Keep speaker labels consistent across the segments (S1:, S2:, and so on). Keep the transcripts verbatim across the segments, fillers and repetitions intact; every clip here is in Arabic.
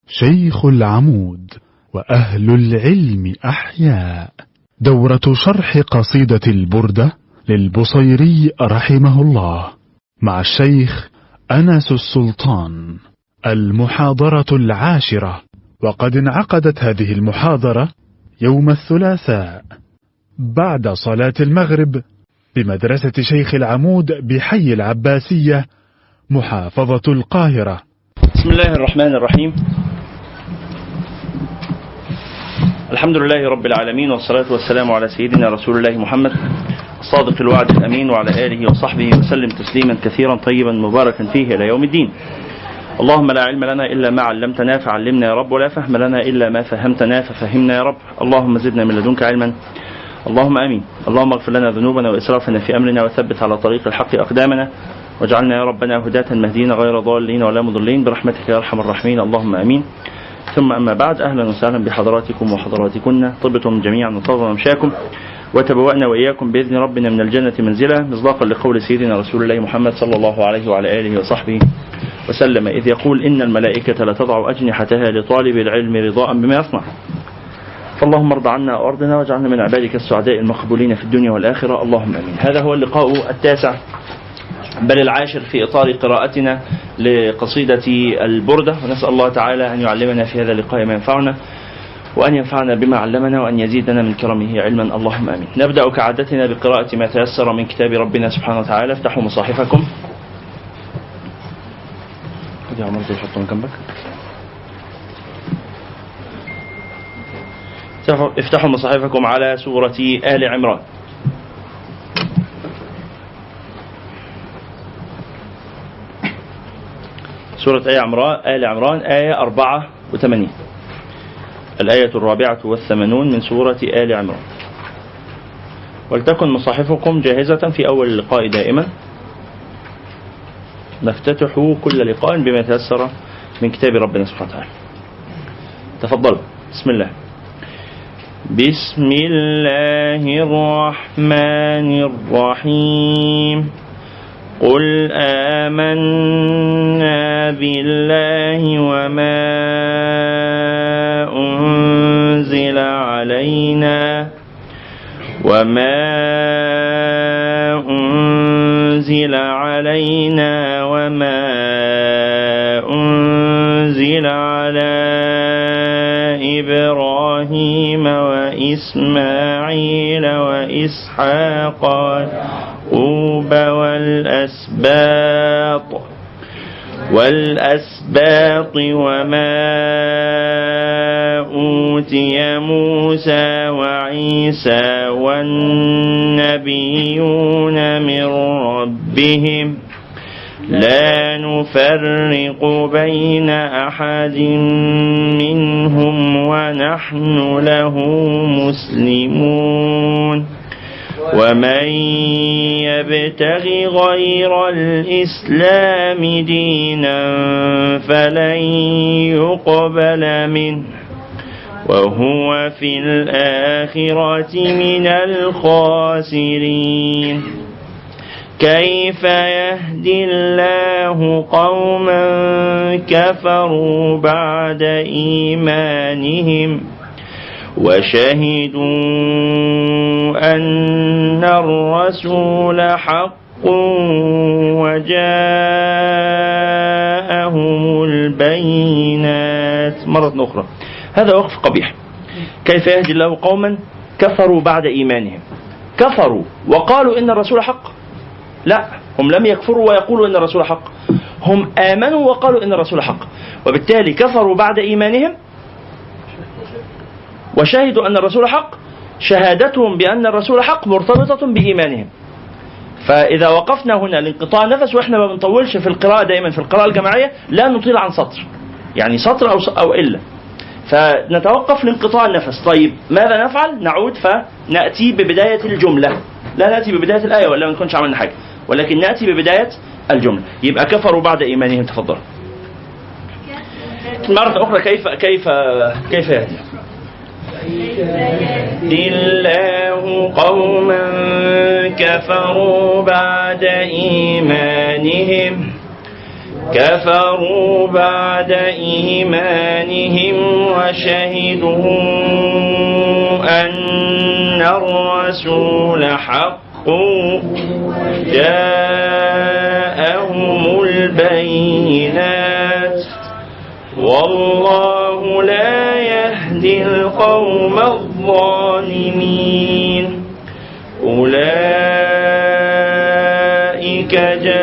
S1: شيخ العمود وأهل العلم أحياء. دورة شرح قصيدة البردة للبصيري رحمه الله مع الشيخ أنس السلطان. المحاضرة العاشرة، وقد انعقدت هذه المحاضرة يوم الثلاثاء بعد صلاة المغرب بمدرسة شيخ العمود بحي العباسية محافظة القاهرة.
S2: بسم الله الرحمن الرحيم. الحمد لله رب العالمين، والصلاة والسلام على سيدنا رسول الله محمد الصادق الوعد الأمين، وعلى آله وصحبه وسلم تسليما كثيرا طيبا مباركا فيه إلى يوم الدين. اللهم لا علم لنا إلا ما علمتنا فعلمنا يا رب، ولا فهم لنا إلا ما فهمتنا ففهمنا يا رب. اللهم زدنا من لدنك علما، اللهم آمين. اللهم اغفر لنا ذنوبنا وإسرافنا في أمرنا، وثبت على طريق الحق أقدامنا، واجعلنا يا ربنا هداة مهدين غير ضالين ولا مضلين برحمتك يا أرحم الراحمين، اللهم آمين. ثم أما بعد، أهلا وسهلا بحضراتكم وحضراتكن، طبتم جميعا وطاب ممشاكم، وتبوأنا وإياكم بإذن ربنا من الجنة منزلا، مصداقا لقول سيدنا رسول الله محمد صلى الله عليه وعلى آله وصحبه وسلم، إذ يقول إن الملائكة لتضع أجنحتها لطالب العلم رضاء بما يصنع. فاللهم ارض عنا وأرضنا، واجعلنا من عبادك السعداء المقبولين في الدنيا والآخرة، اللهم آمين. هذا هو اللقاء التاسع بل العاشر في إطار قراءتنا لقصيدة البردة، ونسأل الله تعالى أن يعلمنا في هذا اللقاء ما ينفعنا، وأن ينفعنا بما علمنا، وأن يزيدنا من كرمه علما، اللهم آمين. نبدأ كعادتنا بقراءة ما تيسر من كتاب ربنا سبحانه وتعالى. افتحوا مصاحفكم. يا عمر تحطهم جنبك. افتحوا مصاحفكم على سورة آل عمران. سورة آل عمران آل عمران آية أربعة وثمانين، الآية الرابعة والثمانون من سورة آل عمران. ولتكن مصاحفكم جاهزة في أول اللقاء دائما. نفتتح كل لقاء بما تيسر من كتاب ربنا سبحانه وتعالى. تفضلوا. بسم الله. بسم الله الرحمن الرحيم. قل آمنا بالله وما أنزل علينا وما أنزل علينا وما أنزل على إبراهيم وإسماعيل وإسحاق ويعقوب والأسباط والأسباط وما أوتي موسى وعيسى والنبيون من ربهم لا نفرق بين أحد منهم ونحن له مسلمون. ومن يبتغ غير الإسلام دينا فلن يقبل منه وهو في الآخرة من الخاسرين. كيف يهدي الله قوما كفروا بعد إيمانهم وشهدوا أن الرسول حق وجاءهم البينات. مرة أخرى، هذا وقف قبيح. كيف يهدي الله قوما كفروا بعد إيمانهم. كفروا وقالوا إن الرسول حق؟ لا، هم لم يكفروا ويقولوا إن الرسول حق، هم آمنوا وقالوا إن الرسول حق، وبالتالي كفروا بعد إيمانهم وشهدوا أن الرسول حق. شهادتهم بأن الرسول حق مرتبطة بإيمانهم. فإذا وقفنا هنا لانقطاع نفس، وإحنا ما بنطولش في القراءة دائما في القراءة الجماعية، لا نطيل عن سطر، يعني سطر أو, أو إلا، فنتوقف لانقطاع النفس. طيب ماذا نفعل؟ نعود فنأتي ببداية الجملة، لا نأتي ببداية الآية ولا ما نكونش عملنا حاجة، ولكن نأتي ببداية الجملة. يبقى كفروا بعد إيمانهم. تفضل مرة أخرى. كيف كيف كيف يهدي يهدي الله قوما كفروا بعد إيمانهم كفروا بعد إيمانهم وشهدوا أن الرسول حق جاءهم البينات والله لا يهدي القوم الظالمين أولئك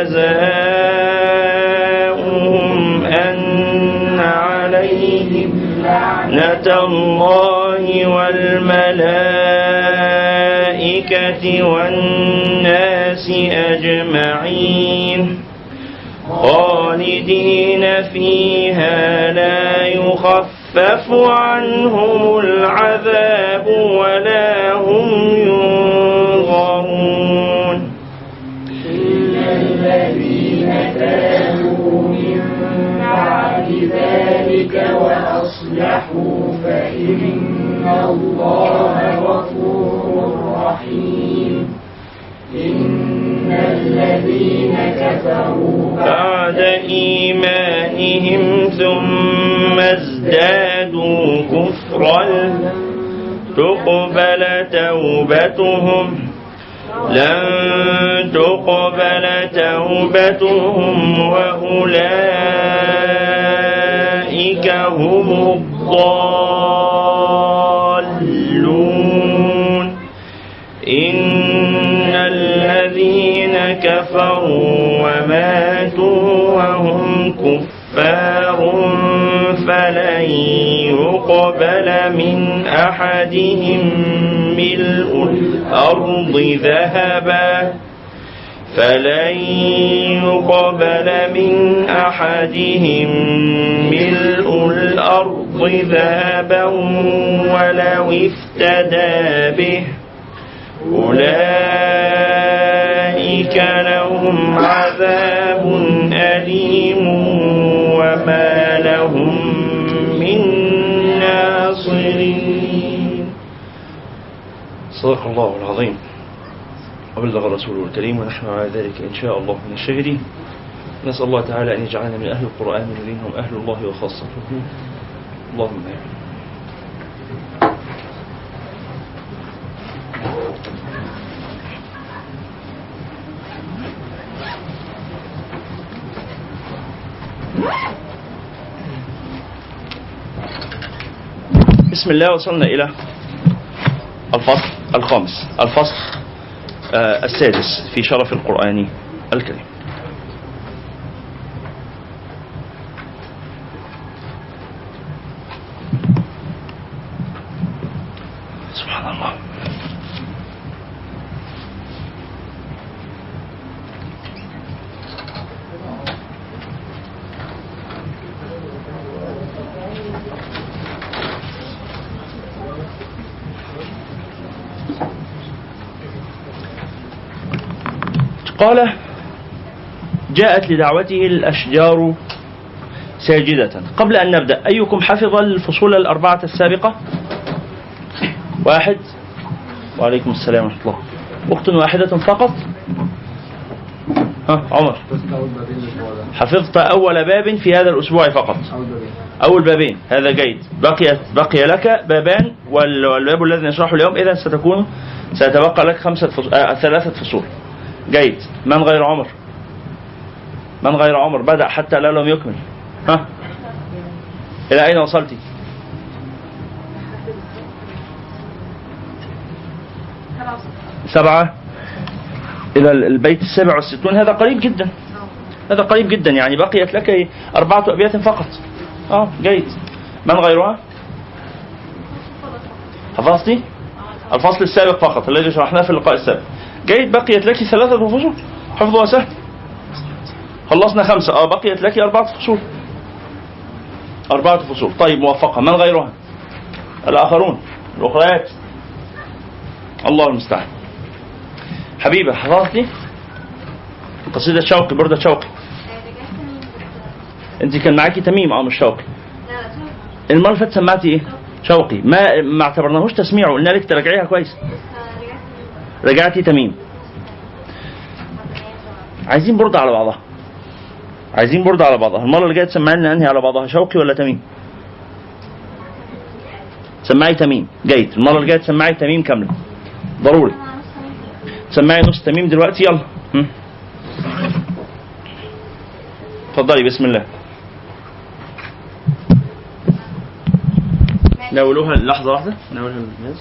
S2: جزاؤهم أن عليهم لعنة الله والملائكة والناس أجمعين خالدين فيها لا يخفف عنهم العذاب ولا هم ينظرون
S3: إلا الذين تابوا من بعد ذلك وأصلحوا فإن الله غفور رحيم إن الذين كفروا
S2: بعد إيمانهم ثم ازدادوا كفرا تقبل توبتهم لن تقبل توبتهم وأولئك هم الضالون إن الذين كفروا وماتوا وهم كفار فلن يقبل من أحدهم ملء الأرض ذهبا فلن يقبل من أحدهم ملء الأرض ذهبا ولو افتدى به أولئك لهم عذاب أليم وما لهم من ناصرين. صدق الله العظيم وبلغ رسوله الكريم ونحن على ذلك إن شاء الله من الشاهدين. نسأل الله تعالى أن يجعلنا من أهل القرآن الذين هم أهل الله وخاصته. اللهم آمين. بسم الله. وصلنا إلى الفصل الخامس، الفصل آه السادس في شرف القرآن الكريم. سبحان الله. قال: جاءت لدعوته الأشجار ساجدة. قبل أن نبدأ، أيكم حفظ الفصول الأربعة السابقة؟ واحد. وعليكم السلام ورحمة الله. أخت واحدة فقط. ها عمر، حفظت أول باب في هذا الأسبوع فقط. أول بابين، هذا جيد. بقي بقي لك بابان والباب الذي نشرحه اليوم، إذا ستكون سيتبقى لك خمسة فصول آه ثلاثة فصول. جيد. من غير عمر؟ من غير عمر بدأ حتى لا لم يكمل. ها إلى أين وصلتي؟ سبعة إلى البيت السابع والستون. هذا قريب جدا، هذا قريب جدا، يعني بقيت لك أربعة أبيات فقط. آه جيد. من غيرها؟ حفظتي الفصل السابق فقط الذي شرحناه في اللقاء السابق. جيد. بقيت لك ثلاثة فصول، حفظها سهل. خلصنا خمسة. اه بقيت لك أربعة فصول. أربعة فصول. طيب موفقة. من غيرها؟ الآخرون، الأخريات. الله المستعان. حبيبة، حفظتي قصيدة شوقي، بردة شوقي؟ انت كان معاكي تميم اه مش شوقي. المرة اللي فاتت سمعتي ايه؟ شوقي. ما ما اعتبرناهوش تسميع، وقلنا لك تراجعيها كويس. رجعتي تميم. عايزين بردة على بعضها، عايزين بردة على بعضها. المرة اللي جاية تسمعي لنا انهي على بعضها، شوقي ولا تميم؟ سمعي تميم. جيد. المرة اللي جاية تسمعي تميم كاملة ضروري. سمعي نص تميم دلوقتي يلا. اتفضلي بسم الله. ناولوها لحظة واحدة. ناولها الماز.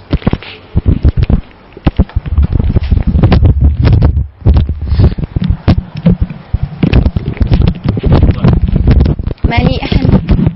S4: ما لي أحن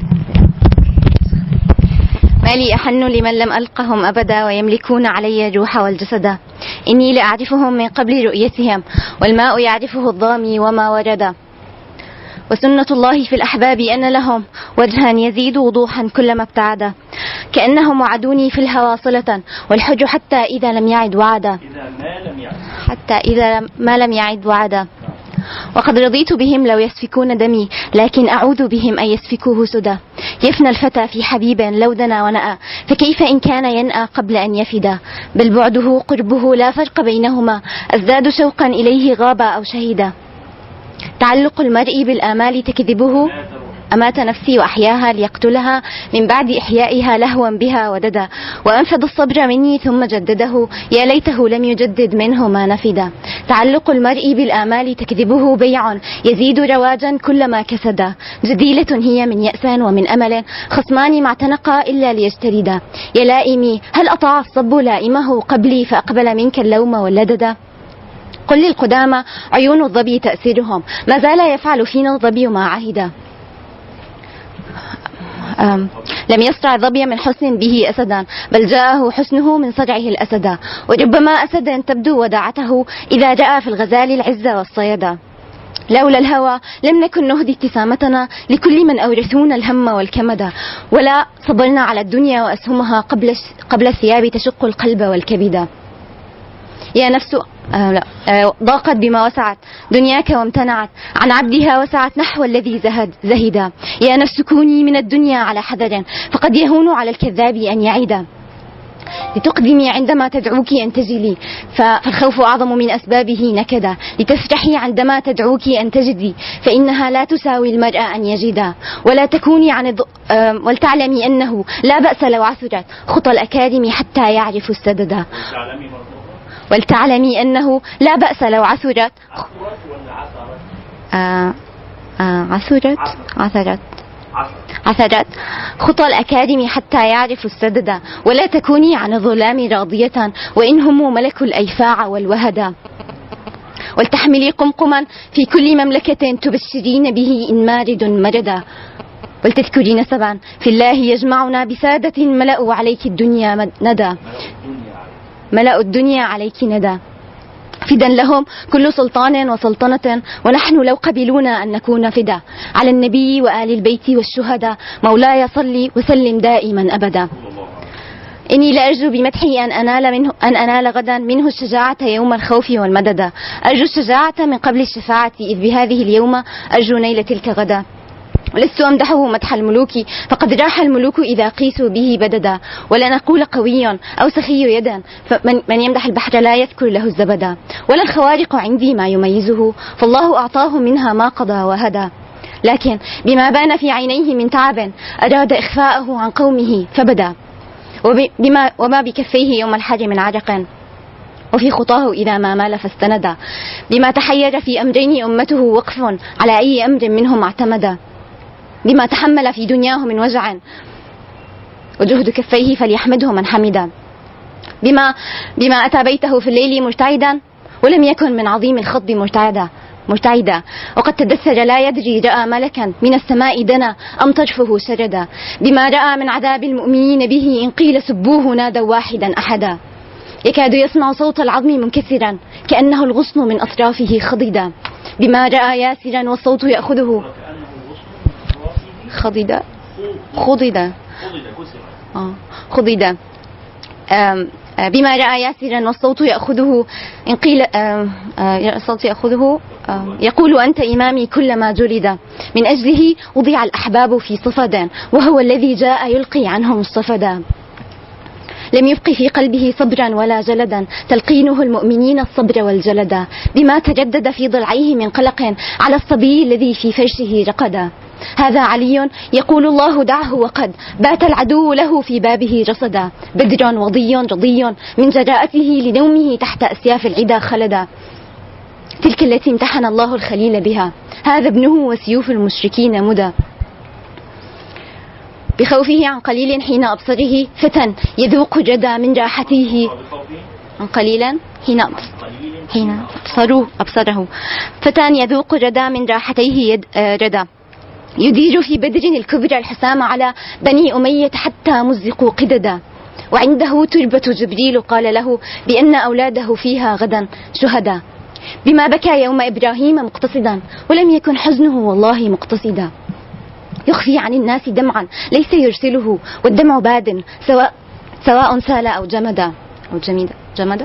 S4: ما لي أحن لمن لم ألقهم أبدا ويملكون علي الروح والجسد. إني لأعرفهم من قبل رؤيتهم، والماء يعرفه الظامي وما ورد. وسنة الله في الأحباب أن لهم وجها يزيد وضوحا كلما ابتعد، كأنهم وعدوني في الهوى صلة، والحج حتى إذا لم يعد وعدا حتى إذا ما لم يعد وعدا. وقد رضيت بهم لو يسفكون دمي، لكن أعوذ بهم أن يسفكوه سدى. يفنى الفتى في حبيب لو دنا ونأى، فكيف إن كان ينأى قبل أن يفدا. بل بعده قربه لا فرق بينهما، أزداد شوقا إليه غاب أو شهدا. تعلق المرء بالآمال تكذبه، أمات نفسي وأحياها ليقتلها، من بعد إحيائها لهوا بها وددا. وأنفذ الصبر مني ثم جدده، يا ليته لم يجدد منه ما نفدا. تعلق المرء بالآمال تكذبه، بيع يزيد رواجا كلما كسدا. جديلة هي من يأس ومن أمل، خصمان ما اعتنقا إلا ليجتردا. يا لائمي هل أطاع الصب لائمه قبلي، فأقبل منك اللوم واللددا. قل للقدامى عيون الظبي تأسرهم، ما زال يفعل فينا الظبي ما عهدا. لم يصرع الظبي من حسن به أسدا، بل جاءه حسنه من صرعه الأسدا. وربما أسدا تبدو وداعته، إذا رأى في الغزال العز والصيدا. لولا الهوى لم نكن نهدي ابتسامتنا لكل من أورثونا الهم والكمدا، ولا صبرنا على الدنيا وأسهمها قبل قبل الثياب تشق القلب والكبدا. يا نفس آه لا آه ضاقت بما وسعت دنياك وامتنعت عن عبدها، وسعت نحو الذي زهد زهدا. يا نفس كوني من الدنيا على حذر، فقد يهون على الكذاب أن يعيدا. لتقدمي عندما تدعوك أن تجلي، فالخوف أعظم من أسبابه نكدا. لتفرحي عندما تدعوك أن تجدي، فإنها لا تساوي المرء أن يجدا. ولا تكوني عن الض... ولتعلمي أنه لا بأس لو عثرت خطى الأكارم حتى يعرفوا السددا. ولتعلمي أنه لا بأس لو عثرت آه آه عثرت عثرت عثرت خطى الأكاديمي حتى يعرفوا السددا. ولا تكوني عن الظلام راضية، وإن هم ملك الأيفاع والوهدا. ولتحملي قمقما في كل مملكة تبشرين به إن مارد مردا. ولتذكري نسبا في الله يجمعنا بسادة ملأوا عليك الدنيا ندى ملأ الدنيا عليك ندى. فدا لهم كل سلطان وسلطنة، ونحن لو قبلونا أن نكون فدا على النبي وآل البيت والشهداء. مولاي صلي وسلم دائما أبدا. إني لأرجو بمدحي أن أنال منه أن أنال غدا منه الشجاعة يوم الخوف والمدد. أرجو الشجاعة من قبل الشفاعة، إذ بهذه اليوم أرجو نيل تلك غدا. ولست أمدحه مدح الملوك، فقد راح الملوك إذا قيسوا به بددا. ولا نقول قوي أو سخي يدا، فمن من يمدح البحر لا يذكر له الزبدا. ولا الخوارق عندي ما يميزه، فالله أعطاه منها ما قضى وهدى. لكن بما بان في عينيه من تعب أراد إخفاءه عن قومه فبدا، وبما وما بكفيه يوم الحر من عرق، وفي خطاه إذا ما مال فاستندا. بما تحير في أمرين أمته وقف، على أي أمر منهم اعتمدا. بما تحمل في دنياه من وجع، وجهد كفيه فليحمده من حمدا. بما بما أتى بيته في الليل مرتعدا، ولم يكن من عظيم الخضب مرتعدا مرتعدا. وقد تدثر لا يدري، رأى ملكا من السماء دنا أم طرفه شردا. بما رأى من عذاب المؤمنين به، إن قيل سبوه نادوا واحدا أحدا. يكاد يسمع صوت العظم منكسرا، كأنه الغصن من أطرافه خضدا. بما رأى ياسرا والصوت يأخذه خضدا خضدا آه خضدا. بما رأى ياسرا والصوت يأخذه، إن قيل الصوت يأخذه يقول أنت إمامي كلما جلد. من أجله وضع الأحباب في صفدا، وهو الذي جاء يلقي عنهم الصفدا. لم يبق في قلبه صبرا ولا جلدا، تلقينه المؤمنين الصبر والجلدا، بما تجدد في ضلعيه من قلق على الصبي الذي في فرشه رقدا. هذا علي يقول الله دعه وقد بات العدو له في بابه رصدا، بدر وضي رضي من جراءته لنومه تحت أسياف العدا خلدا، تلك التي امتحن الله الخليل بها، هذا ابنه وسيوف المشركين مدى. بخوفه عن قليل حين أبصره فتى يذوق جدا من راحته، عن قليلا حين حين أبصره أبصره فتى يذوق جدا من راحتيه يد ردا، يدير في بدر الكبرى الحسام على بني أمية حتى مزقوا قددا، وعنده تربة جبريل قال له بأن أولاده فيها غدا شهدا، بما بكى يوم إبراهيم مقتصدا ولم يكن حزنه والله مقتصدا، يخفي عن الناس دمعا ليس يرسله والدمع باد سواء سواء سال أو جمد أو جمد جمد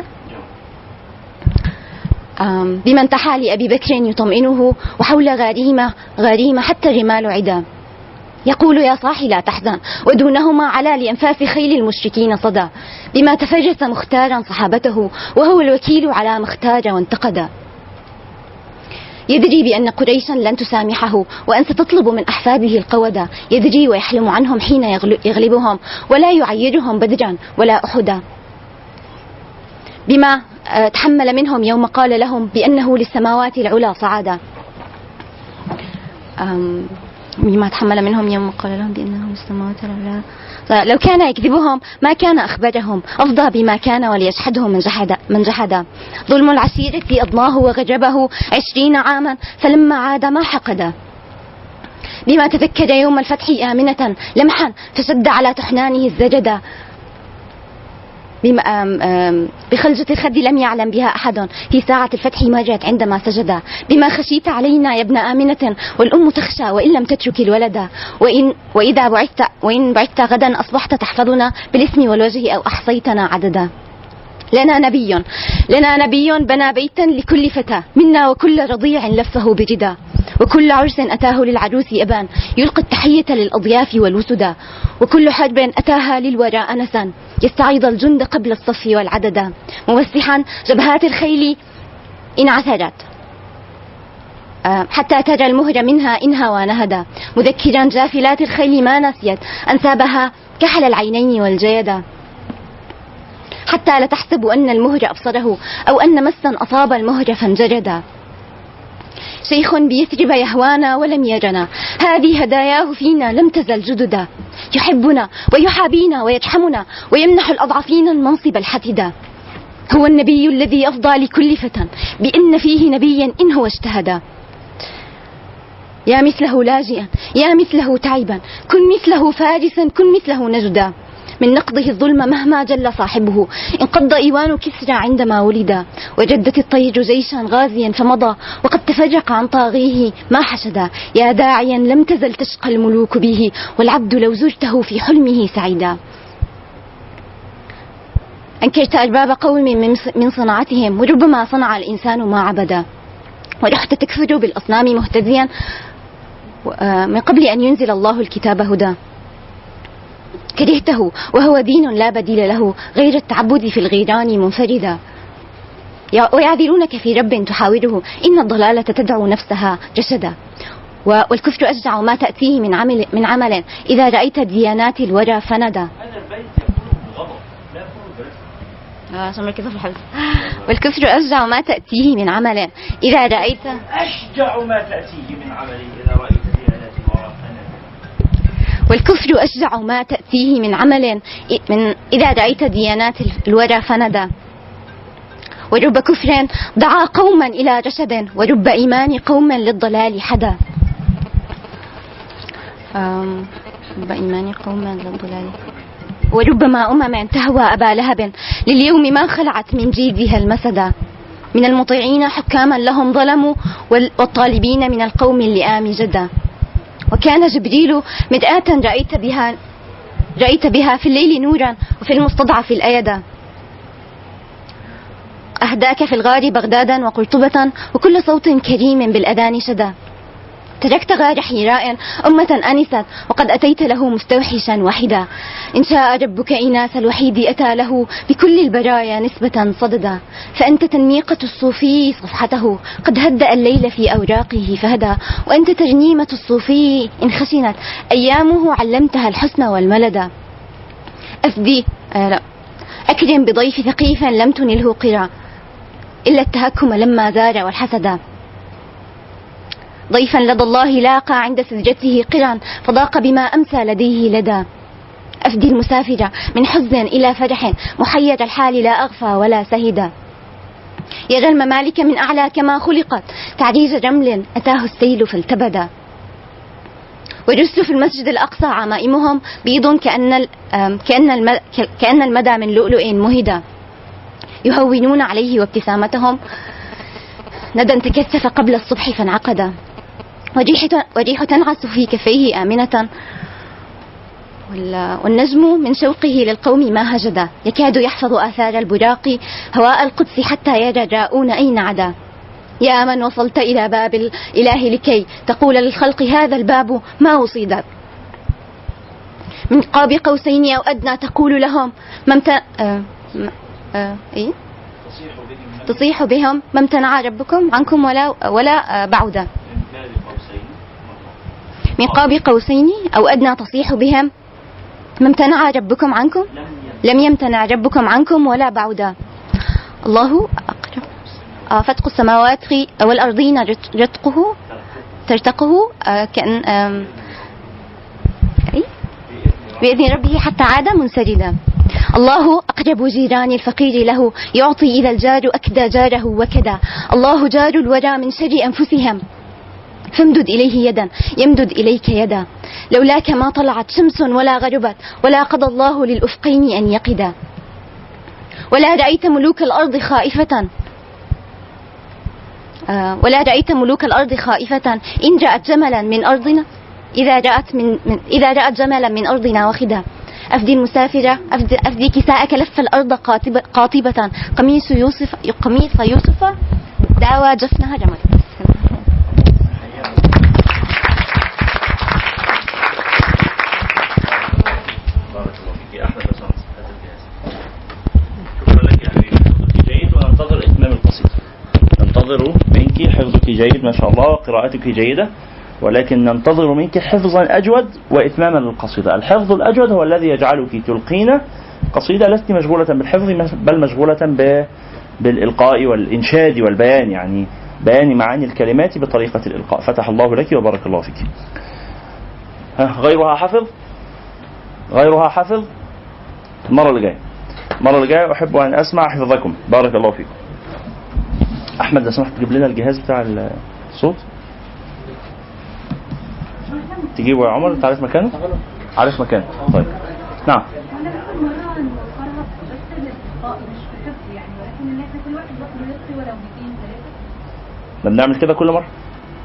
S4: بما انتحى لأبي بكر يطمئنه وحول غريمة غريمة حتى الرمال عدا، يقول يا صاحي لا تحزن ودونهما على لأنفاس خيل المشركين صدى، بما تفرس مختارا صحابته وهو الوكيل على مختار وانتقدا، يدري بأن قريشا لن تسامحه وأن ستطلب من أحفاده القودة، يدري ويحلم عنهم حين يغلبهم ولا يعيرهم بدرا ولا أحدا، بما تحمل منهم يوم قال لهم بأنه للسماوات العلى صعدا، بما تحمل منهم يوم قال لهم بأنه للسماوات العلى، لو كان يكذبهم ما كان أخبرهم، أفضى بما كان وليجحده من جحد من جحد، ظلم العشيرة أضناه وغجبه عشرين عاما فلما عاد ما حقدا، بما تذكر يوم الفتح آمنة لمحا فشد على تحنانه الزجدا، بخلجة الخد لم يعلم بها أحد في ساعة الفتح مرت عندما سجد، بما خشيت علينا يا ابن آمنة والأم تخشى وإن لم تترك الولد، وإن وإذا بعثت وإن بعثت غدا أصبحت تحفظنا بالاسم والوجه أو أحصيتنا عددا، لنا نبي لنا نبي بنى بيتا لكل فتى منا وكل رضيع لفه بردا، وكل عرس أتاه للعروس أبان يلقي التحية للأضياف والوسدا، وكل حرب أتاها للورى أنسا يستعيض الجند قبل الصف والعددا، موسحا جبهات الخيل إن عثرت حتى ترى المهر منها إن هوى نهدا، مذكرا جافلات الخيل ما نسيت أنسابها كحل العينين والجيدا، حتى لا تحسب أن المهر أبصره أو أن مسا أصاب المهر فانجردا، شيخ بيثرب يهوانا ولم يرنا هذه هداياه فينا لم تزل جددا، يحبنا ويحابينا ويجحمنا ويمنح الأضعفين المنصب الحفدا، هو النبي الذي أفضى لكل فتى بأن فيه نبيا إن هو اجتهدا، يا مثله لاجئا يا مثله تعبا كن مثله فارسا كن مثله نجدا، من نقضه الظلم مهما جل صاحبه انقض إيوان كسرى عندما ولدا، وجدت الطير جيشا غازيا فمضى وقد تفرق عن طاغيه ما حشدا، يا داعيا لم تزل تشقى الملوك به والعبد لو زرته في حلمه سعيدا، أنكرت أرباب قوم من صناعتهم وربما صنع الإنسان ما عبدا، ورحت تكفر بالأصنام مهتديا من قبل أن ينزل الله الكتاب هدى، كرهته وهو دين لا بديل له غير التعبد في الغيران منفردا، ويعذرونك في رب تحاوره إن الضلالة تدعو نفسها جسدا، والكفر أشجع ما تأتيه من عمل من عمل إذا رأيت ديانات الورى فندا، والكفر أشجع ما تأتيه من عمل إذا رأيت
S2: أشجع ما تأتيه من عمل إذا رأيت ديانات الورى فندا،
S4: والكفر أشجع ما تأتيه من عمل من إذا رأيت ديانات الورى فندا، ورب كفر دعا قوما إلى رشد ورب إيمان قوما للضلال حدا، رب إيمان قوما للضلال، وربما أمم تهوى أبا لهب لليوم ما خلعت من جيدها المسدا، من المطيعين حكاما لهم ظلموا والطالبين من القوم اللئام جدا، وكان جبريل مرآة رأيت بها رأيت بها في الليل نورا وفي المستضعف الأيدا، أهداك في الغار بغدادا وقرطبة وكل صوت كريم بالأذان شدا، تركت غار حراء أمة أنست وقد أتيت له مستوحشا وحدا. إن شاء ربك إناث الوحيد أتى له بكل البرايا نسبة صددا. فأنت تنميقة الصوفي صفحته قد هدأ الليل في أوراقه فهدى. وأنت ترنيمة الصوفي إن خشنت أيامه علمتها الحسن والملدا. أفدي آه لا أكرم بضيف ثقيف لم تنله قرى إلا التهكم لما زار والحسدا. ضيفا لدى الله لاقى عند سجدته قرا فضاق بما أمسى لديه لدى. أفدي المسافر من حزن إلى فرح محير الحال لا أغفى ولا سهدا. يرى الممالك من أعلى كما خلقت تعريج رمل أتاه السيل فالتبدا. وجلست في المسجد الأقصى عمائمهم بيض كأن كأن كأن المدى من لؤلؤ مهدا. يهونون عليه وابتسامتهم ندى تكثف قبل الصبح فانعقدا. وريح تنعس في كفيه آمنة والنجم من شوقه للقوم ما هجدا. يكاد يحفظ آثار البراق هواء القدس حتى يرى الراؤون أين عدا. يا من وصلت إلى باب الإله لكي تقول للخلق هذا الباب ما وصيدا. من قاب قوسين أو أدنى تقول لهم ما امتنع آه آه إيه؟ تصيح بهم ما امتنع ربكم عنكم ولا ولا بعودا. من قاب قوسين أو أدنى تصيح بهم ما امتنع ربكم عنكم لم يمتنع ربكم عنكم ولا بعودا. الله أقرب. آه فتق السماوات والأرضين رتقه ترتقه آه كأن آه بإذن ربه حتى عاد منسجدا. الله أقرب جيران الفقير له يعطي إذا الجار أكدى جاره وكدا. الله جار الورى من شر أنفسهم فامدد إليه يدا يمدد إليك يدا. لولاك ما طلعت شمس ولا غربت ولا قضى الله للأفقين أن يقدا. ولا رأيت ملوك الأرض خائفة آه ولا رأيت ملوك الأرض خائفة إن رأت جملا من أرضنا إذا رأت من, من إذا رأت جملا من أرضنا وخدا. أفدي المسافرة أفدي, أفدي كساءك لف الأرض قاطبة, قاطبة قميص يوسف قميص يوسف داوى جفنها رمد.
S2: بارك الله فيك أحمد. شكرا لك يا حبيبي. حفظك جيد وننتظر إتمام القصيدة. ننتظر منك حفظك جيد ما شاء الله قراءتك جيدة ولكن ننتظر منك حفظا أجود وإتماما للقصيدة. الحفظ الأجود هو الذي يجعلك تلقين قصيدة لست مشغولة بالحفظ بل مشغولة بالإلقاء والإنشاد والبيان يعني بيان معاني الكلمات بطريقة الإلقاء. فتح الله لك وبارك الله فيك. غيرها حفظ غيرها حفظ المرة اللي جاية المرة اللي جاية أحب أن أسمع حفظكم. بارك الله فيكم. أحمد لو سمحت تجيب لنا الجهاز بتاع الصوت تجيبه يا عمر. تعرف مكانه؟ عارف مكانه. طيب نعم. بنعمل كده كل مرة.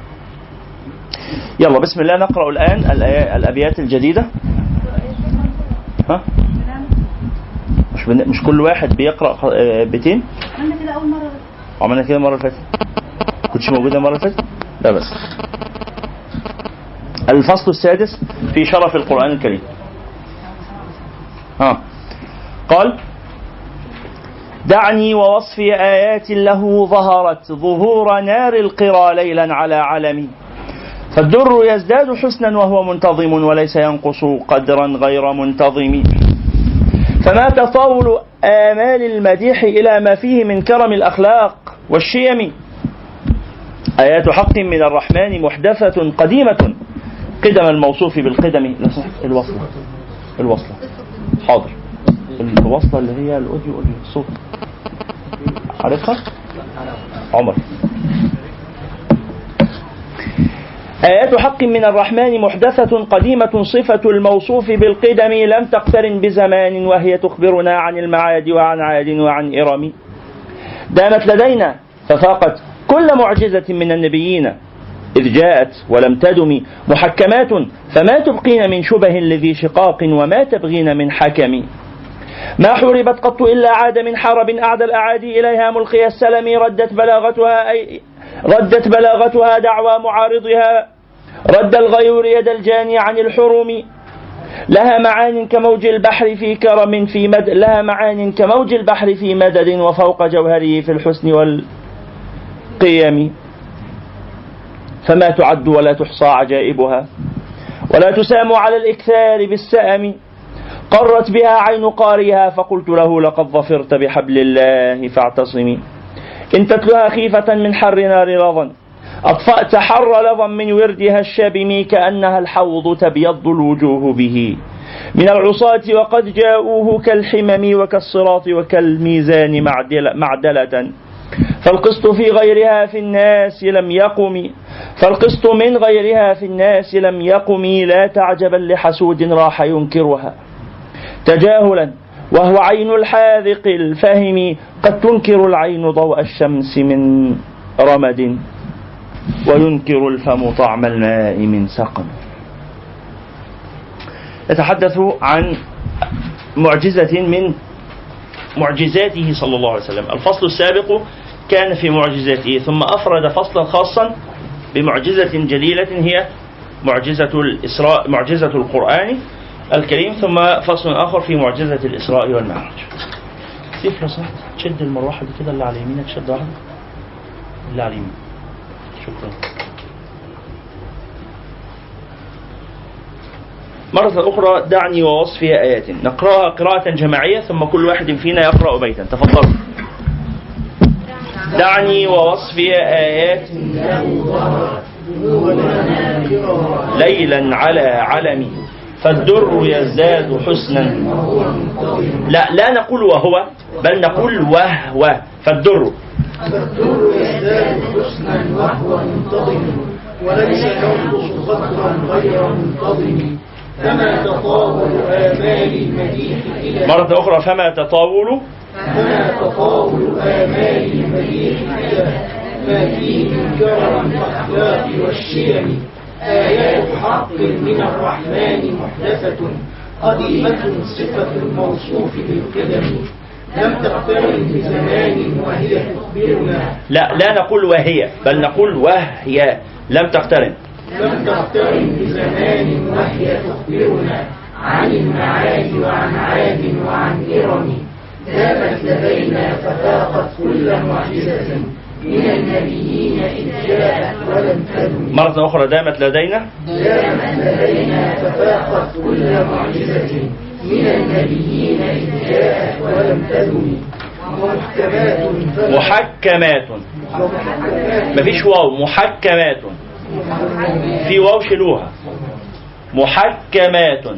S2: يلا بسم الله نقرأ الآن الأبيات الجديدة. ها؟ مش مش كل واحد بيقرأ بيتين. عملنا كده أول مرة. عملنا كده المرة اللي فاتت. كنتش موجودة المرة اللي فاتت؟ لا بس. الفصل السادس في شرف القرآن الكريم. ها قال دعني ووصفي آيات له ظهرت ظهور نار القرى ليلا على علمي. فالدر يزداد حسنا وهو منتظم وليس ينقص قدرا غير منتظم. فما تطاول آمال المديح إلى ما فيه من كرم الأخلاق والشيم. آيات حق من الرحمن محدثة قديمة قدم الموصوف بالقدم. الوصلة الوصلة حاضر. الوصلة اللي هي الأوديو أوديو الصوت عارفها عمر. آيات حق من الرحمن محدثة قديمة صفة الموصوف بالقدم لم تقترن بزمان وهي تخبرنا عن المعاد وعن عاد وعن إرم. دامت لدينا ففاقت كل معجزة من النبيين إذ جاءت ولم تدم محكمات فما تبقين من شبه لذي شقاق وما تبغين من حكم. ما حوربت قط إلا عاد من حرب أعدى الأعادي إليها ملقي السلم. ردت بلاغتها أي ردت بلاغتها دعوى معارضها رد الغيور يد الجاني عن الحرم لها معان كموج البحر في كرم في مد لها معان كموج البحر في مدد وفوق جوهره في الحسن والقيم فما تعد ولا تحصى عجائبها ولا تسام على الإكثار بالسأم قرت بها عين قارئها فقلت له لقد ظفرت بحبل الله فاعتصمي إن تتلها خيفة من حر نار لظى أطفأت حر لظى من وردها الشابم كأنها الحوض تبيض الوجوه به من العصاة وقد جاءوه كالحمم وكالصراط وكالميزان معدلة, معدلة فالقسط في غيرها في الناس لم يقم فالقسط من غيرها في الناس لم يقم لا تعجبا لحسود راح ينكرها تجاهلا وهو عين الحاذق الفهم قد تنكر العين ضوء الشمس من رمد وينكر الفم طعم الماء من سقم. يتحدث عن معجزة من معجزاته صلى الله عليه وسلم. الفصل السابق كان في معجزاته ثم أفرد فصلا خاصا بمعجزة جليلة هي معجزة الإسراء معجزة القرآن الكريم ثم فصل آخر في معجزة الإسراء والمعراج. كيف لو سمحت تشد المروحة دي كده اللي على يمينك شد واحدة اللي على يمينك. شكرا. مرة أخرى دعني ووصفها آيات نقرأها قراءة جماعية ثم كل واحد فينا يقرأ بيتا. تفضل. دعني ووصفها آيات ليلا على علمي فالدر يزداد حسنا. لا لا نقول وهو بل نقول وهو. فالدر
S3: فالدر يزداد حسنا وهو منتظم وليس ينقص قدرا غير منتظم فما تطاول آمال المديح إلى
S2: مرة أخرى فما تطاول
S3: فما تطاول آمال المديح إلى ما فيه من كرم الأخلاق والشيم آيات حق من الرحمن محدثة قديمة صفة الموصوف بالقدم لم تقترن بزمان وهي تخبرنا. لا
S2: لا نقول وهي بل نقول وهي لم تقترن
S3: لم تقترن بزمان وهي تخبرنا عن المعاد وعن عاد وعن إرم دامت لدينا ففاقت كل معجزة من النبيين إذ جاءت ولم تدم.
S2: مرة أخرى دامت لدينا
S3: دامت لدينا ففاقت كل معجزة من النبيين إذ جاءت ولم تدم ومحكمات
S2: محكمات مفيش واو محكمات في واو شلوها محكمات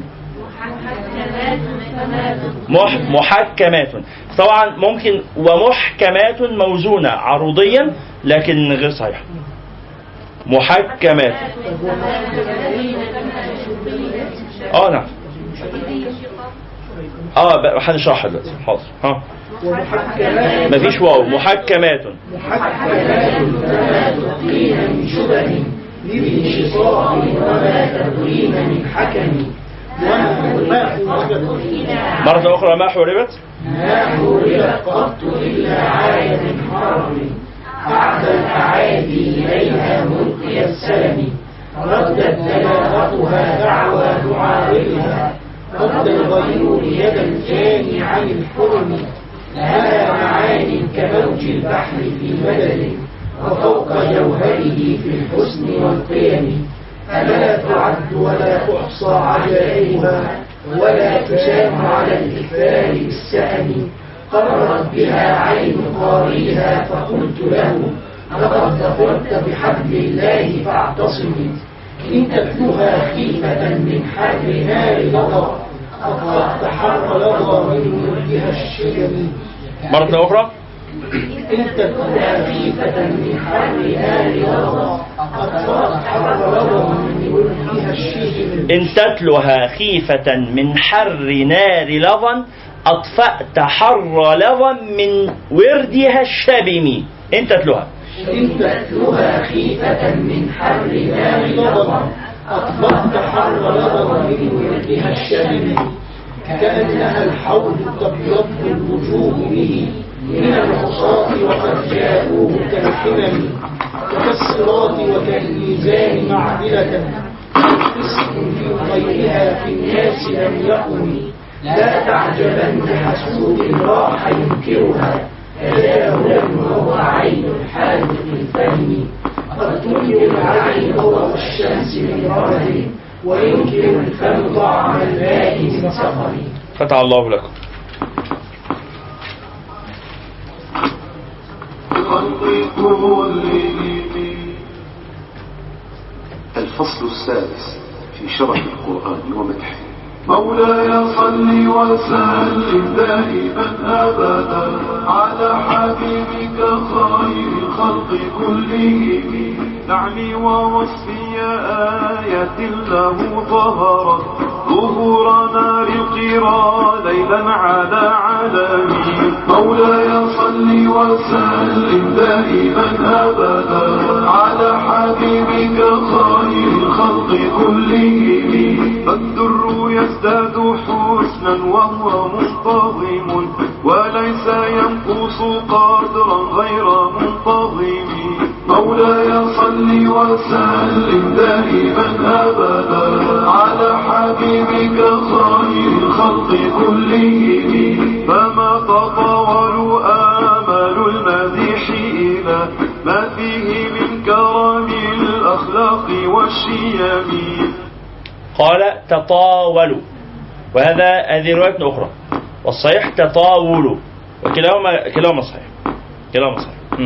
S2: مح محكمات طبعا ممكن ومحكمات موزونة عروضيا لكن غير صحيح. محكمات اه نعم اه هنشرحها دلوقتي حاضر. ها مفيش واو محكمات
S3: محكمات فما تقين من شبه للانشقاق وما تبرين من حكم
S2: مرة أخرى ما حوربت
S3: ما حوربت قط إلا عاية من حرم أعدى الأعادي إليها ملقي السلم ردت بلاغتها دعوى معارضها رد الغيور يد الجاني عن الحرم لها معاني كموج البحر في مدد وفوق جوهره في الحسن والقيم فلا تعد ولا تحصى عجائبها ولا تسام على الإكثار بالسأم قررت بها عين قارئها فقلت له لقد ظفرت بحبل الله فاعتصم إن تتلها خيفة من حر نار لظى أطلقت حر لظى من ولدها الشجم.
S2: مرة أخرى
S3: إن تتلها خيفة من حر نار لظى أطلقت حر لظى من ولدها الشجم.
S2: إن تتلها خيفة من حر نار لظى أطفأت حر لظى من وردها الشبم. إن تتلها
S3: إن تتلها خيفة من حر نار لظى أطفأت حر لظى من وردها الشبم كأنها الحوض تبيض الوجوه به من العصاة وقد جاءوه كالحمم وكالصراط وكالميزان معدلة قسط في غيرها في الناس لم يكن لا تعجبن حسود راح ينكرها هذا هدى وهو عين الحادث الفهم قد تنكر العين ضوء الشمس من رمد وينكر الفم طعم الماء من سقم.
S2: فتح الله لكم.
S5: الفصل السادس في شرح القرآن ومدحه. مولاي صل وسلم دائما أبدا على حبيبك خير الخلق كلهم. دعني ووصفي آيات له ظهرت ظهور نار القرى ليلا على علامي. مولاي صل وسلم دائما أبدا على حبيبك خير الخلق كلهم. فالدر يزداد حسنا وهو منتظم وليس ينقص قدرا غير منتظم. مولاي صل وسلم دائما أبدا على حبيبك خير الخلق كلهم. فما تطاول آمال المديح إلى ما فيه من كرم الأخلاق والشيم.
S2: قال تطاولوا، وهذا هذه رواية أخرى، والصحيح تطاولوا، وكلاهما كلاهما صحيح كلاهما صحيح.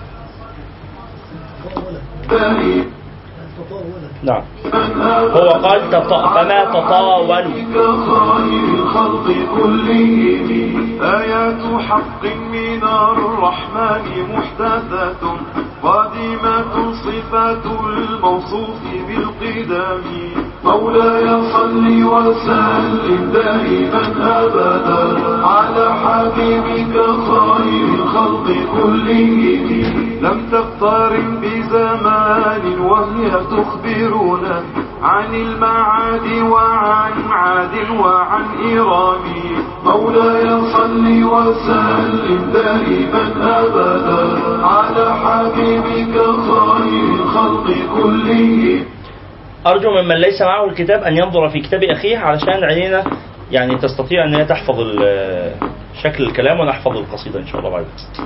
S2: نعم هو قال تطا... فما تطاولوا.
S5: الخلق كلهم آيات حق من الرحمن محدثة قادمة صفات الموصوف بالقدم. مولاي صل وسلم دائما أبدا على حبيبك خير الخلق كلهم. لم تقترن بزمان وهي تخبرنا عن المعاد وعن عاد وعن إرام. مولاي صل وسلم دائما أبدا على حبيبك خير الخلق كلهم.
S2: أرجو ممن ليس معه الكتاب أن ينظر في كتاب أخيه علشان عينينا يعني تستطيع أن هي تحفظ شكل الكلام ونحفظ القصيدة إن شاء الله بعد.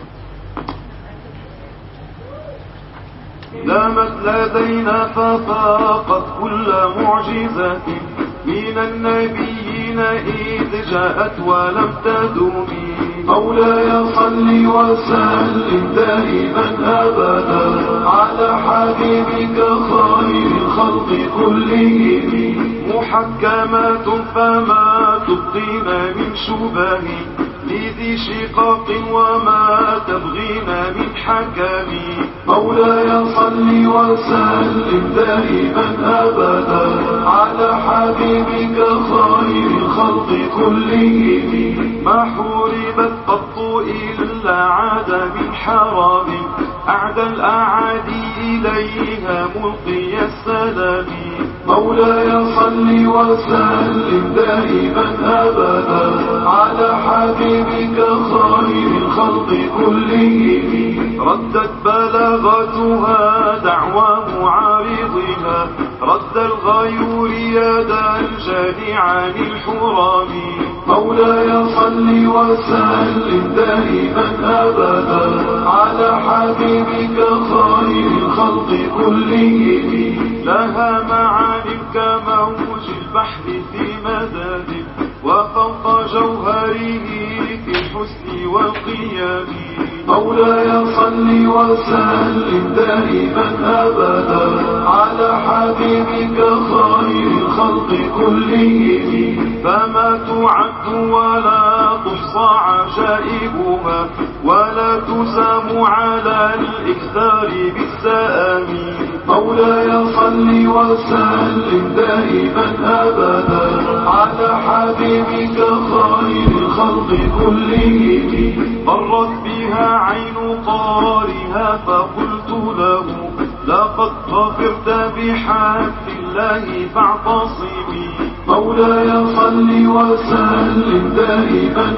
S5: دامت لدينا ففاقت كل معجزة من النبيين إذ جاءت ولم تدوم. مولاي صل وسلم دائما أبدا على حبيبك خير الخلق كلهم. محكمات فما تبقين من شبه لذي شقاق وما تبغين من حكم. مولاي صل وسلم دائما أبدا على حبيبك خير الخلق كلهم. ما حوربت قط إلا عاد من حرام أعدى الأعادي إليها ملقي السلام. مولاي صل وسلم دائما أبدا على حبيبك خير الخلق كلهم. ردت بلاغتها دعوى معارضها رد الغيور يدا الجدي عن الحرام. مولاي صل وسلم دائما أبدا على حبيبك خير الخلق كلهم. لها معاني كموج البحر في مدد وفوق جوهره في الحسن والقيام. مولاي صل وسلم دائما أبدا على حبيبك خير الخلق كلهم. فما تعد ولا تحصى عجائبها ولا تسام على الإكثار بالسآم. مولاي صل وسلم دائما أبدا على حبيبك خير الخلق كلهم. مرت بها عين قارها فقلت له لقد غفرت بحق الله فاعتصمي. مولاي صل وسلم دائما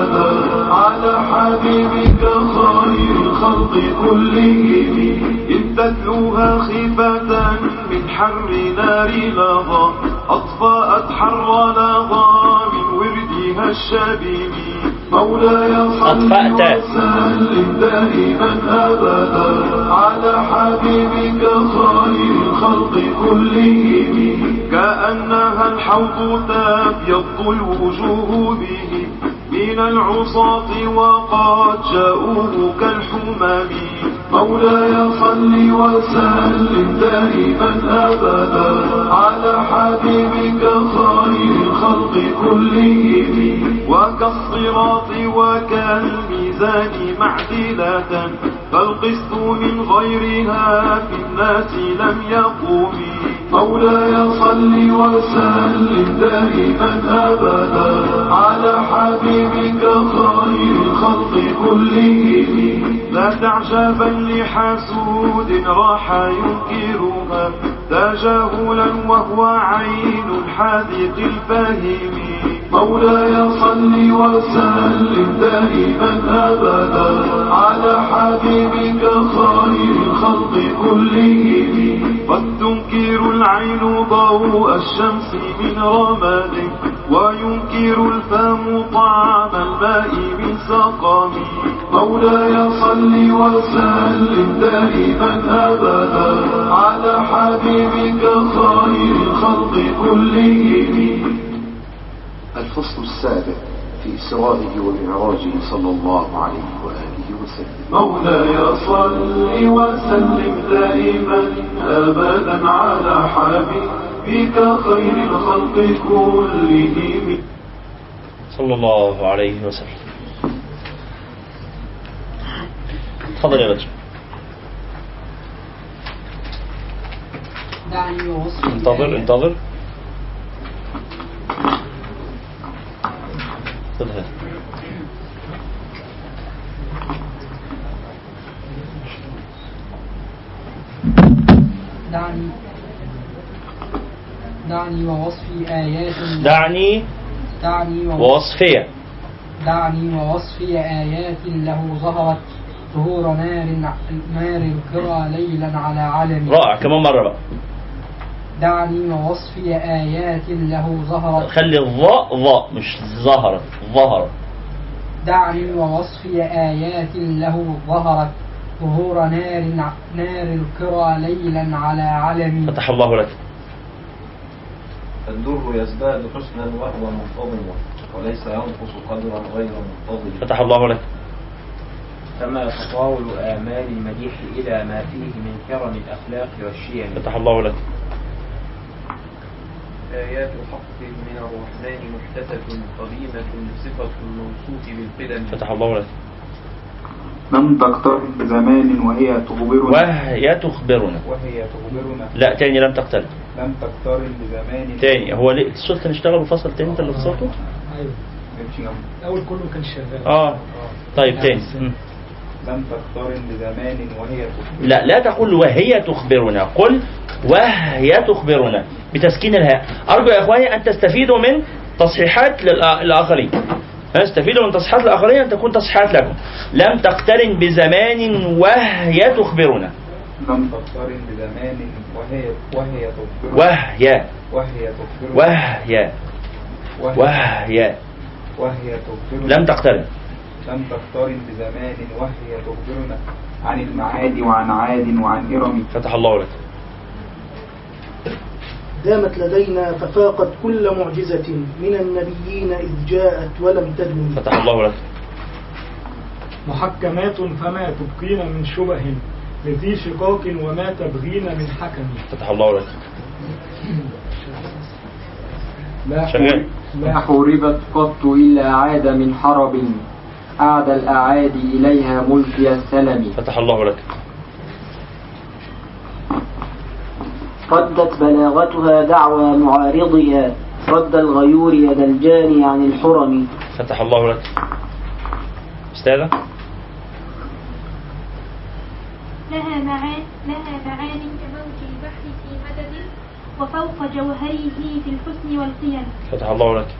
S5: أبدا على حبيبك خير الخلق كلهم. تتلوها خيفة من حر نار لظى أطفأت حر لظى من وردها الشبيب مولاي صل وسلم دائما أبدا على حبيبك خير الخلق كلهم كأنها الحوض تبيض الوجوه به من العصاة وقد جاءوه كالحمام مولاي صل وسلم دائما أبدا على حبيبك خير الخلق كلهم وكالصراط وكالميزان معدلة فالقسط من غيرها في الناس لم يقوم مولاي صل وسلم دائما أبدا على حبيبك خير الخلق كلهم لا تعجبا لحسود راح ينكرها تجاهلا وهو عين الحاذق الفاهم مولاي صل وسلم دائما أبدا على حبيبك خير الخلق كلهم قد تنكر العين ضوء الشمس من رماد وينكر الفم طعم الماء من سقم مولاي صل وسلم دائما أبدا على حبيبك خير الخلق كلهم.
S6: الفصل السابع في إسرائه ومعراجه صلى الله عليه وآله وسلم.
S5: مولاي صل وسلم دائما أبدا على حبيبك خير الخلق كلهم
S2: صلى الله عليه وسلم. تفضل يا رجل. انتظر انتظر خذها.
S7: دعني دعني ووصفي آيات
S2: دعني
S7: دعني
S2: ووصفي
S7: دعني ووصفي آيات له ظهرت ظهور نار نار القرى ليلا على علم.
S2: رائع، كمان مرة بقى.
S7: دعني ووصفي آيات له ظهرت.
S2: خلي الظاء ظاء مش ظهرت، ظهرت.
S7: دعني ووصفي آيات له ظهرت ظهور نار نار القرى ليلا على علم.
S2: فتح الله لك.
S8: الدر يزداد حسنا وهو منتظم وليس ينقص قدرا غير منتظم.
S2: فتح الله لك.
S9: كما تطاول آمال المديح إلى ما فيه من كرم الأخلاق والشيم.
S2: فتح الله لك.
S9: آيات حق من الرحمن محدثة قديمة صفة الموصوف بالقدم.
S2: فتح الله لك.
S10: لم تقترب بزمان وهي تخبرنا
S2: وهي تخبرنا
S10: وهي تخبرنا
S2: لا تاني لم تقترب.
S10: لم تقترب بزمان
S2: تاني. هو ليه الصوت كان اشتغل وفصل تاني؟ انت اللي فصلته؟
S7: ايوه الاول كله كان شغال.
S2: اه طيب تاني.
S10: لم تقترن بزمان وهي تخبرنا.
S2: لا لا تقول وهي تخبرنا، قل وهي تخبرنا بتسكين الهاء. أرجو يا إخواني أن تستفيدوا من تصحيحات للآخرين، استفيدوا من تصحيحات الآخرين أن تكون تصحيحات لكم. لم تقترن بزمان وهي تخبرنا.
S10: لم تقترن بزمان وهي وهي تخبرنا.
S2: وهي
S10: وهي تخبرنا.
S2: وهي وهي
S10: وهي تخبرنا.
S2: لم تقترن
S10: لم تقترن بزمان وهي تخبرنا عن المعاد وعن عاد وعن إرم.
S2: فتح الله لك.
S11: دامت لدينا ففاقت كل معجزة من النبيين إذ جاءت ولم تدم.
S2: فتح الله لك.
S12: محكمات فما تبقين من شبه لذي شقاق وما تبغين من حكم.
S2: فتح الله لك.
S13: لا حوربت قط إلا عاد من حرب أعدى الأعادي إليها ملقي السلم.
S2: فتح الله لك.
S14: ردت بلاغتها دعوى معارضها رد الغيور يد الجاني عن الحرم.
S2: فتح الله لك. استاذة.
S15: لها معان لها معان كموج البحر في مدد وفوق جوهره في الحسن والقيم.
S2: فتح الله لك.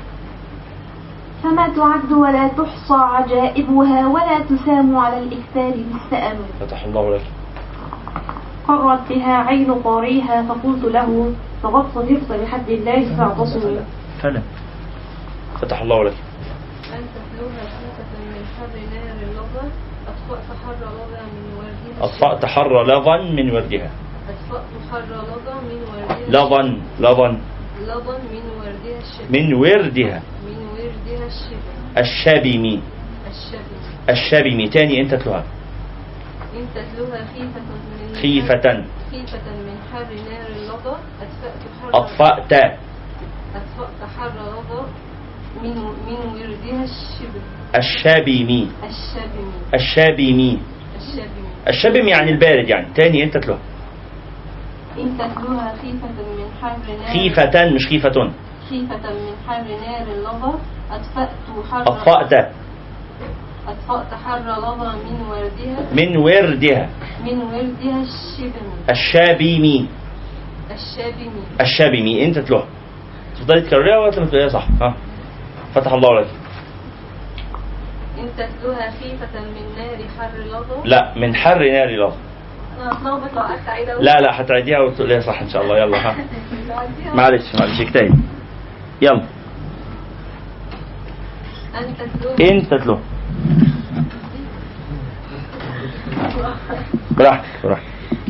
S15: فما تعد ولا تحصى عجائبها ولا تسام على الإكثار بالسأم.
S2: فتح الله لك.
S15: قرت بها عين قاريها فقلت له فقد صدقت بحد الله فاعتصموا.
S2: فلا فتح الله لك.
S15: أن تتلوها خيفة من حر نار اللظى أطفأت حر لظى من وردها.
S2: أطفأت حر لظى من وردها.
S15: أطفأت حر لظى من وردها.
S2: لظى لظى
S15: لظى من وردها الشبم.
S2: من وردها.
S15: من وردها الشبم.
S2: الشبم.
S15: الشبم.
S2: الشبم. تاني أنت تلوها.
S15: إن تتلوها خيفة من
S2: خيفة.
S15: خيفة من حر نار اللظى أطفأت حر.
S2: أطفأت.
S15: أطفأت حر لظى من من وردها الشبم.
S2: الشبم.
S15: الشبم.
S2: الشبم.
S15: الشبم.
S2: الشبم يعني البارد يعني. تاني أنت تلوها.
S15: إن تتلوها خيفة من حر نار.
S2: خيفة مش خيفة.
S15: خيفة من حر نار اللظى أطفأت حر.
S2: أطفأت.
S15: أطفأت حر لظى من وردها.
S2: من وردها.
S15: من وردها الشبم.
S2: الشابيمي.
S15: الشابيمي.
S2: الشابيمي. انت تلوها. تفضلي تكرريها ولا تفضليها صح؟ ها. فتح الله لك.
S15: إن تتلوها خيفة من نار حر لظى.
S2: لا من حر نار لظى.
S15: أنا اتلخبط لو قعدت أعيدها.
S2: لا لا هتعيديها وتقوليها صح إن شاء الله. يلا ها. معلش معلش اجتهدي. يلا.
S15: أن تتلوها.
S2: انت تلوها. براحتك براحتك.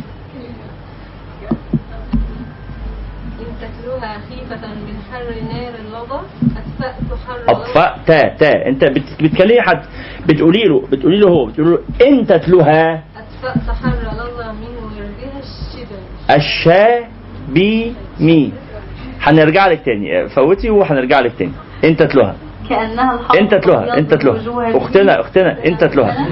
S15: إن تتلوها خيفة من حر نار اللظى أطفأت حر.
S2: أطفأت تا تا أنت بتكلمي حد بتقولي له بتقولي له هو بتقولي له أنت تلوها.
S15: أطفأت حر لظى من وردها الشبم.
S2: الشابيمي. هنرجع لك تاني فوتي وهنرجع لك تاني. أنت تلوها.
S15: كأنها الحق.
S2: أنت تلوها. أنت تلوها. أختنا أختنا أنت تلوها.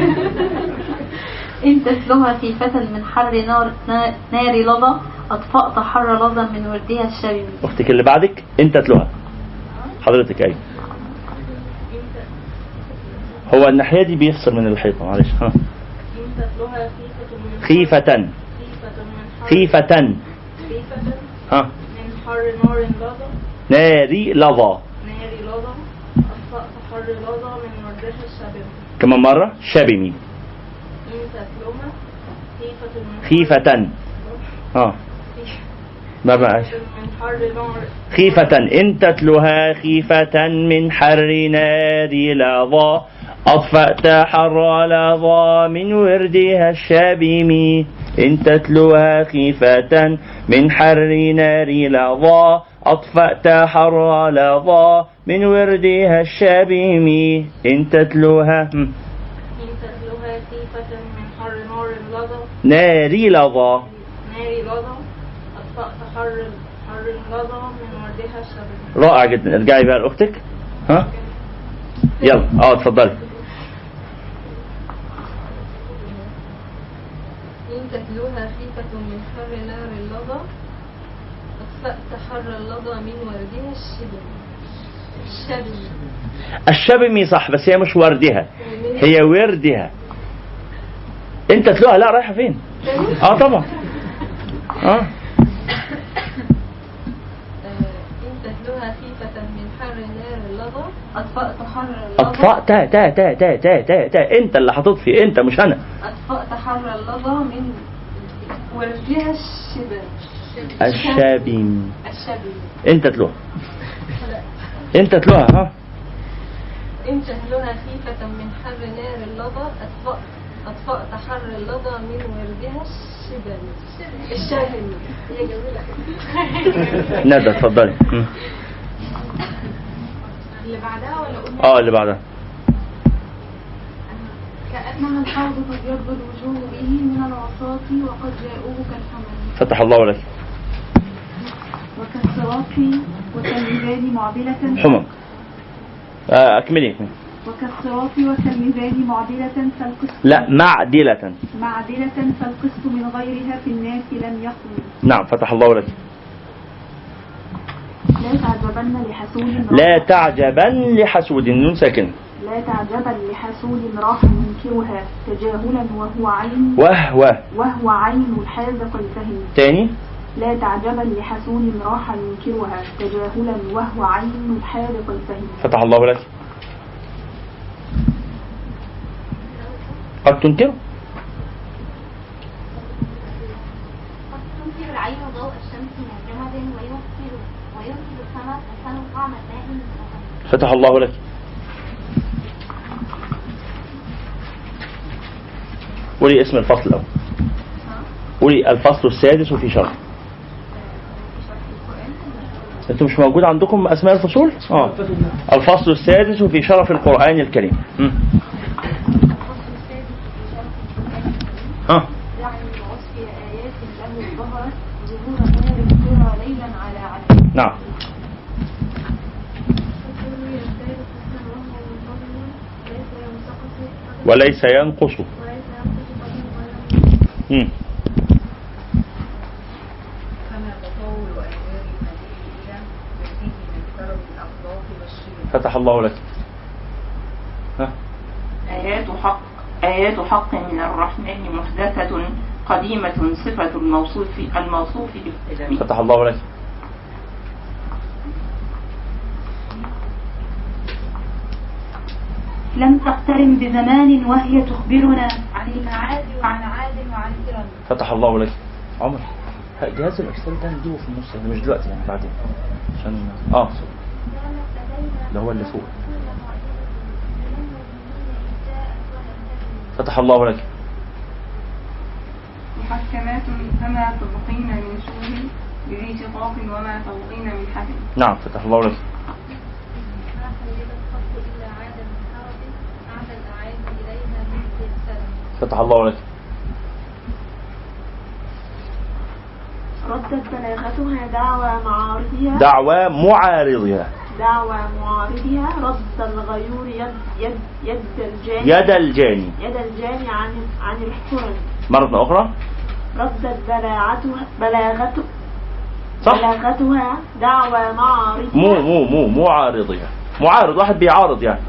S15: إن تتلوها خيفة من حر نار نار لظى أطفأت حر لظى من وردها الشبم.
S2: أختك اللي بعدك أنت تلوها. حضرتك أي هو الناحية دي بيفصل من الحيطة معلش ها.
S15: إن تتلوها
S2: خيفة.
S15: خيفة.
S2: خيفة.
S15: خيفة.
S2: ها.
S15: من حر نار لظى.
S2: ناري لظى.
S15: ناري لظى أطفأت حر لظى من وردها الشبم.
S2: كمان مرة شبمي. خيفة. ها ما بقاش. خيفة. إن تتلوها خيفة من حر نار لظى أطفأت حر لظى من وردها الشبيم. إن تتلوها خيفة من حر نار لظى أطفأت حر لظى من وردها الشبيم. إن تتلوها ناري لظى.
S15: ناري لظى أطفأت حر حر لظى من وردها الشبم.
S2: رائع جدا. ارجعي بقى لأختك. ها يلا اه اتفضلي.
S15: إن تتلوها خيفة من حر نار اللظى أطفأت حر اللظى من وردها الشبم. الشبم.
S2: الشبمي صح بس هي مش وردها هي وردها. انت تلوها. لا رايحه فين؟ اه طبعا. اه
S15: انت تلوها خيفة من حر نار اللظى أطفأت حر اللظى.
S2: اطفأت تا تا تا تا تا تا تا انت اللي هتطفي انت مش انا.
S15: أطفأت حر اللظى من وردها الشبم.
S2: الشبيم.
S15: الشبيم.
S2: انت تلوها. انت تلوها. ها
S15: انت تلوها خيفة من حر نار اللظى أطفأت أطفأت حر اللظى من وردها الشبم. الشبم. هي جميلة.
S2: ندى اتفضلي.
S15: اللي بعدها ولا قلنا؟
S2: اه اللي بعدها.
S15: كأنها الحوض تبيض الوجوه به من العصاة وقد جاءوه كالحمل.
S2: فتح الله لك.
S15: وكالصراط وكالجبال معضلة.
S2: حمى. آه اكملي.
S15: وكالصراط وكالميزان معدلة فالقسط.
S2: لا معدلة.
S15: معدلة فالقسط من غيرها في الناس لم يخلو.
S2: نعم فتح الله لك.
S15: لا تعجبن لحسود.
S2: لا تعجبن لحسود. نون ساكن.
S15: لا تعجبا لحسود راح ينكرها تجاهلا وهو عين.
S2: وهو.
S15: وهو عين الحاذق الفهم.
S2: تاني.
S15: لا تعجبا لحسود راح ينكرها تجاهلا وهو عين الحاذق الفهم.
S2: فتح الله لك. قد تنكر فتح الله لك. قولي اسم الفصل الأول. قولي الفصل السادس في شرح. انتوا مش موجود عندكم اسماء الفصول؟ اه الفصل السادس في شرف القرآن الكريم. م. ها نعم. وليس ينقص. م. فتح الله لك. ها.
S16: آيات حق آيات حق من الرحمن محدثة قديمة صفة الموصوف الموصوف بالقدم.
S2: فتح الله لك.
S17: لم تقترن بزمان وهي تخبرنا عن المعاد وعن عاد وعن إرم.
S2: فتح الله لك. عمر جهاز الإرسال ده نجيبه في النص، مش دلوقتي يعني بعدين عشان اه ده هو اللي فوق. فتح الله لك.
S16: محكمات فما تبقين من شبه بذي شقاق وما تبقين من حكم.
S2: نعم. فتح الله لك. فتح الله لك.
S17: ردت بلاغتها دعوى معارضها
S2: دعوى معارضها
S17: دعوى معارضها رد الغيور يد يد يد الجاني
S2: يد الجاني
S17: يد الجاني عن عن الحرم.
S2: مرة أخرى.
S17: ردت بلاغتها بلاغته
S2: صح.
S17: بلاغتها دعوى معارضها
S2: مو مو مو معارضها معارض واحد بيعارض يعني.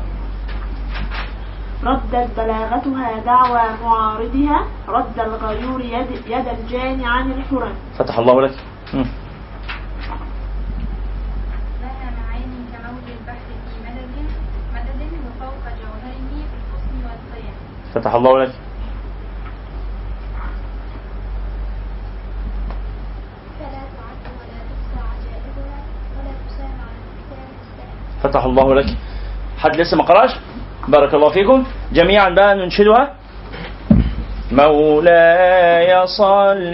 S17: ردت بلاغتها دعوى معارضها رد الغيور يد, يد الجاني عن الحرم.
S2: فتح الله لك. م.
S17: لها معاني كموج البحر في مدد مدد وفوق جوهره في الحسن والقيم.
S2: فتح الله لك.
S17: فلا تعد ولا تحصى عجائبها ولا تسام على الكتاب.
S2: فتح الله لك. حد لسه ما قراش؟ بارك الله فيكم. جميعا بقى ننشدها. مولاي صل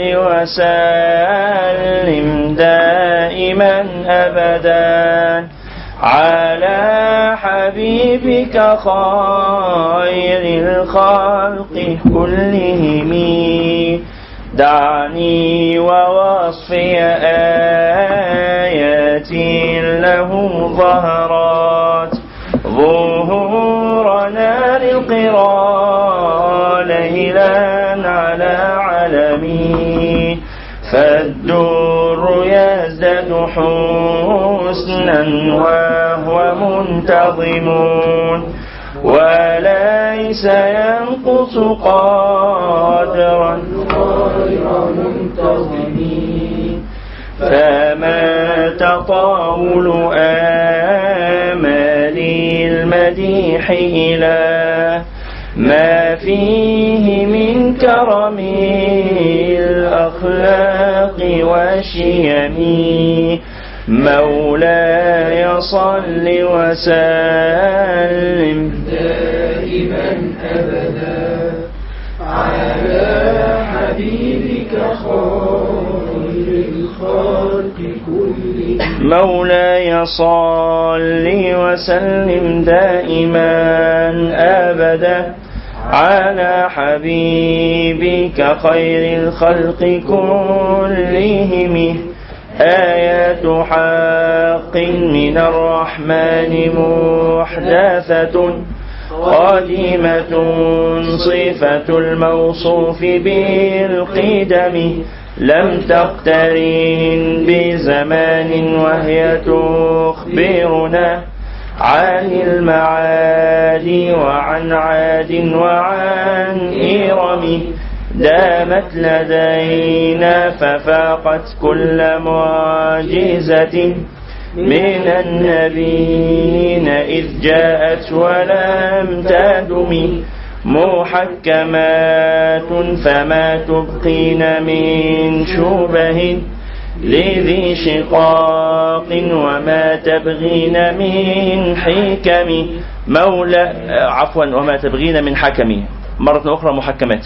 S2: وسلم دائما أبدا على حبيبك خير الخلق كلهم. دعني ووصفي آياتي له ظهرات ظهورنا للقرى ليلا على علمي. فالدر يزداد حسنا وهو منتظم وليس ينقص قدرا غير منتظم. فما تطاول آمالي المديح إلى ما فيه من كرم الأخلاق والشيم. مولاي صل وسلم
S3: دائما أبدا على حبيبك خير الخلق كلهم.
S2: مولاي صل وسلم دائما أبدا على حبيبك خير الخلق كلهم. آيات حق من الرحمن محدثة قديمة صفة الموصوف بالقدم. لم تقترن بزمان وهي تخبرنا عن المعاد وعن عاد وعن إرم. دامت لدينا ففاقت كل معجزة من النبيين إذ جاءت ولم تدم. محكمات فما تبقين من شبه لذي شقاق وما تبغين من حكم مولى عفوا وما تبغين من حكم مرة أخرى محكمات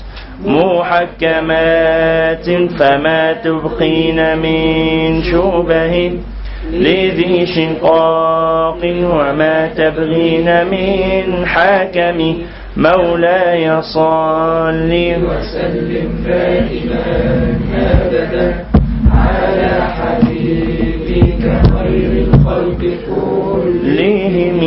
S2: محكمات فما تبقين من شبه لذي شقاق وما تبغين من حكم مولاي صل
S3: وسلم دائما أبدا على حبيبك خير الخلق كلهم.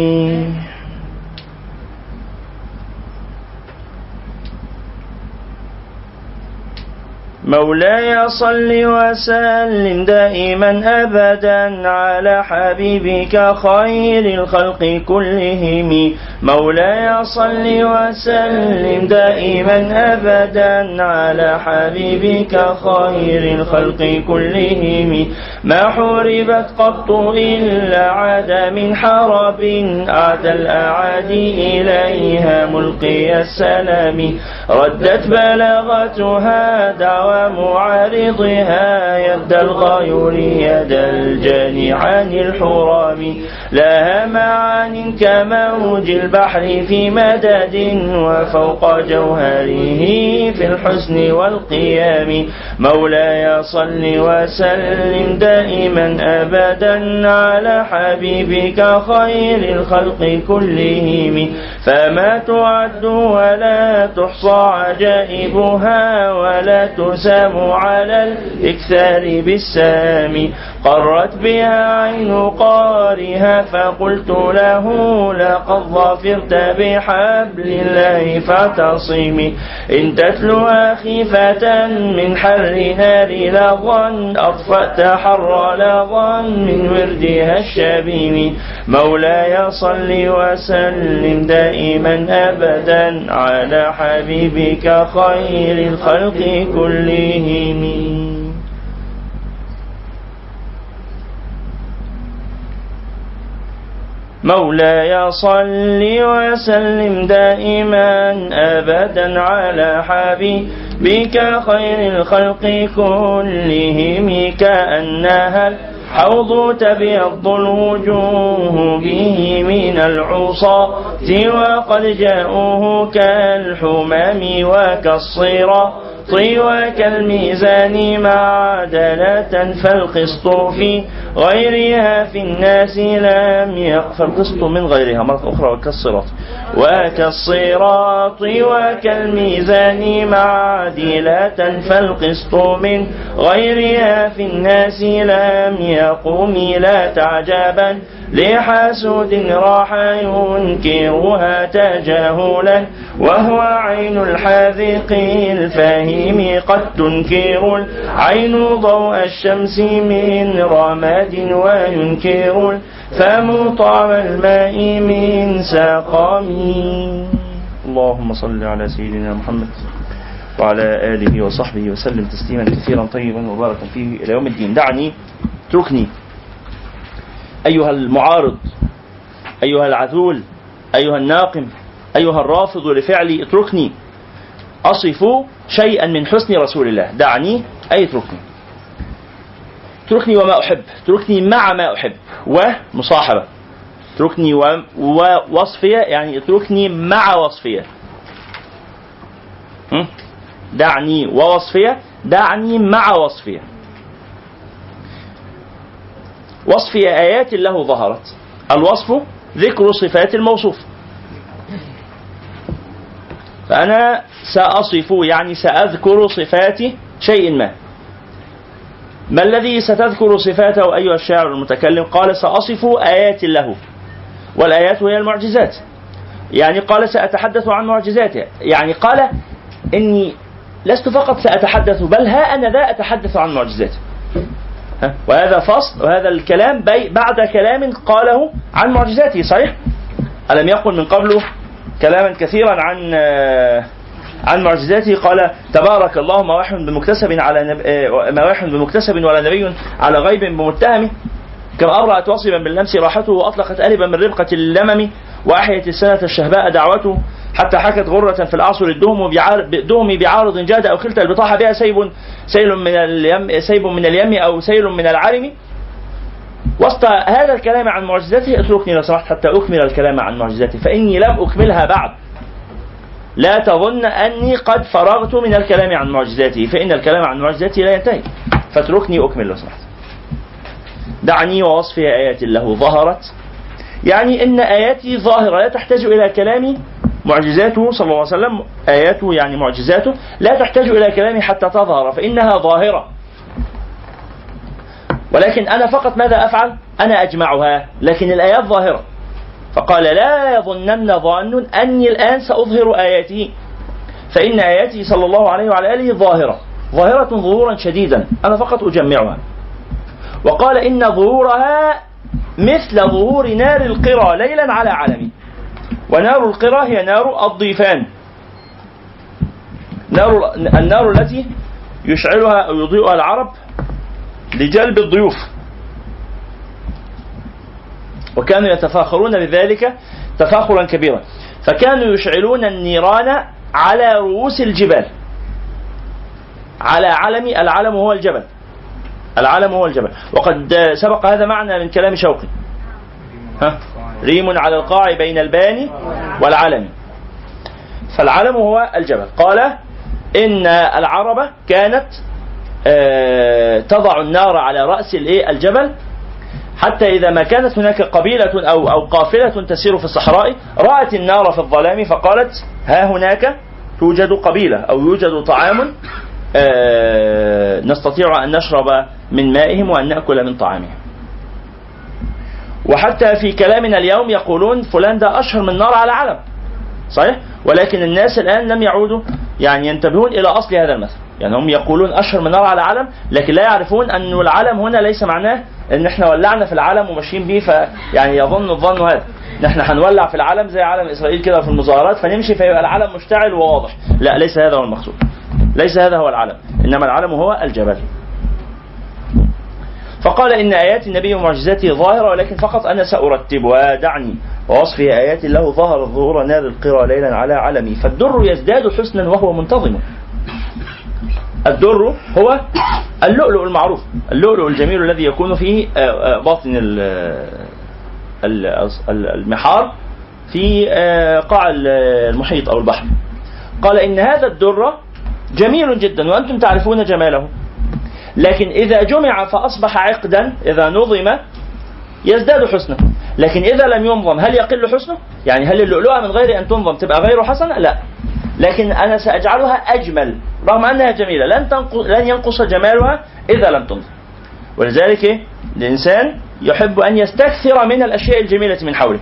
S2: مولاي صل وسلم دائما أبدا على حبيبك خير الخلق كلهم. مولاي صل وسلم دائما أبدا على حبيبك خير الخلق كلهم. ما حربت قط إلا عاد من حرب أعدى الأعادي إليها ملقي السلام. ردت بلاغتها دعوى معارضها يد الغيور يد الجاني عن الحرام. لها معان كموج البحر في مدد وفوق جوهره في الحسن والقيام. مولاي صل وسلم دائما أبدا على حبيبك خير الخلق كلهم. فما تعد ولا تحصى عجائبها ولا تسام على الإكثار بالسام. قرت بها عين قارها فقلت له لقد ظفرت بحبل الله فاعتصمي. إن تتلوها خيفة من حر نار لظى أطفأت حر لظى من وردها الشبيم. مولاي صل وسلم دائما أبدا على حبيبك خير الخلق كلهم. مولاي صل وسلم دائما أبدا على حبيبك خير الخلق كلهم. كأنها الحوض تبيض الوجوه به من العصاة وقد جاءوه كالحمام وكالصراط وكالميزان معدلة فالقسط في غيرها في الناس لم يقف القسط من غيرها مرة أخرى وكالصراط وكالصراط وكالميزان معدلة فالقسط من غيرها في الناس لم يقوم. لا تعجبا لحاسود راح ينكرها تجاهلا وهو عين الحاذق الفاهم. قد تنكر العين ضوء الشمس من رماد وينكر الفم طعم الماء من سقم. اللهم صل على سيدنا محمد وعلى آله وصحبه وسلم تسليما كثيرا طيبا مباركا فيه إلى يوم الدين. دعني اتركني أيها المعارض أيها العذول أيها الناقم أيها الرافض لفعلي، اتركني أصف شيئا من حسن رسول الله. دعني أي اتركني اتركني وما أحب، اتركني مع ما أحب ومصاحبة، اتركني ووصفية يعني اتركني مع وصفية. دعني ووصفية، دعني مع وصفية. وصفية آيات له ظهرت. الوصف ذكر صفات الموصوف، فأنا سأصف يعني سأذكر صفات شيء ما. ما الذي ستذكر صفاته أيها الشاعر المتكلم؟ قال سأصف آيات له، والآيات هي المعجزات. يعني قال سأتحدث عن معجزاته، يعني قال إني لست فقط سأتحدث بل ها أنا ذا أتحدث عن معجزاته. وهذا فصل، وهذا الكلام بعد كلام قاله عن معجزاته. صحيح؟ ألم يقل من قبله كلاما كثيرا عن عن معجزاته؟ قال تبارك الله مواح بمكتسب على نب... مواح بمكتسب ولا نبي على غيب بمتهم. كما أبرأت واصبا باللمس راحته وأطلقت ألبا من ربقة اللمم وأحيت السنة الشهباء دعوته حتى حكت غرة في العصر الدهم دهمي بعارض جاد أو خلت البطاحة بها سيب سيل من اليم سيب من اليم أو سيل من العرم. وسط هذا الكلام عن معجزاته اتركني لو سمحت حتى أكمل الكلام عن معجزاته فإني لم أكملها بعد. لا تظن أني قد فرغت من الكلام عن معجزاته فإن الكلام عن معجزاته لا ينتهي، فاتركني أكمل لو سمحت. دعني ووصفها آيات له ظهرت، يعني إن آياتي ظاهرة لا تحتاج إلى كلامي. معجزاته صلى الله عليه وسلم آياته يعني معجزاته لا تحتاج إلى كلامي حتى تظهر فإنها ظاهرة، ولكن أنا فقط ماذا أفعل؟ أنا أجمعها، لكن الآيات ظاهرة. فقال لا يظنن ظان أني الآن سأظهر آياته، فإن آياته صلى الله عليه وعلى آله ظاهرة ظاهرة ظهورا شديدا، أنا فقط أجمعها. وقال إن ظهورها مثل ظهور نار القرى ليلا على علم. ونار القرى هي نار الضيفان، نار النار التي يشعلها أو يضيئها العرب لجلب الضيوف، وكانوا يتفاخرون بذلك تفاخرا كبيرا، فكانوا يشعلون النيران على رؤوس الجبال، على علم، العلم هو الجبل، العلم هو الجبل. وقد سبق هذا معنى من كلام شوقي، ها؟ ريم على القاع بين الباني والعلم، فالعلم هو الجبل. قال إن العرب كانت تضع النار على رأس الجبل حتى إذا ما كانت هناك قبيلة أو أو قافلة تسير في الصحراء رأت النار في الظلام فقالت ها هناك توجد قبيلة أو يوجد طعام نستطيع أن نشرب من مائهم وأن نأكل من طعامهم. وحتى في كلامنا اليوم يقولون فلان ده أشهر من نار على علم، صحيح؟ ولكن الناس الآن لم يعودوا يعني ينتبهون إلى أصل هذا المثل، يعني هم يقولون أشهر من نار على علم، لكن لا يعرفون أن العلم هنا ليس معناه أن احنا ولعنا في العلم وماشيين به، فيعني يظن الظن هذا نحن هنولع في العلم زي علم إسرائيل كده في المظاهرات فنمشي فيبقى العلم مشتعل وواضح. لا، ليس هذا هو المقصود، ليس هذا هو العلم، إنما العلم هو الجبل. فقال إن آيات النبي ومعجزاته ظاهرة ولكن فقط أنا سأرتبها. دعني ووصفه آيات له ظهر ظهور نار القرى ليلا على علمي. فالدر يزداد حسنا وهو منتظم. الدر هو اللؤلؤ المعروف، اللؤلؤ الجميل الذي يكون في باطن المحار في قاع المحيط أو البحر. قال إن هذا الدر جميل جدا وأنتم تعرفون جماله، لكن إذا جمع فأصبح عقدا، إذا نظم يزداد حسنا، لكن إذا لم ينظم هل يقل حسنه؟ يعني هل اللؤلؤة من غير أن تنظم تبقى غير حسنة؟ لا، لكن أنا سأجعلها أجمل رغم أنها جميلة، لن تنقص لن ينقص جمالها إذا لم تنظم. ولذلك إيه؟ الإنسان يحب أن يستكثر من الأشياء الجميلة من حوله.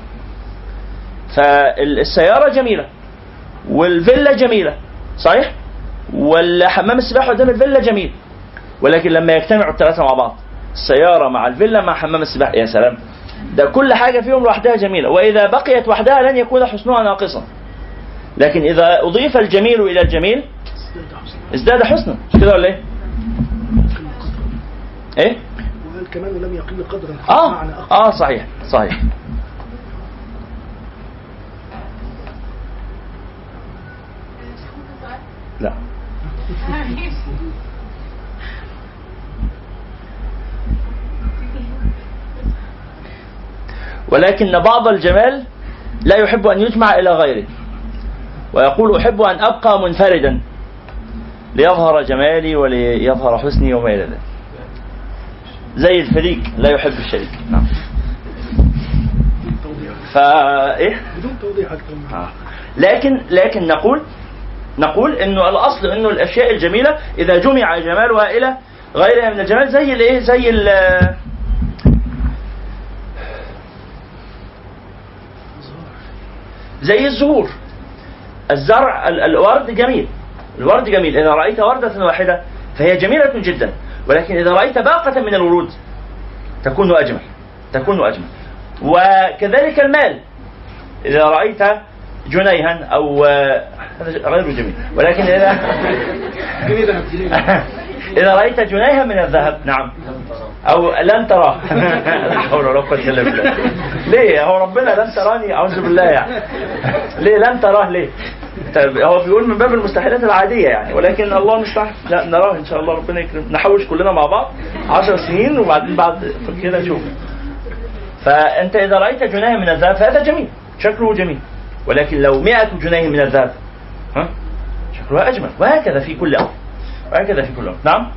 S2: فالسيارة جميلة والفيلا جميلة، صحيح؟ والحمام السباحة قدام الفيلا جميل، ولكن لما يجتمعوا الثلاثة مع بعض، السيارة مع الفيلا مع حمام السباحة، يا سلام، ده كل حاجة فيهم لوحدها جميلة، وإذا بقيت وحدها لن يكون حسنها ناقصا. لكن إذا أضيف الجميل إلى الجميل ازداد حسنا، مش كده ولا إيه؟ إيه؟
S11: وقال كمان لم يقل قدرا.
S2: آه آه صحيح صحيح. لا ولكن بعض الجمال لا يحب أن يجمع إلى غيره، ويقول أحب أن أبقى منفردا ليظهر جمالي وليظهر حسني وما إلى ذلك، زي الفريق لا يحب الشريك. نعم. فإيه؟
S11: بدون توضيح أكثر.
S2: آه. لكن لكن نقول نقول إنه الأصل إنه الأشياء الجميلة إذا جمع جمالها إلى غيرها من الجمال زي الإيه؟ زي ال زي الزهور. الزرع، الورد جميل، الورد جميل، إذا رأيت وردة واحدة فهي جميلة جدا، ولكن إذا رأيت باقة من الورود تكون أجمل، تكون أجمل. وكذلك المال، إذا رأيت جنيها أو غير جميل، ولكن إذا إذا رأيت جنيها من الذهب نعم أو لن تراه لا حول ولا قوة إلا بالله. ليه هو ربنا لن تراني أعوذ بالله يعني ليه لن تراه ليه؟ طيب هو بيقول من باب المستحيلات العادية يعني ولكن الله المستعان لا نراه إن شاء الله ربنا يكرم نحوش كلنا مع بعض عشر سنين وبعدين بعد كده نشوف. فأنت إذا رأيت جنيه من الذهب فهذا جميل شكله جميل ولكن لو مئة جنيه من الذهب ها شكلها أجمل وهكذا في كل أمر وهكذا في كل أمر. نعم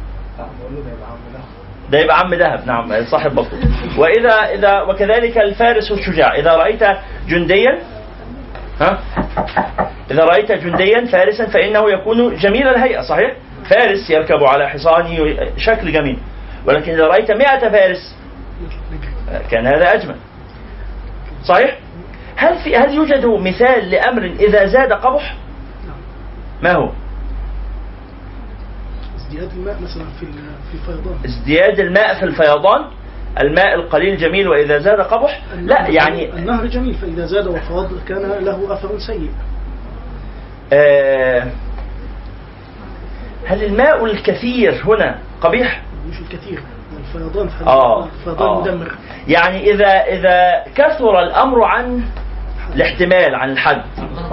S2: ده يبقى عم ذهب نعم صاحب بطل. وإذا إذا وكذلك الفارس الشجاع إذا رأيت جنديا ها إذا رأيت جنديا فارسا فإنه يكون جميل الهيئة صحيح فارس يركب على حصانه شكل جميل ولكن إذا رأيت مئة فارس كان هذا أجمل صحيح. هل في هل يوجد مثال لأمر إذا زاد قبح؟ ما هو؟
S11: ازدياد الماء مثلا في في الفيضان.
S2: ازدياد الماء في الفيضان الماء القليل جميل وإذا زاد قبح لا يعني
S11: النهر جميل فإذا زاد وفاض كان له أثر سيء.
S2: آه هل الماء الكثير هنا قبيح؟
S11: مش الكثير الفيضان
S2: آه
S11: الفيضان
S2: آه
S11: مدمر.
S2: يعني إذا إذا كثر الأمر عن الاحتمال عن الحد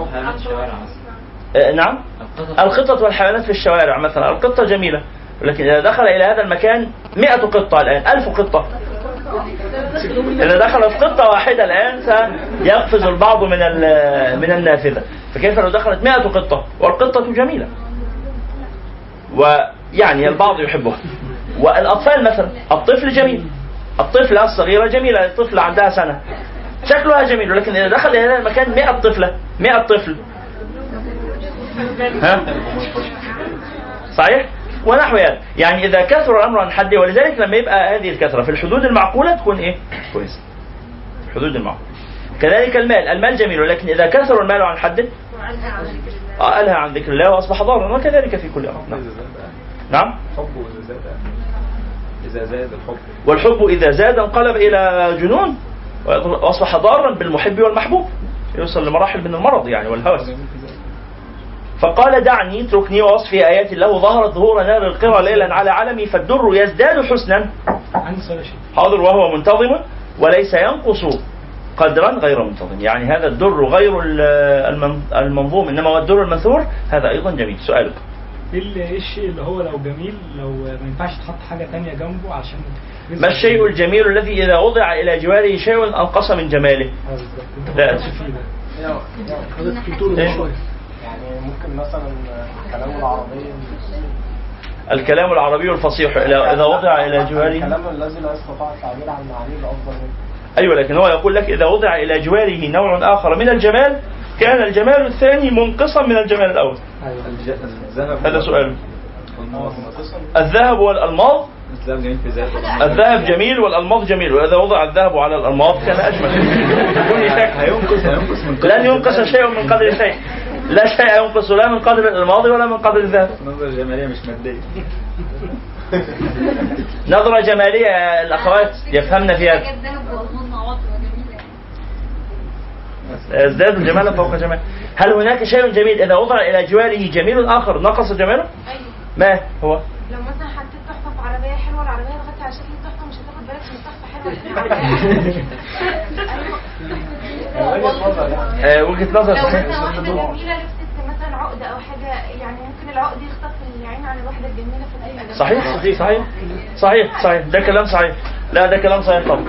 S2: آه نعم القطط والحيوانات في الشوارع مثلا القطة جميلة ولكن إذا دخل إلى هذا المكان مئة قطة الآن ألف قطة إذا دخلت قطة واحدة الآن سيقفز البعض من من النافذة فكيف لو دخلت مئة قطة والقطة جميلة ويعني البعض يحبها. والأطفال مثلا الطفل جميل الطفلة الصغيرة جميلة الطفلة عندها سنة شكلها جميل ولكن إذا دخل إلى هذا المكان مئة طفلة مئة طفل ها صحيح ونحو هذا يعني إذا كثر الأمر عن حده ولذلك لما يبقى هذه الكثرة في الحدود المعقولة تكون إيه كويس الحدود المعقولة. كذلك المال المال جميل ولكن إذا كثر المال عن حده آه ألهى عن ذكر الله وأصبح ضارا وكذلك في كل أمر. نعم نعم
S8: إذا زاد الحب
S2: والحب إذا زاد انقلب إلى جنون وأصبح ضارا بالمحب والمحبوب يوصل لمراحل من المرض يعني والهوس. فقال دعني اتركني ووصفي آيات الله ظهرت ظهور نار القرى ليلا على علمي فالدر يزداد حسنا حاضر وهو منتظم وليس ينقص قدرا غير منتظم يعني هذا الدر غير المنظوم إنما هو الدر المنثور هذا أيضا جميل. سؤالك
S12: ايه الشيء اللي هو لو جميل لو ما ينفعش تحط حاجة تانية جنبه عشان
S2: ما الشيء الجميل الذي إذا وضع إلى جواره شيء أنقص من جماله؟ لا
S18: يعني ممكن مثلا الكلام العربي
S2: الكلام العربي الفصيح إذا وضع إلى جواره
S18: الكلام الذي لا يستطيع التعبير عن معانيه الأفضل منه.
S2: أيوة لكن هو يقول لك إذا وضع إلى جواره نوع آخر من الجمال كان الجمال الثاني منقصا من الجمال الأول. هذا سؤال. الذهب والألماظ الذهب جميل والألماظ جميل وإذا وضع الذهب على الألماظ كان أجمل. لن ينقص شيء من قدر شيء لا شيء ينقص لا من قدر الماضي ولا من قدر الذهب.
S8: نظرة جمالية مش مادية.
S2: نظرة جمالية الأخوات يفهمنا فيها ازداد الجمال فوق جمال. هل هناك شيء جميل إذا وضع إلى جواره جميل آخر نقص جماله؟ ما هو؟
S17: لو مثلا حطيت تحفة في عربية حلوة العربية لغاية على شكل التحفة مش هتاخد بالك من التحفة حلوة.
S2: وجهة نظر
S17: لو مثلا واحدة جميلة لبست مثلا عقدة أو حاجة يعني ممكن العقد يخطف العين عن الواحدة الجميلة في الأيام.
S2: صحيح صحيح صحيح صحيح صحيح ده كلام صحيح. لا ده كلام صحيح طبعا.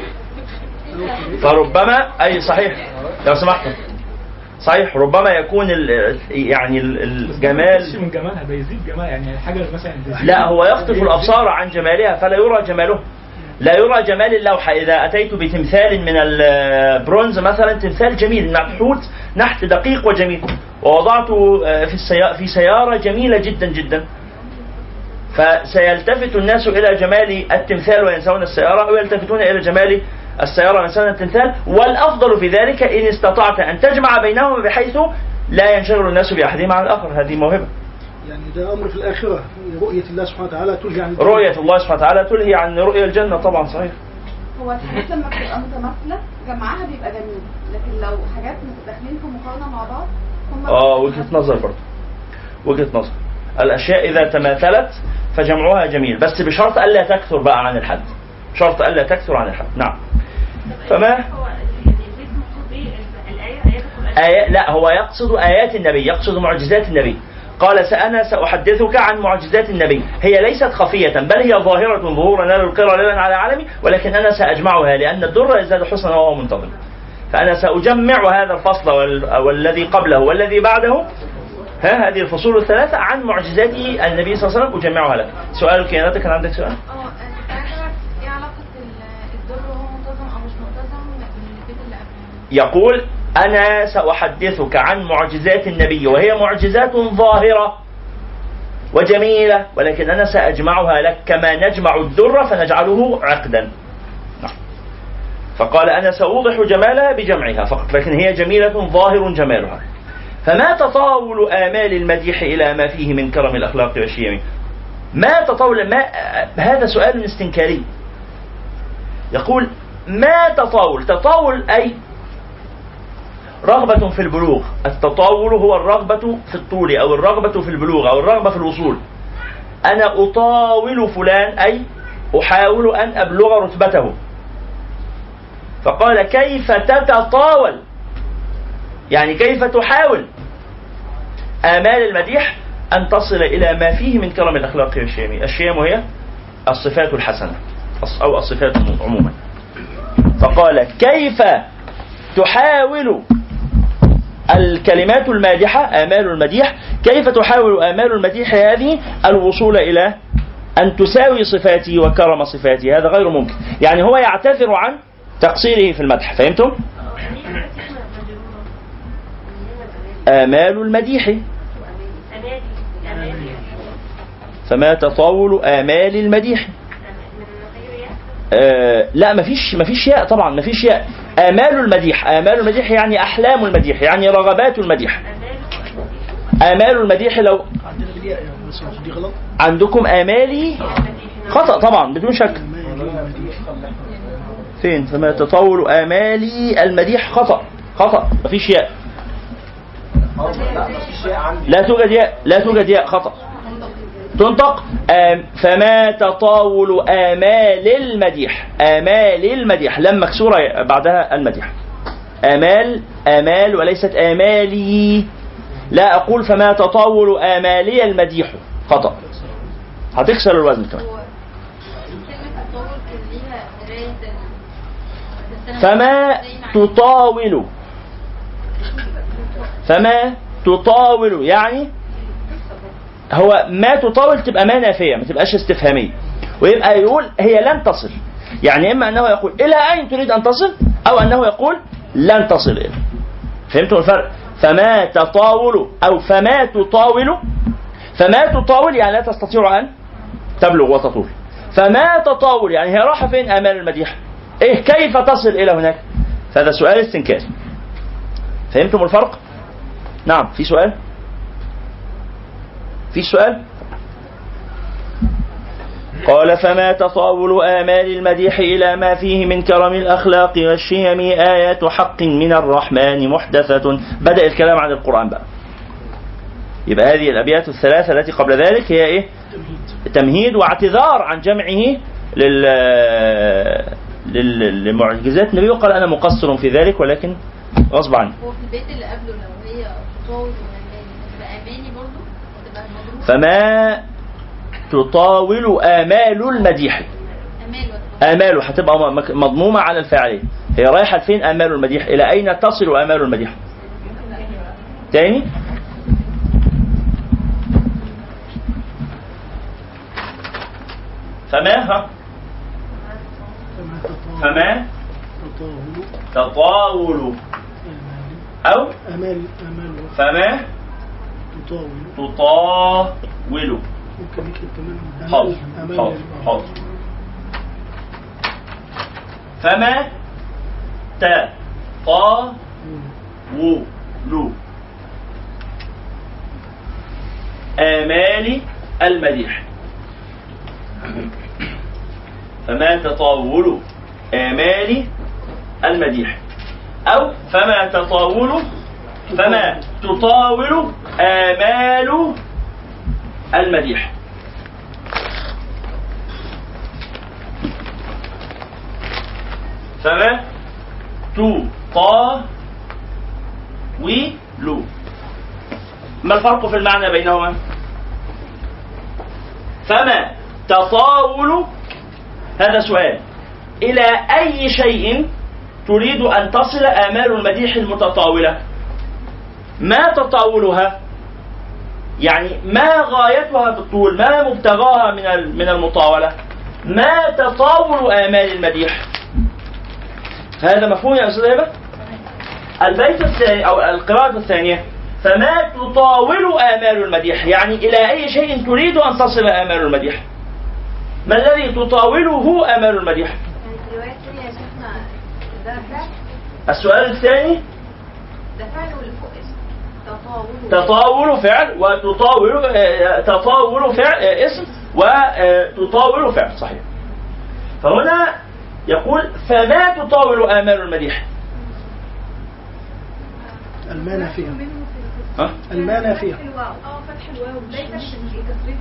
S2: فربما أي صحيح لو سمحتم صحيح ربما يكون ال يعني الجمال
S12: من جمالها بيزيد جمال يعني حاجة مثلا
S2: لا هو يخطف الأبصار عن جمالها فلا يرى جماله لا يرى جمال اللوحة. إذا أتيت بتمثال من البرونز مثلا تمثال جميل منحوت نحت دقيق وجميل ووضعته في السيارة في سيارة جميلة جدا جدا فسيلتفت الناس إلى جمال التمثال وينسون السيارة أو يلتفتون إلى جمال السيارة وينسون التمثال. والأفضل في ذلك إن استطعت أن تجمع بينهما بحيث لا ينشغل الناس بأحدهما عن الآخر. هذه موهبة
S11: يعني ده أمر في الآخرة رؤية الله سبحانه وتعالى تلهي عن
S2: رؤية الله سبحانه وتعالى تلهي عن رؤية الجنة طبعا صحيح.
S19: هو الحاجات لما بتبقى متماثلة جمعها بيبقى جميل لكن لو حاجات داخلين في مقارنة مع بعض هم
S2: اه وجهة نظر برضه وجهة نظر. الأشياء إذا تماثلت فجمعها جميل، بس بشرط ألا تكثر بقى عن الحد، شرط ألا تكثر عن الحد. نعم. فما آيات، لا هو يقصد آيات النبي، يقصد معجزات النبي. قال أنا سأحدثك عن معجزات النبي، هي ليست خفية بل هي ظاهرة ظهور نال القرى ليلا على عالمي، ولكن أنا سأجمعها لأن الدر يزداد حسنا وهو منتظم. فأنا سأجمع هذا الفصل والذي قبله والذي بعده، ها هذه الفصول الثلاثة عن معجزات النبي صلى الله عليه وسلم أجمعها لك. سؤال كياناتك، كان عندك سؤال؟
S17: ايه علاقة الدر وهو منتظم أو مش منتظم بالبيت اللي قبله؟
S2: يقول أنا سأحدثك عن معجزات النبي وهي معجزات ظاهرة وجميلة، ولكن أنا سأجمعها لك كما نجمع الدر فنجعله عقدا. فقال أنا سأوضح جمالها بجمعها فقط، لكن هي جميلة ظاهر جمالها. فما تطاول آمال المديح إلى ما فيه من كرم الأخلاق والشيم. ما تطاول، ما هذا سؤال استنكاري. يقول ما تطاول، تطاول أي رغبة في البلوغ. التطاول هو الرغبة في الطول أو الرغبة في البلوغ أو الرغبة في الوصول. أنا أطاول فلان أي أحاول أن أبلغ رتبته. فقال كيف تتطاول، يعني كيف تحاول. آمال المديح أن تصل إلى ما فيه من كرم الأخلاق والشيم. الشيم هي الصفات الحسنة أو الصفات عموما. فقال كيف تحاول الكلمات المادحة آمال المديح، كيف تحاول آمال المديح هذه الوصول إلى أن تساوي صفاتي وكرم صفاتي. هذا غير ممكن. يعني هو يعتذر عن تقصيره في المدح. فهمتم؟ آمال المديح، فما تطاول آمال المديح. آه لا مفيش مفيش ياء طبعا، مفيش ياء. آمال المديح، آمال المديح يعني أحلام المديح، يعني رغبات المديح. آمال المديح لو عندكم آمالي خطأ طبعا بدون شك. فين؟ فما تطاول آمالي المديح خطأ، خطأ مفيش ياء. لا توجد ياء، لا توجد ياء، خطأ. تنطق آم فما تطاول آمال المديح، آمال المديح لم مكسورة بعدها المديح. آمال آمال وليست آمالي. لا أقول فما تطاول آمالي المديح، خطأ، هتكسر الوزن كمان. فما تطاول، فما تطاول يعني هو ما تطاول تبقى ما نافية، ما تبقاش استفهامية، ويبقى يقول هي لن تصل. يعني إما أنه يقول إلى أين تريد أن تصل، أو أنه يقول لن تصل إلى. فهمتوا الفرق؟ فما تطاول أو فما تطاول. فما تطاول يعني لا تستطيع أن تبلغ وتطول. فما تطاول يعني هي راحة فين آمال المديح؟ إيه كيف تصل إلى هناك؟ فهذا سؤال استنكاري. فهمتم الفرق؟ نعم. في سؤال؟ في سؤال؟ قال فما تطاول آمال المديح إلى ما فيه من كرم الأخلاق والشيم آيات حق من الرحمن محدثة. بدأ الكلام عن القرآن بقى. يبقى هذه الأبيات الثلاثة التي قبل ذلك هي إيه؟ تمهيد واعتذار عن جمعه لل لمعجزات النبي، وقال أنا مقصر في ذلك ولكن غصب عني.
S17: هو في البيت اللي قبله لو هي تطاول تبقى أماني برضه تبقى المضروب.
S2: فما تطاول آمال المديح، آماله هتبقى مضمومة على الفاعلية. هي رايحة فين آمال المديح؟ إلى أين تصل آمال المديح؟ تاني فما ها فما تطاول أو فما تطاول. حاضر حاضر حاضر. فما تطاول آمال المديح. فما تطاول آمال المديح أو فما تطاول فما تطاول آمال المديح. فما تطاولوا. ما الفرق في المعنى بينهما؟ فما تطاول، هذا سؤال، إلى أي شيء تريد أن تصل آمال المديح المتطاولة؟ ما تطاولها؟ يعني ما غايتها في الطول؟ ما مبتغاها من من المطاولة؟ ما تطاول آمال المديح؟ هذا مفهوم يا أستاذ هبة؟ البيت الثاني أو القراءة الثانية، فما تطاول آمال المديح، يعني إلى أي شيء تريد أن تصل آمال المديح؟ ما الذي تطاوله آمال المديح؟ السؤال الثاني،
S19: ده فعل ولا فوق اسم؟
S2: تطاول فعل وتطاول تطاول فعل اسم وتطاول فعل، صحيح. فهنا يقول فما تطاول آمال المديح.
S11: المانع فيها.
S2: ها؟
S11: المانع فيها.
S19: اه فتح الواو ليس بكسرها.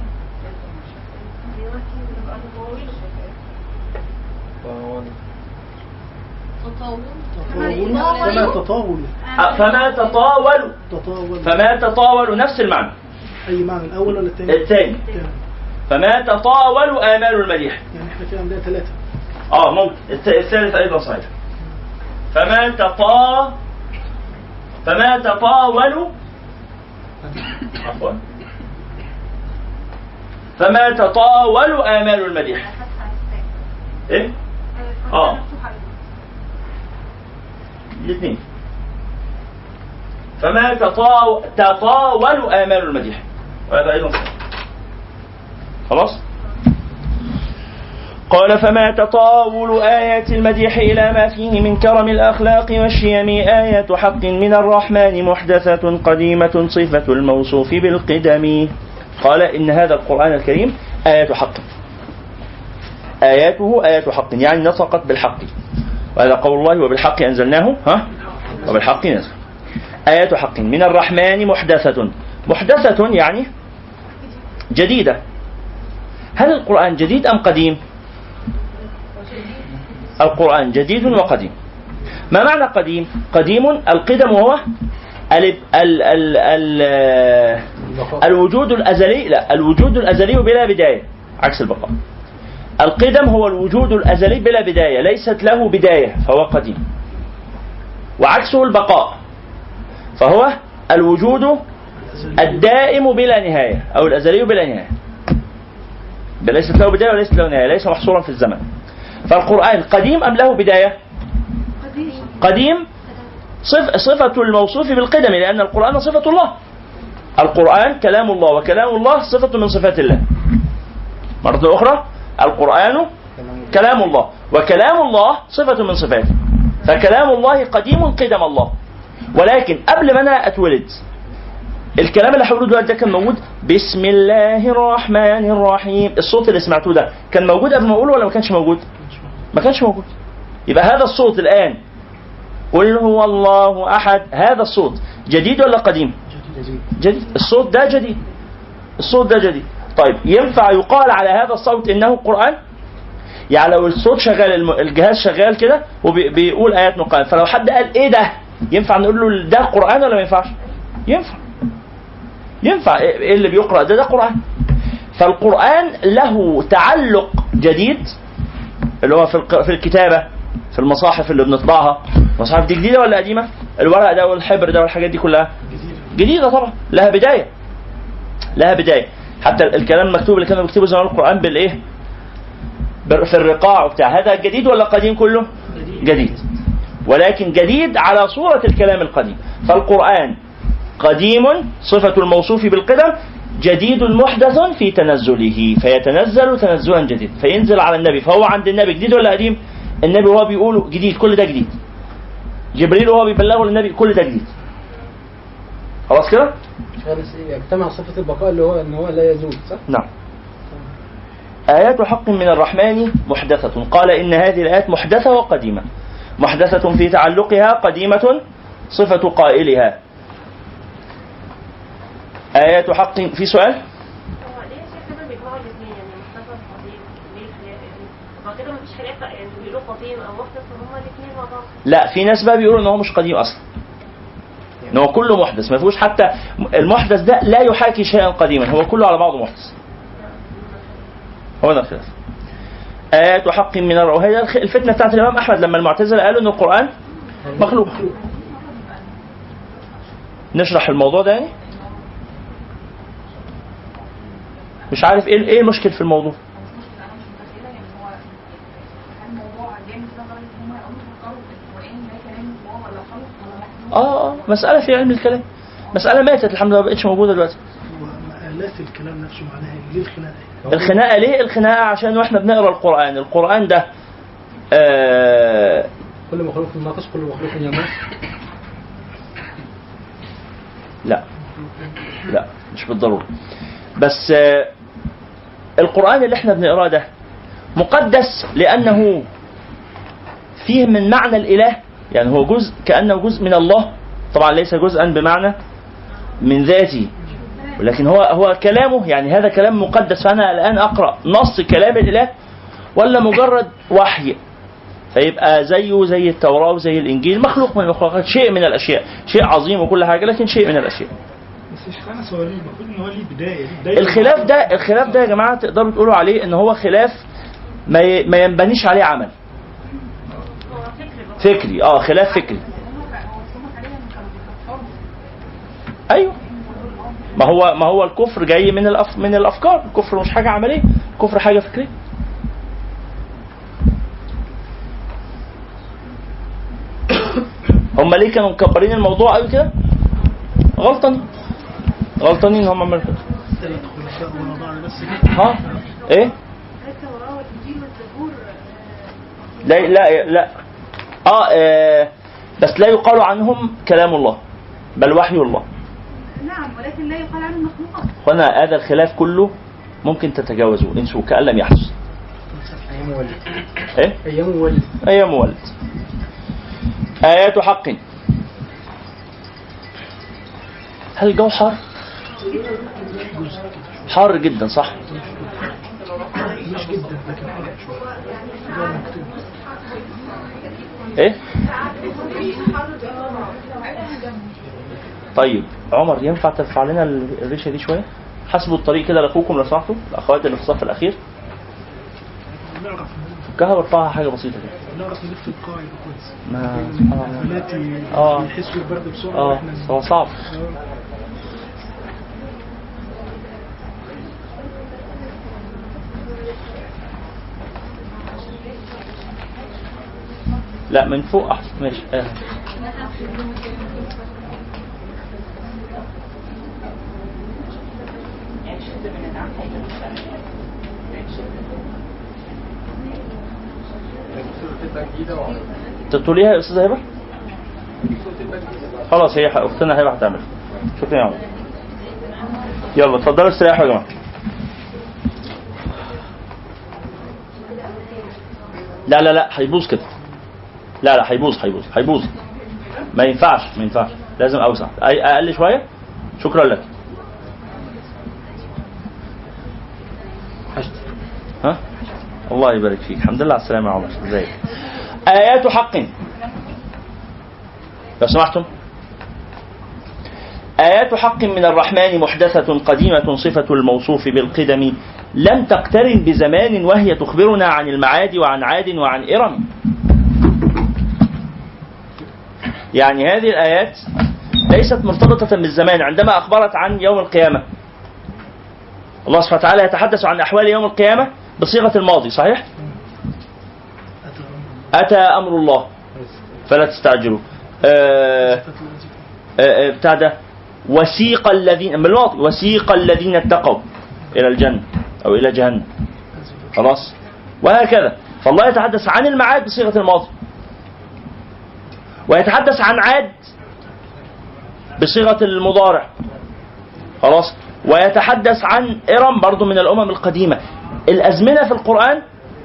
S11: فما تطاول.
S2: فما تطاول. فما تطاول نفس المعنى.
S11: أي معنى، الأول ولا الثاني؟
S2: الثاني. فما تطاول آمال المديح.
S11: يعني احنا كده عندنا ثلاثة.
S2: اه ممكن. الثالث أيضا صحيح. فما تطا فما تطاول عفوا فما تطاول آمال المديح. ايه؟ اه الاثنين. فما تطاول تطاول آمال المديح، وهذا أيضا صحيح. خلاص. قال فما تطاول آيات المديح إلى ما فيه من كرم الأخلاق والشيم آيات حق من الرحمن محدثة قديمة صفة الموصوف بالقدم. قال إن هذا القرآن الكريم آيات حق، آياته آيات حق يعني نطقت بالحق، وهذا قول الله وبالحق أنزلناه ها وبالحق نزل. آيات حق من الرحمن محدثة، محدثة يعني جديدة. هل القرآن جديد أم قديم؟ القرآن جديد وقديم. ما معنى قديم؟ قديم القدم وهو ال ال ال ال الوجود الأزلي، لا الوجود الأزلي بلا بداية، عكس البقاء. القدم هو الوجود الأزلي بلا بداية، ليست له بداية فهو قديم، وعكسه البقاء فهو الوجود الدائم بلا نهاية أو الأزلي بلا نهاية، ليست له بداية وليست له نهاية، ليس محصورا في الزمن. فالقرآن قديم أم له بداية؟ قديم صف صفة الموصوف بالقدم، لأن القرآن صفة الله. القرآن كلام الله، وكلام الله صفة من صفات الله. مرة أخرى القرآن كلام الله، وكلام الله صفة من صفاته، فكلام الله قديم قدم الله. ولكن قبل ما أنا أتولد الكلام اللي هقوله دلوقتي ده كان موجود بسم الله الرحمن الرحيم، الصوت اللي سمعتوه ده كان موجود قبل ما أقوله ولا ما كانش موجود؟ ما كانش موجود. يبقى هذا الصوت الآن قل هو الله أحد، هذا الصوت جديد ولا قديم؟ جديد. الصوت ده جديد، الصوت ده جديد. طيب ينفع يقال على هذا الصوت إنه قرآن؟ يعني لو الصوت شغال، الجهاز شغال كده وبيقول آيات من القرآن، فلو حد قال إيه ده ينفع نقول له ده قرآن ولا ما ينفعش؟ ينفع ينفع. إيه اللي بيقرأ ده ده قرآن. فالقرآن له تعلق جديد اللي هو في الكتابة، في المصاحف اللي بنطبعها. المصاحف دي جديدة ولا قديمة؟ الورق ده والحبر ده والحاجات دي كلها جديدة طبعا، لها بداية، لها بداية. حتى الكلام المكتوب اللي كانوا بيكتبوا زمان القرآن بالإيه؟ في الرقاع وبتاع، هذا جديد ولا قديم؟ كله جديد، ولكن جديد على صورة الكلام القديم. فالقرآن قديم صفة الموصوف بالقدم، جديد محدث في تنزله، فيتنزل تنزلا جديد، فينزل على النبي، فهو عند النبي جديد ولا قديم؟ النبي وهو بيقوله جديد، كل ده جديد. جبريل وهو بيبلغه للنبي كل ده جديد. خلاص كده؟
S7: يجتمع صفة البقاء اللي هو ان هو لا يزول، صح؟
S2: نعم. آيات حق من الرحمن محدثة. قال إن هذه الآيات محدثة وقديمة. محدثة في تعلقها، قديمة صفة قائلها. آيات حق. في سؤال؟
S20: هو ليه الشيخ كده بيجمعوا الاثنين، يعني محدثة وقديم؟ ليه يعني كده مفيش خلاف يعني
S15: بيقولوا قديم او محدث فهم الاثنين مع بعض.
S2: لا، في ناس بقى بيقولوا ان هو مش قديم اصلا، ان هو كله محدث، ما فيهوش حتى المحدث ده لا يحاكي شيئا قديما، هو كله على بعضه محدث. هو ده الخلاف. آيات حق من الر... هي الفتنه بتاعت الامام احمد لما المعتزله قالوا ان القران مخلوق. نشرح الموضوع ده يعني؟ مش عارف ايه ايه المشكل في الموضوع. اه اه مساله في علم الكلام، مساله ماتت الحمد لله ما بقتش موجوده دلوقتي.
S11: مآلات الكلام نفسه معناها ليه الخناقه؟
S2: الخناقه ليه؟ الخناقه عشان واحنا بنقرا القران، القران ده آه
S7: كل مخلوق ناقص كل مخلوق يموت.
S2: لا لا مش بالضروره، بس آه القران اللي احنا بنقراه ده مقدس لانه فيه من معنى الاله، يعني هو جزء كانه جزء من الله، طبعا ليس جزءا بمعنى من ذاته، ولكن هو هو كلامه، يعني هذا كلام مقدس. فانا الان اقرا نص كلام الاله ولا مجرد وحي، فيبقى زيه زي التوراه وزي الانجيل، مخلوق من المخلوقات، شيء من الاشياء، شيء عظيم وكل حاجه، لكن شيء من الاشياء.
S12: بس انا سؤالي المفروض ان هو ليه بدايه، بدايه
S2: الخلاف ده الخلاف ده يا جماعه تقدروا تقولوا عليه ان هو خلاف ما ما ينبنيش عليه عمل فكري. اه خلاف فكري. ايوه، ما هو ما هو الكفر جاي من الأف من الافكار، الكفر مش حاجه عمليه، الكفر حاجه فكريه. هم ليه كانوا مكبرين الموضوع قوي كده؟ غلطانين غلطانين هم عملوا كده. ها ايه؟ لا لا لا اه, آه بس لا يقال عنهم كلام الله بل وحي الله.
S19: نعم، ولكن لا يقال عنهم مخلوقات.
S2: هنا هذا الخلاف كله ممكن تتجاوزوا، انسوا كأن لم يحدث.
S7: ايام ولد
S2: ايه؟
S7: ايام ولد
S2: ايام ولد. آيات حق. هل الجو حار؟ حار جدا صح؟
S11: مش جدا لكن حار
S2: ايه؟ طيب عمر ينفع ترفع لنا الريشه دي شويه؟ حسبوا الطريق كده لاخوكم لو سمحتوا، الاخوات اللي في الصف الاخير. فكها وارفعها حاجه بسيطه كده.
S11: نعرف نلف القاع يبقى كويس.
S2: ما سبحان الله. اه
S11: يحسوا البرد بسرعه.
S2: اه هو صعب. لا من فوق احسن ماشي. آه. تقوليها يا استاذه هبه؟ خلاص هي اختنا هبه هتعمل. شكرا يا عمر. يلا اتفضلوا استريحوا يا جماعه. لا لا لا هيبوظ كده. لا لا هيبوظ هيبوظ هيبوظ ما ينفعش ما ينفعش لازم اوسع اقل شويه. شكرا لك. ها الله يبارك فيك. الحمد لله على السلامه يا عمر. ازيك؟ آيات حق لو سمحتم. آيات حق من الرحمن محدثة قديمة صفة الموصوف بالقدم لم تقترن بزمان وهي تخبرنا عن المعاد وعن عاد وعن إرم. يعني هذه الآيات ليست مرتبطة بالزمان. عندما أخبرت عن يوم القيامة الله سبحانه وتعالى يتحدث عن أحوال يوم القيامة بصيغة الماضي صحيح؟ أتى أمر الله فلا تستعجلوا. آه آه بتاع ده وسيق الذين بالواقع وسيق الذين اتقوا إلى الجنة أو إلى جهنم خلاص وهكذا. فالله يتحدث عن المعاد بصيغة الماضي ويتحدث عن عاد بصيغة المضارع خلاص ويتحدث عن إرم برضو من الأمم القديمة. الأزمنة في القرآن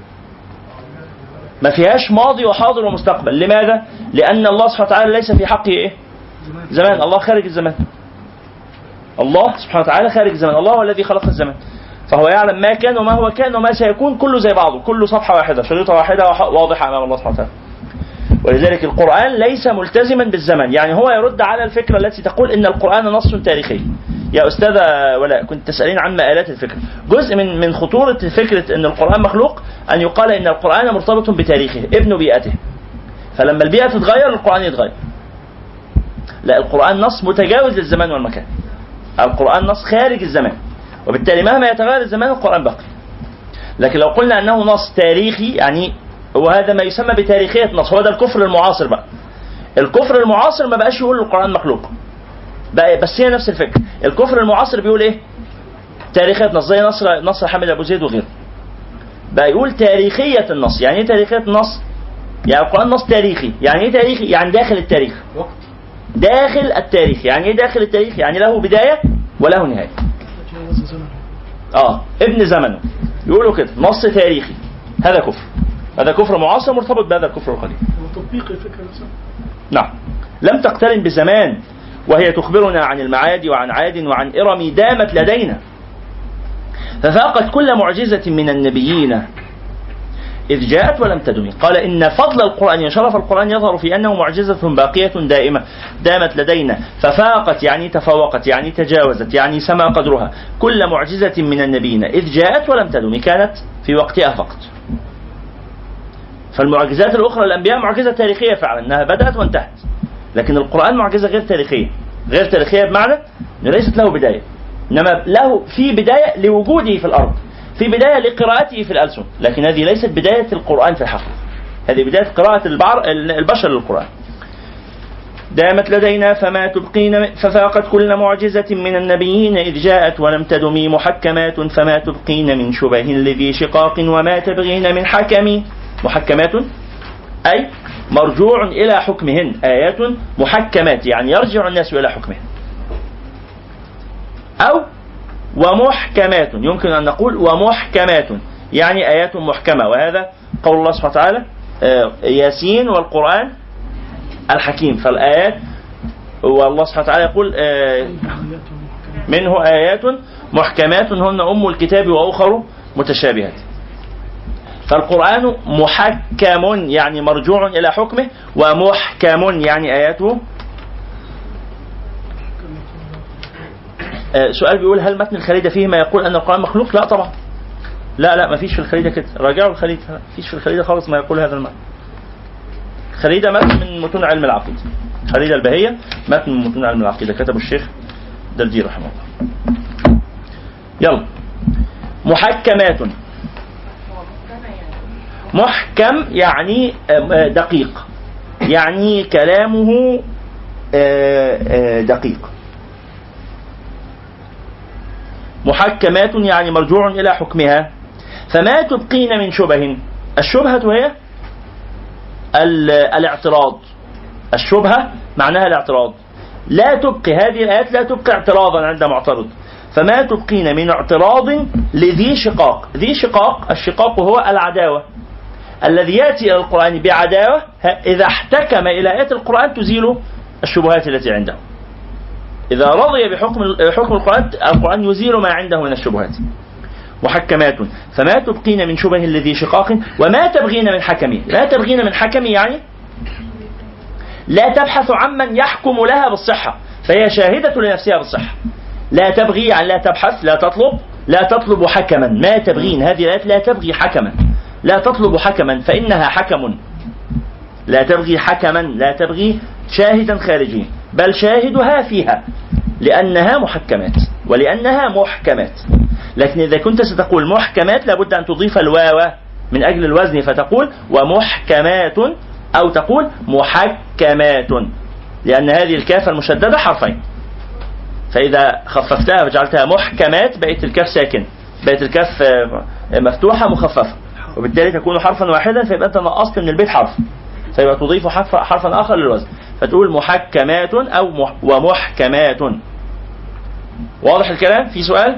S2: ما فيهاش ماضي وحاضر ومستقبل. لماذا؟ لأن الله سبحانه وتعالى ليس في حقه إيه؟ زمان. الله خارج الزمان. الله سبحانه وتعالى خارج الزمان. الله هو الذي خلق الزمان. فهو يعلم ما كان وما هو كان وما سيكون، كله زي بعضه، كله صفحة واحدة، شريطة واحدة واضحة أمام الله سبحانه وتعالى. ولذلك القرآن ليس ملتزما بالزمن، يعني هو يرد على الفكرة التي تقول إن القرآن نص تاريخي. يا أستاذة ولا كنت تسألين عن مآلات الفكرة. جزء من من خطورة فكرة إن القرآن مخلوق أن يقال إن القرآن مرتبط بتاريخه ابن بيئته، فلما البيئة تتغير القرآن يتغير. لا، القرآن نص متجاوز للزمان والمكان، القرآن نص خارج الزمان، وبالتالي مهما يتغير الزمان القرآن باقي. لكن لو قلنا أنه نص تاريخي يعني وهذا ما يسمى بتاريخية نص، هو ده الكفر المعاصر بقى. الكفر المعاصر ما بقاش يقول القرآن مخلوق بقى، بس هي نفس الفكرة. الكفر المعاصر بيقول ايه؟ تاريخية نص، زي نصر نصر حامد أبو زيد وغيره. بقى يقول تاريخية النص. يعني ايه تاريخية النص؟ يعني القرآن نص تاريخي. يعني ايه تاريخي؟ يعني داخل التاريخ، داخل التاريخ. يعني ايه داخل التاريخ؟ يعني له بداية وله نهاية. اه ابن زمنه يقولوا كده نص تاريخي. هذا كفر، هذا كفر معاصر مرتبط بهذا الكفر القديم.
S11: وتطبيق الفكرة نفسها.
S2: نعم، لم تقترن بزمان، وهي تخبرنا عن المعاد وعن عاد وعن إرم دامت لدينا، ففاقت كل معجزة من النبيين إذ جاءت ولم تدم. قال إن فضل القرآن وشرف القرآن يظهر في أنه معجزة باقية دائمة دامت لدينا. ففاقت يعني تفوقت، يعني تجاوزت، يعني سما قدرها كل معجزة من النبيين إذ جاءت ولم تدم، كانت في وقتها فقط. فالمعجزات الأخرى الأنبياء معجزة تاريخية فعلا، أنها بدأت وانتهت. لكن القرآن معجزة غير تاريخية. غير تاريخية بمعنى أنه ليست له بداية، إنما له في بداية لوجوده في الأرض، في بداية لقراءته في الألسن، لكن هذه ليست بداية القرآن في الحقيقة، هذه بداية قراءة البشر للقرآن. دامت لدينا فما تبقين ففاقت كل معجزة من النبيين إذ جاءت ولم تدمي محكمات فما تبقين من شبه لذي شقاق وما تبغين من حكم. محكمات أي مرجوع إلى حكمهن، آيات محكمات يعني يرجع الناس إلى حكمهن. أو ومحكمات، يمكن أن نقول ومحكمات يعني آيات محكمة، وهذا قول الله سبحانه وتعالى ياسين والقرآن الحكيم. فالآيات والله سبحانه وتعالى يقول منه آيات محكمات هن أم الكتاب وأخر متشابهات. فالقرآن محكم يعني مرجوع إلى حكمه، ومحكم يعني آياته. سؤال بيقول هل متن الخليدة فيه ما يقول أن القرآن مخلوق؟ لا طبعا، لا لا ما فيش في الخليدة كده، راجعوا الخليدة، ما فيش في الخليدة خالص ما يقول هذا المعنى. الخليدة متن من متون علم العقيدة، الخليدة البهية متن من متون علم العقيدة، كتبه الشيخ دلدي رحمه الله. يلا، محكمات. محكم يعني دقيق، يعني كلامه دقيق. محكمات يعني مرجوع إلى حكمها. فما تبقين من شبه، الشبهة هي الاعتراض، الشبهة معناها الاعتراض. لا تبقي هذه الآيات لا تبقي اعتراضا عند معترض. فما تبقين من اعتراض لذي شقاق. ذي شقاق، الشقاق هو العداوة، الذي يأتي إلى القرآن بعداوة إذا احتكم إلى آيات القرآن تزيل الشبهات التي عنده. إذا رضي بحكم حكم القرآن، القرآن يزيل ما عنده من الشبهات. محكمات فما تبقين من شبه الذي شقاق وما تبغين من حكمه. لا تبغين من حكمه يعني لا تبحث عمن يحكم لها بالصحة، فهي شاهدة لنفسها بالصحة. لا تبغي يعني لا تبحث، لا تطلب، لا تطلب حكما. ما تبغين هذه الآيات لا تبغي حكما، لا تطلب حكما فإنها حكم. لا تبغي حكما، لا تبغي شاهدا خارجيا، بل شاهدها فيها لأنها محكمات ولأنها محكمات. لكن إذا كنت ستقول محكمات لابد أن تضيف الواو من أجل الوزن، فتقول ومحكمات أو تقول محكمات، لأن هذه الكاف المشددة حرفين، فإذا خففتها وجعلتها محكمات بقت الكاف ساكن، بقت الكاف مفتوحة مخففة، وبالتالي تكون حرفا واحدا، فيبقى أنت نقصت من البيت حرف، فيبقى تضيف حرف حرفا آخر للوزن، فتقول محكمات أو ومحكمات. واضح الكلام؟ في سؤال؟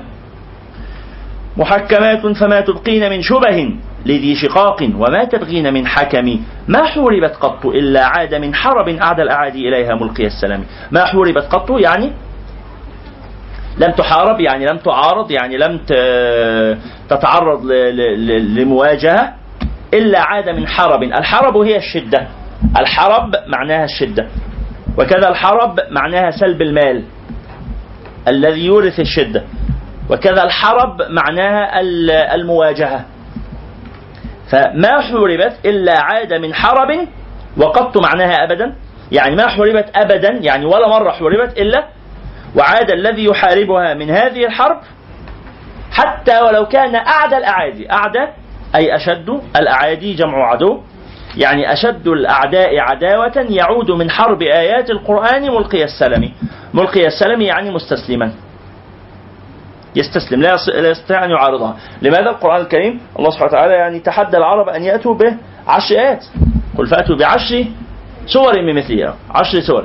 S2: محكمات فما تبقين من شبه لذي شقاق وما تبغين من حكم. ما حوربت قط إلا عاد من حرب أعدى الأعادي إليها ملقي السلام. ما حوربت قط يعني لم تحارب يعني لم تعارض يعني لم تتعرض لمواجهة إلا عاد من حرب. الحرب هي الشدة، الحرب معناها الشدة، وكذا الحرب معناها سلب المال الذي يورث الشدة، وكذا الحرب معناها المواجهة. فما حوربت إلا عاد من حرب، وقط معناها أبدا، يعني ما حوربت أبدا يعني ولا مرة حوربت إلا وعاد الذي يحاربها من هذه الحرب، حتى ولو كان أعدى الأعادي. أعدى أي أشد الأعادي جمع عدو، يعني أشد الأعداء عداوة يعود من حرب آيات القرآن ملقي السلم. ملقي السلم يعني مستسلما، يستسلم، لا يستطيع أن يعارضها. لماذا؟ القرآن الكريم الله سبحانه وتعالى يعني تحدى العرب أن يأتوا بعشر آيات، قل فأتوا بعشر سور من مثلها، عشر سور.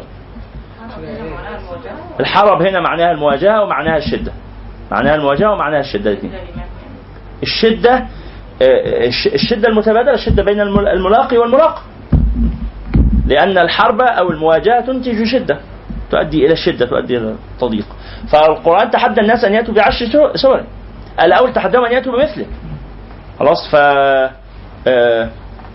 S2: الحرب هنا معناها المواجهة ومعناها الشدة، معناها المواجهة ومعناها الشدة. الشدة الشدة المتبادلة، الشدة بين الملاقي والملاقى، لأن الحرب أو المواجهة تنتج شدة تؤدي إلى الشدة، تؤدي إلى التضييق. فالقرآن تحدى الناس أن يأتوا بعشر سور، الأول تحداهم أن يأتوا بمثله. خلاص. ف آه...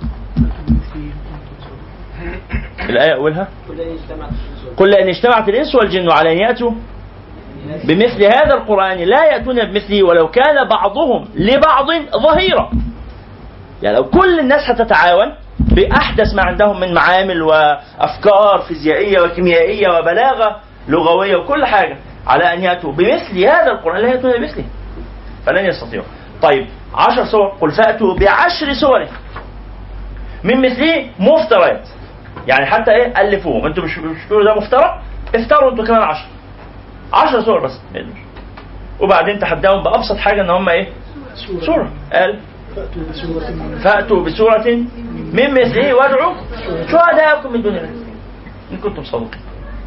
S2: الآية أولها قل إن اجتمعت الإنس والجن على أن يأتوا بمثل هذا القرآن لا يأتون بمثله ولو كان بعضهم لبعض ظهيرا. يعني لو كل الناس هتتعاون بأحدث ما عندهم من معامل وأفكار فيزيائية وكيميائية وبلاغة لغوية وكل حاجة على أن يأتوا بمثل هذا القرآن لا يأتون بمثله، فلن يستطيعوا. طيب عشر سور، قل فأتوا بعشر سور من مثله مفتريات، يعني حتى ايه ألفوهم. انتوا مش بتقولوا ده مفترى، افتروا انتوا كمان عشر عشر سور بس، وبعدين تحداهم بأبسط حاجة ان هم ايه سورة. قال فأتوا بسورة من مثله وادعوا شهداءكم من دون الله إن كنتم صادقين.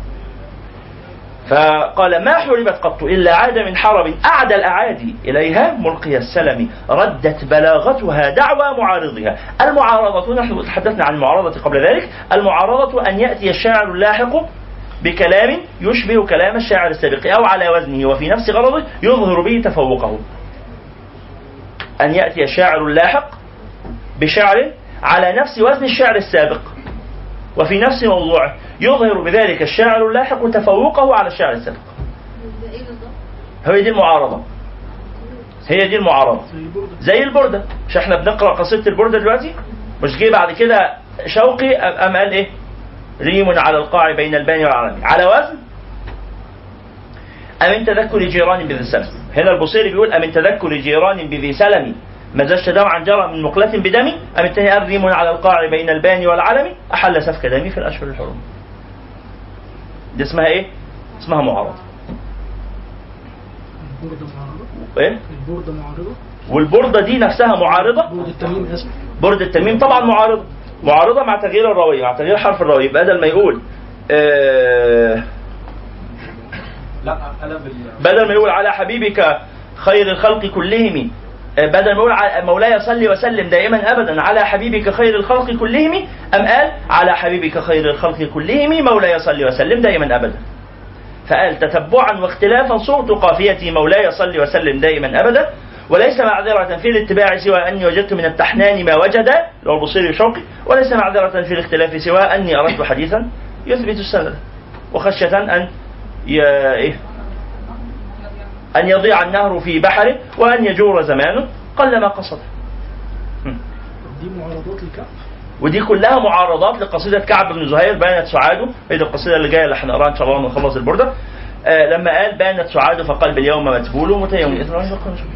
S2: فقال ما حربت قط إلا عاد من حرب أعدى الأعادي إليها ملقي السلم، ردت بلاغتها دعوى معارضها. المعارضة، نحن تحدثنا عن المعارضة قبل ذلك، المعارضة أن يأتي الشاعر اللاحق بكلام يشبه كلام الشاعر السابق أو على وزنه وفي نفس غرضه يظهر به تفوقه. أن يأتي الشاعر اللاحق بشعر على نفس وزن الشعر السابق وفي نفس موضوعه يظهر بذلك الشاعر اللاحق تفوقه على الشاعر السابق. هي دي المعارضة، هي دي المعارضة. زي البردة، مش احنا بنقرأ قصيدة البردة دلوقتي؟ مش جه بعد كده شوقي أم قال ايه ريم على القاع بين الباني والعالمي على وزن أمن تذكر جيران بذي سلم. هنا البصيري بيقول أمن تذكر جيران بذي سلم مزجت دمعا جرى من مقلة بدمي. أم التاني قال ريم على القاع بين الباني والعالمي أحل سفك دمي في الأشهر الحرم. دي اسمها ايه؟ اسمها معارضة.
S11: البردة معارضة.
S2: ايه؟
S11: البردة معارضة.
S2: والبردة دي نفسها معارضة.
S11: بردة التميم اسم.
S2: بردة التميم طبعا معارضة. معارضة مع تغيير الراوي، مع تغيير حرف الراوي. بدل ما يقول آه
S8: لا
S2: بدل ما يقول على حبيبك خير الخلق كلهم، بدل ما يقول مولاي صلي وسلم دائما أبدا على حبيبك خير الخلق كلهم، أم قال على حبيبك خير الخلق كلهم مولاي صلي وسلم دائما أبدا. فقال تتبعا واختلافا صوت قافيتي مولاي صلي وسلم دائما أبدا، وليس معذرة في الاتباع سوى أني وجدت من التحنان ما وجد لو البصيري وشوقي، وليس معذرة في الاختلاف سوى أني أردت حديثا يثبت السند وخشية أن ي... إيه؟ أن يضيع النهر في بحره وأن يجور زمانه قل ما قصده.
S11: دي معارضات لكعب،
S2: ودي كلها معارضات لقصيدة كعب بن زهير بانت سعاده. هي دي القصيدة اللي جاية اللي هنقراها إن شاء الله ونخلص البردة. آه لما قال بانت سعاده فقلب اليوم متبول ومتيم إثر.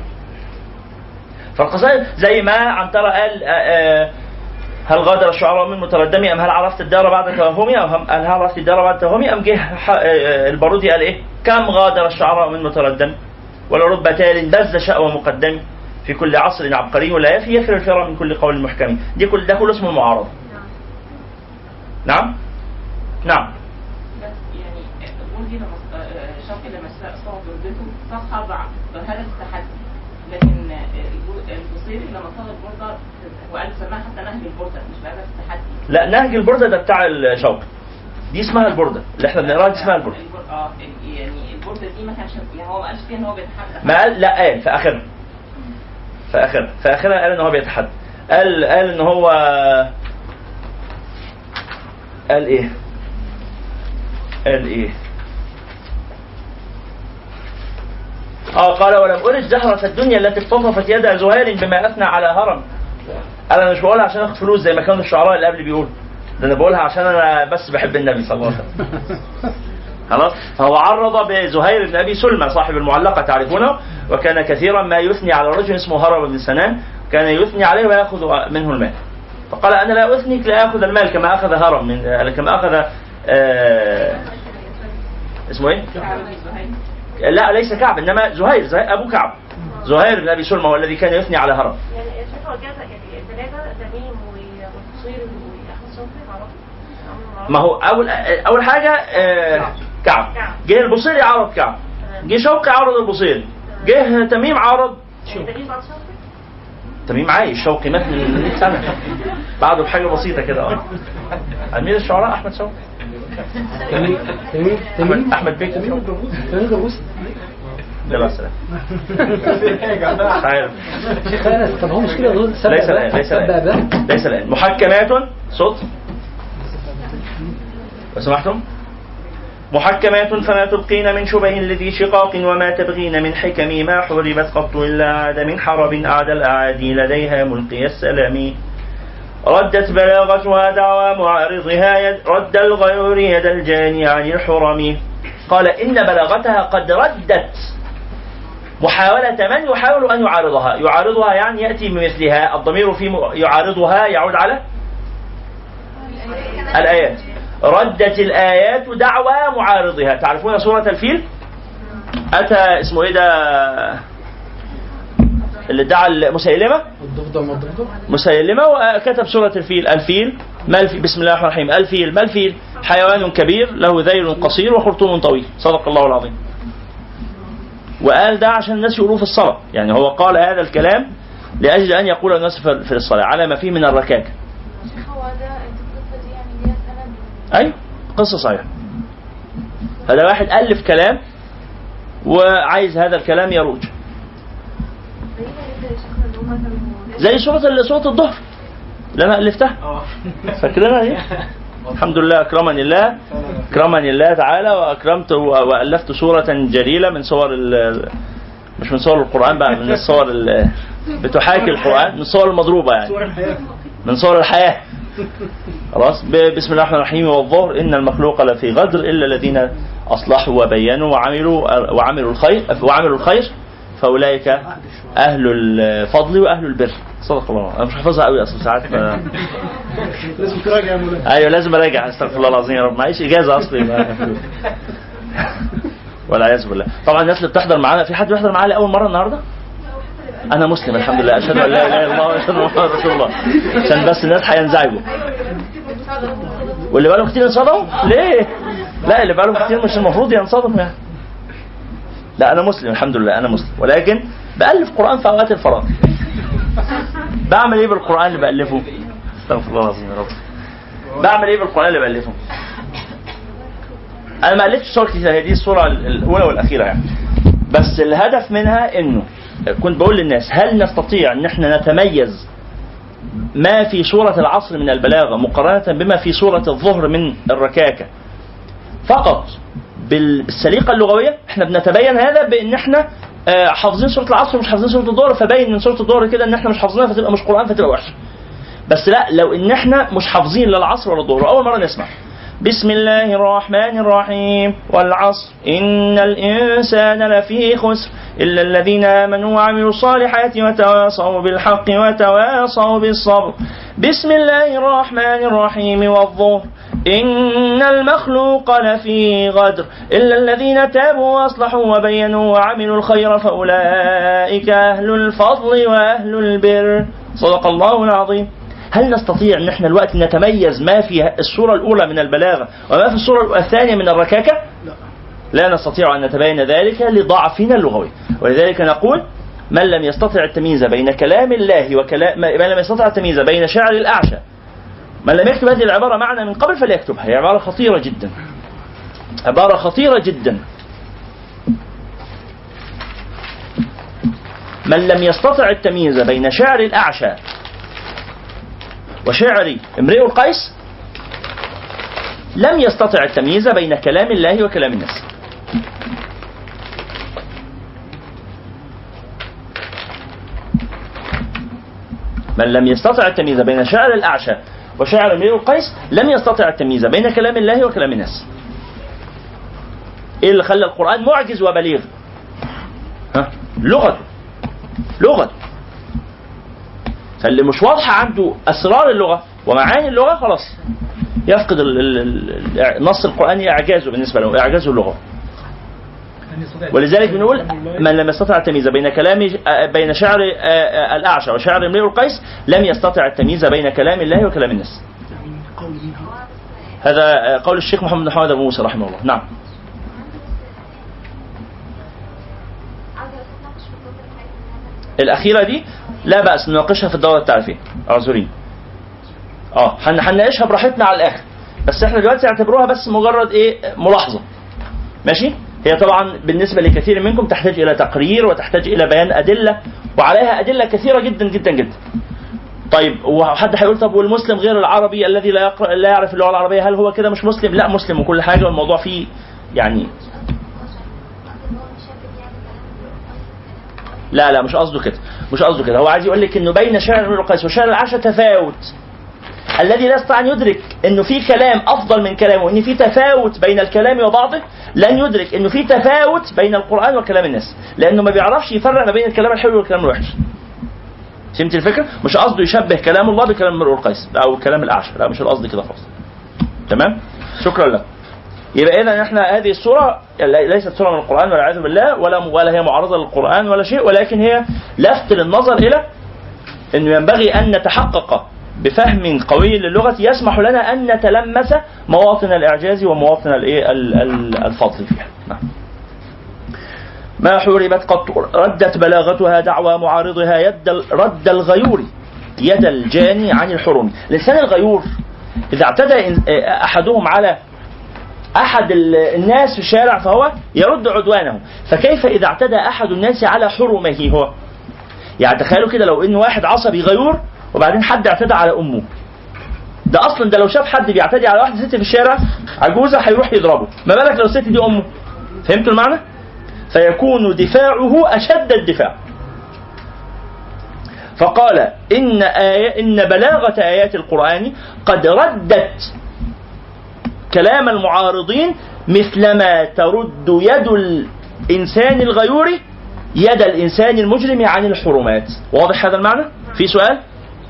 S2: فالقصائد زي ما عنترة قال آه آه هل غادر الشعراء من متردمي أم هل عرفت الدار بعد توهمي، أو هل عرفت الدار بعد توهمي، أم جه البارودي قال إيه كم غادر الشعراء من متردم ولرب تال بز شأوى مقدم في كل عصر عبقري ولا يفي يفر الفرا من كل قول محكم. دي كل ده كله اسمه المعارضة. نعم نعم.
S16: بس يعني البردي لما شوقي لما صوت بردته فخضع هذا التحدي، لكن البصيري لما صار البردة وقال سماها حتى نهج البردة مش بهذا التحدي.
S2: لا نهج البردة ده بتاع الشوقي، دي اسمها البردة اللي احنا بنقراها دي اسمها البردة.
S16: اه يعني البورده دي ما كانش يعني هو ما قالش فيها ان هو بيتحدث.
S2: ما قال لا قال في اخرها في اخرها في اخرها قال ان هو بيتحدث. قال قال ان هو قال ايه؟ قال ايه؟ اه قال ولم أرد زهرة الدنيا التي اقتطفت يد زهير بما أثنى على هرم. أنا مش بقولها عشان أخذ فلوس زي ما كانوا الشعراء اللي قبل بيقولوا، ده أنا بقولها عشان أنا بس بحب النبي صلى الله عليه وسلم. خلاص. فهو عرض بزهير بن أبي سلمى صاحب المعلقة تعرفونه، وكان كثيرا ما يثني على رجل اسمه هرم بن سنان، كان يثني عليه ويأخذ منه المال. فقال أنا لا أثنيك لا أخذ المال كما أخذ هرم من كما أخذ آه اسمه إيه؟ لا ليس كعب انما زهير, زهير ابو كعب زهير بن ابي سلمى هو الذي كان يثني على هرم.
S15: يعني الشيخ وجاز يعني الثلاثه تميم وبصير واحمد صوفي عرفوا.
S2: ما هو اول اول حاجه آه كعب جه البصيري عرض كعب، جه شوقي عرض البصيري، جه تميم عرض تميم عايش، شوقي مات من مئة سنه بعده بحاجه بسيطه كده. اه امير الشعراء احمد شوقي
S11: تميم تميم
S2: احمد احمد بيك
S11: تميم تميم جبوس
S2: لا لا سلام مش عارف
S11: شيخ انس. طب هو مش كده ليس
S2: الان ليس الان ليس الان محكمات صوت لو سمحتم. محكمات فما تبقين من شبه لذي شقاق وما تبغين من حكم ما حربت قط إلا عاد من حرب أعدى الأعادي لديها ملقي السلام. ردت بلاغتها دعوى معارضها يد رد الغيور يد الجاني عن الحرم. قال إن بلاغتها قد ردت محاولة من يحاول أن يعارضها. يعارضها يعني يأتي بمثلها، الضمير في يعارضها يعود على الآيات. ردت الآيات دعوى معارضها. تعرفون سورة الفيل؟ أتى اسمه إيه ده اللي ادعى مسيلمة مسيلمة وكتب سورة الفيل. الفيل ما الفيل بسم الله الرحمن الرحيم. الفيل ما الفيل؟ حيوان كبير له ذيل قصير وخرطوم طويل. صدق الله العظيم. وقال ده عشان الناس يقولوه في الصلاة، يعني هو قال هذا الكلام لأجل أن يقول الناس في الصلاة على ما فيه من الركاكة. أي قصة صحيحة. هذا واحد ألف كلام وعايز هذا الكلام يروج زي سورة سورة الظهر اللي أنا ألفتها، فاكرينها دي؟ الحمد لله أكرمني الله أكرمني الله تعالى وأكرمت وألفت سورة جليلة من صور مش من صور القرآن بقى، من الصور بتحاكي القرآن، من الصور المضروبة يعني من صور الحياة. خلاص. بسم الله الرحمن الرحيم. والظهر إن المخلوق لفي غدر إلا الذين أصلحوا وبينوا وعملوا وعملوا الخير وعملوا الخير فأولئك أهل الفضل وأهل البر. صدق الله. أنا مش حافظها قوي أصلا ساعات ف...
S11: لازم تراجع يا مولانا.
S2: أيوة لازم أراجع. أستغفر الله العظيم يا رب، معيش إجازة أصلي والعياذ بالله. طبعا الناس اللي بتحضر معانا، في حد بيحضر معانا لأول مرة النهارده؟ أنا مسلم الحمد لله، أشهد أن لا إله إلا الله وأشهد أن محمدا رسول الله، عشان بس الناس هينزعجوا. واللي بقالهم كتير ينصدموا ليه؟ لا اللي بقالهم كتير مش المفروض ينصدموا يعني. لا أنا مسلم الحمد لله، أنا مسلم، ولكن بألف قرآن في أوقات الفراغ. بعمل إيه بالقرآن اللي بألفه؟ استغفر الله العظيم يا رب. بعمل إيه بالقرآن اللي بألفه؟ أنا ما ألفتش صور كتير، هي دي الصورة الأولى والأخيرة يعني. بس الهدف منها إنه كنت بقول للناس هل نستطيع ان احنا نتميز ما في سورة العصر من البلاغة مقارنة بما في سورة الظهر من الركاكة فقط بالسليقة اللغوية؟ احنا بنتبين هذا بان احنا حافظين سورة العصر ومش حافظين سورة الظهر، فبين من سورة الظهر كده ان احنا مش حافظينها فتبقى مش قرآن فتبقى وحشة. بس لا، لو ان احنا مش حافظين لا العصر ولا الظهر، اول مرة نسمع بسم الله الرحمن الرحيم والعصر إن الإنسان لفي خسر إلا الذين آمنوا وعملوا الصالحات وتواصوا بالحق وتواصوا بالصبر. بسم الله الرحمن الرحيم والظهر إن المخلوق لفي غدر إلا الذين تابوا وأصلحوا وبينوا وعملوا الخير فأولئك أهل الفضل وأهل البر. صدق الله العظيم. هل نستطيع ان احنا الوقت نتميز ما في السورة الأولى من البلاغة وما في السورة الثانية من الركاكة؟ لا. لا نستطيع أن نتبين ذلك لضعفنا اللغوي، ولذلك نقول من لم يستطع التمييز بين كلام الله وكلام من لم يستطع التمييز بين شعر الأعشى، من لم يكتب هذه العبارة معنا من قبل فليكتبها. هي عبارة خطيرة جدا، عبارة خطيرة جدا. من لم يستطع التمييز بين شعر الأعشى وشعر امرئ القيس لم يستطع التمييز بين كلام الله وكلام الناس. من لم يستطع التمييز بين شعر الأعشى وشعر امرئ القيس لم يستطع التمييز بين كلام الله وكلام الناس. ايه اللي خلى القرآن معجز وبليغ؟ ها؟ لغته لغته فاللي مش واضحة عنده أسرار اللغة ومعاني اللغة خلاص يفقد النص القرآني إعجازه بالنسبة له، إعجازه اللغة. ولذلك بنقول من لم يستطع التمييز بين كلام بين شعر الأعشى وشعر امرئ القيس لم يستطع التمييز بين كلام الله وكلام الناس. هذا قول الشيخ محمد بن حماد أبو موسى رحمه الله. نعم. الأخيرة دي لا بأس نناقشها في الدورة التعريفية. اعذرين. اه هنناقشها براحتنا على الآخر، بس احنا دلوقتي اعتبروها بس مجرد ايه ملاحظة. ماشي؟ هي طبعا بالنسبة لكثير منكم تحتاج إلى تقرير وتحتاج إلى بيان أدلة، وعليها أدلة كثيرة جدا جدا جدا. طيب وحد هيقول طب والمسلم غير العربي الذي لا يقرأ لا يعرف اللغة العربية هل هو كده مش مسلم؟ لا مسلم وكل حاجة، والموضوع فيه يعني لا لا مش قصده كده، مش قصده كده. هو عايز يقول لك انه بين شعر امرئ القيس وشعر الأعشى تفاوت. الذي لا يستطيع ان يدرك انه في كلام افضل من كلامه وان في تفاوت بين الكلام وبعضه لن يدرك انه في تفاوت بين القرآن وكلام الناس، لانه ما بيعرفش يفرق ما بين الكلام الحلو والكلام الوحش. فهمت الفكره؟ مش قصده يشبه كلام الله بكلام امرئ القيس او كلام الأعشى، لا مش القصد كده خالص. تمام؟ شكرا لك. يبقى اذا احنا هذه السوره ليست سوره من القرآن والعياذ بالله، ولا ولا هي معارضه للقرآن ولا شيء، ولكن هي لفت للنظر الى انه ينبغي ان نتحقق بفهم قوي للغة يسمح لنا أن نتلمس مواطن الإعجاز ومواطن الفضل فيها. ما حوربت قط ردت بلاغتها دعوى معارضها يد رد الغيور يد الجاني عن الحرم. لسان الغيور إذا اعتدى أحدهم على أحد الناس في الشارع فهو يرد عدوانه، فكيف إذا اعتدى أحد الناس على حرمه هو؟ يعني تخيلوا كده لو إن واحد عصبي غيور وبعدين حد اعتدى على أمه، ده أصلا ده لو شاف حد بيعتدي على واحدة ست في الشارع عجوزة هيروح يضربه، ما بالك لو الست دي أمه؟ فهمتوا المعنى؟ فيكون دفاعه أشد الدفاع. فقال إن, آية إن بلاغة آيات القرآن قد ردت كلام المعارضين مثلما ترد يد الإنسان الغيور يد الإنسان المجرم عن الحرمات. واضح هذا المعنى؟ في سؤال؟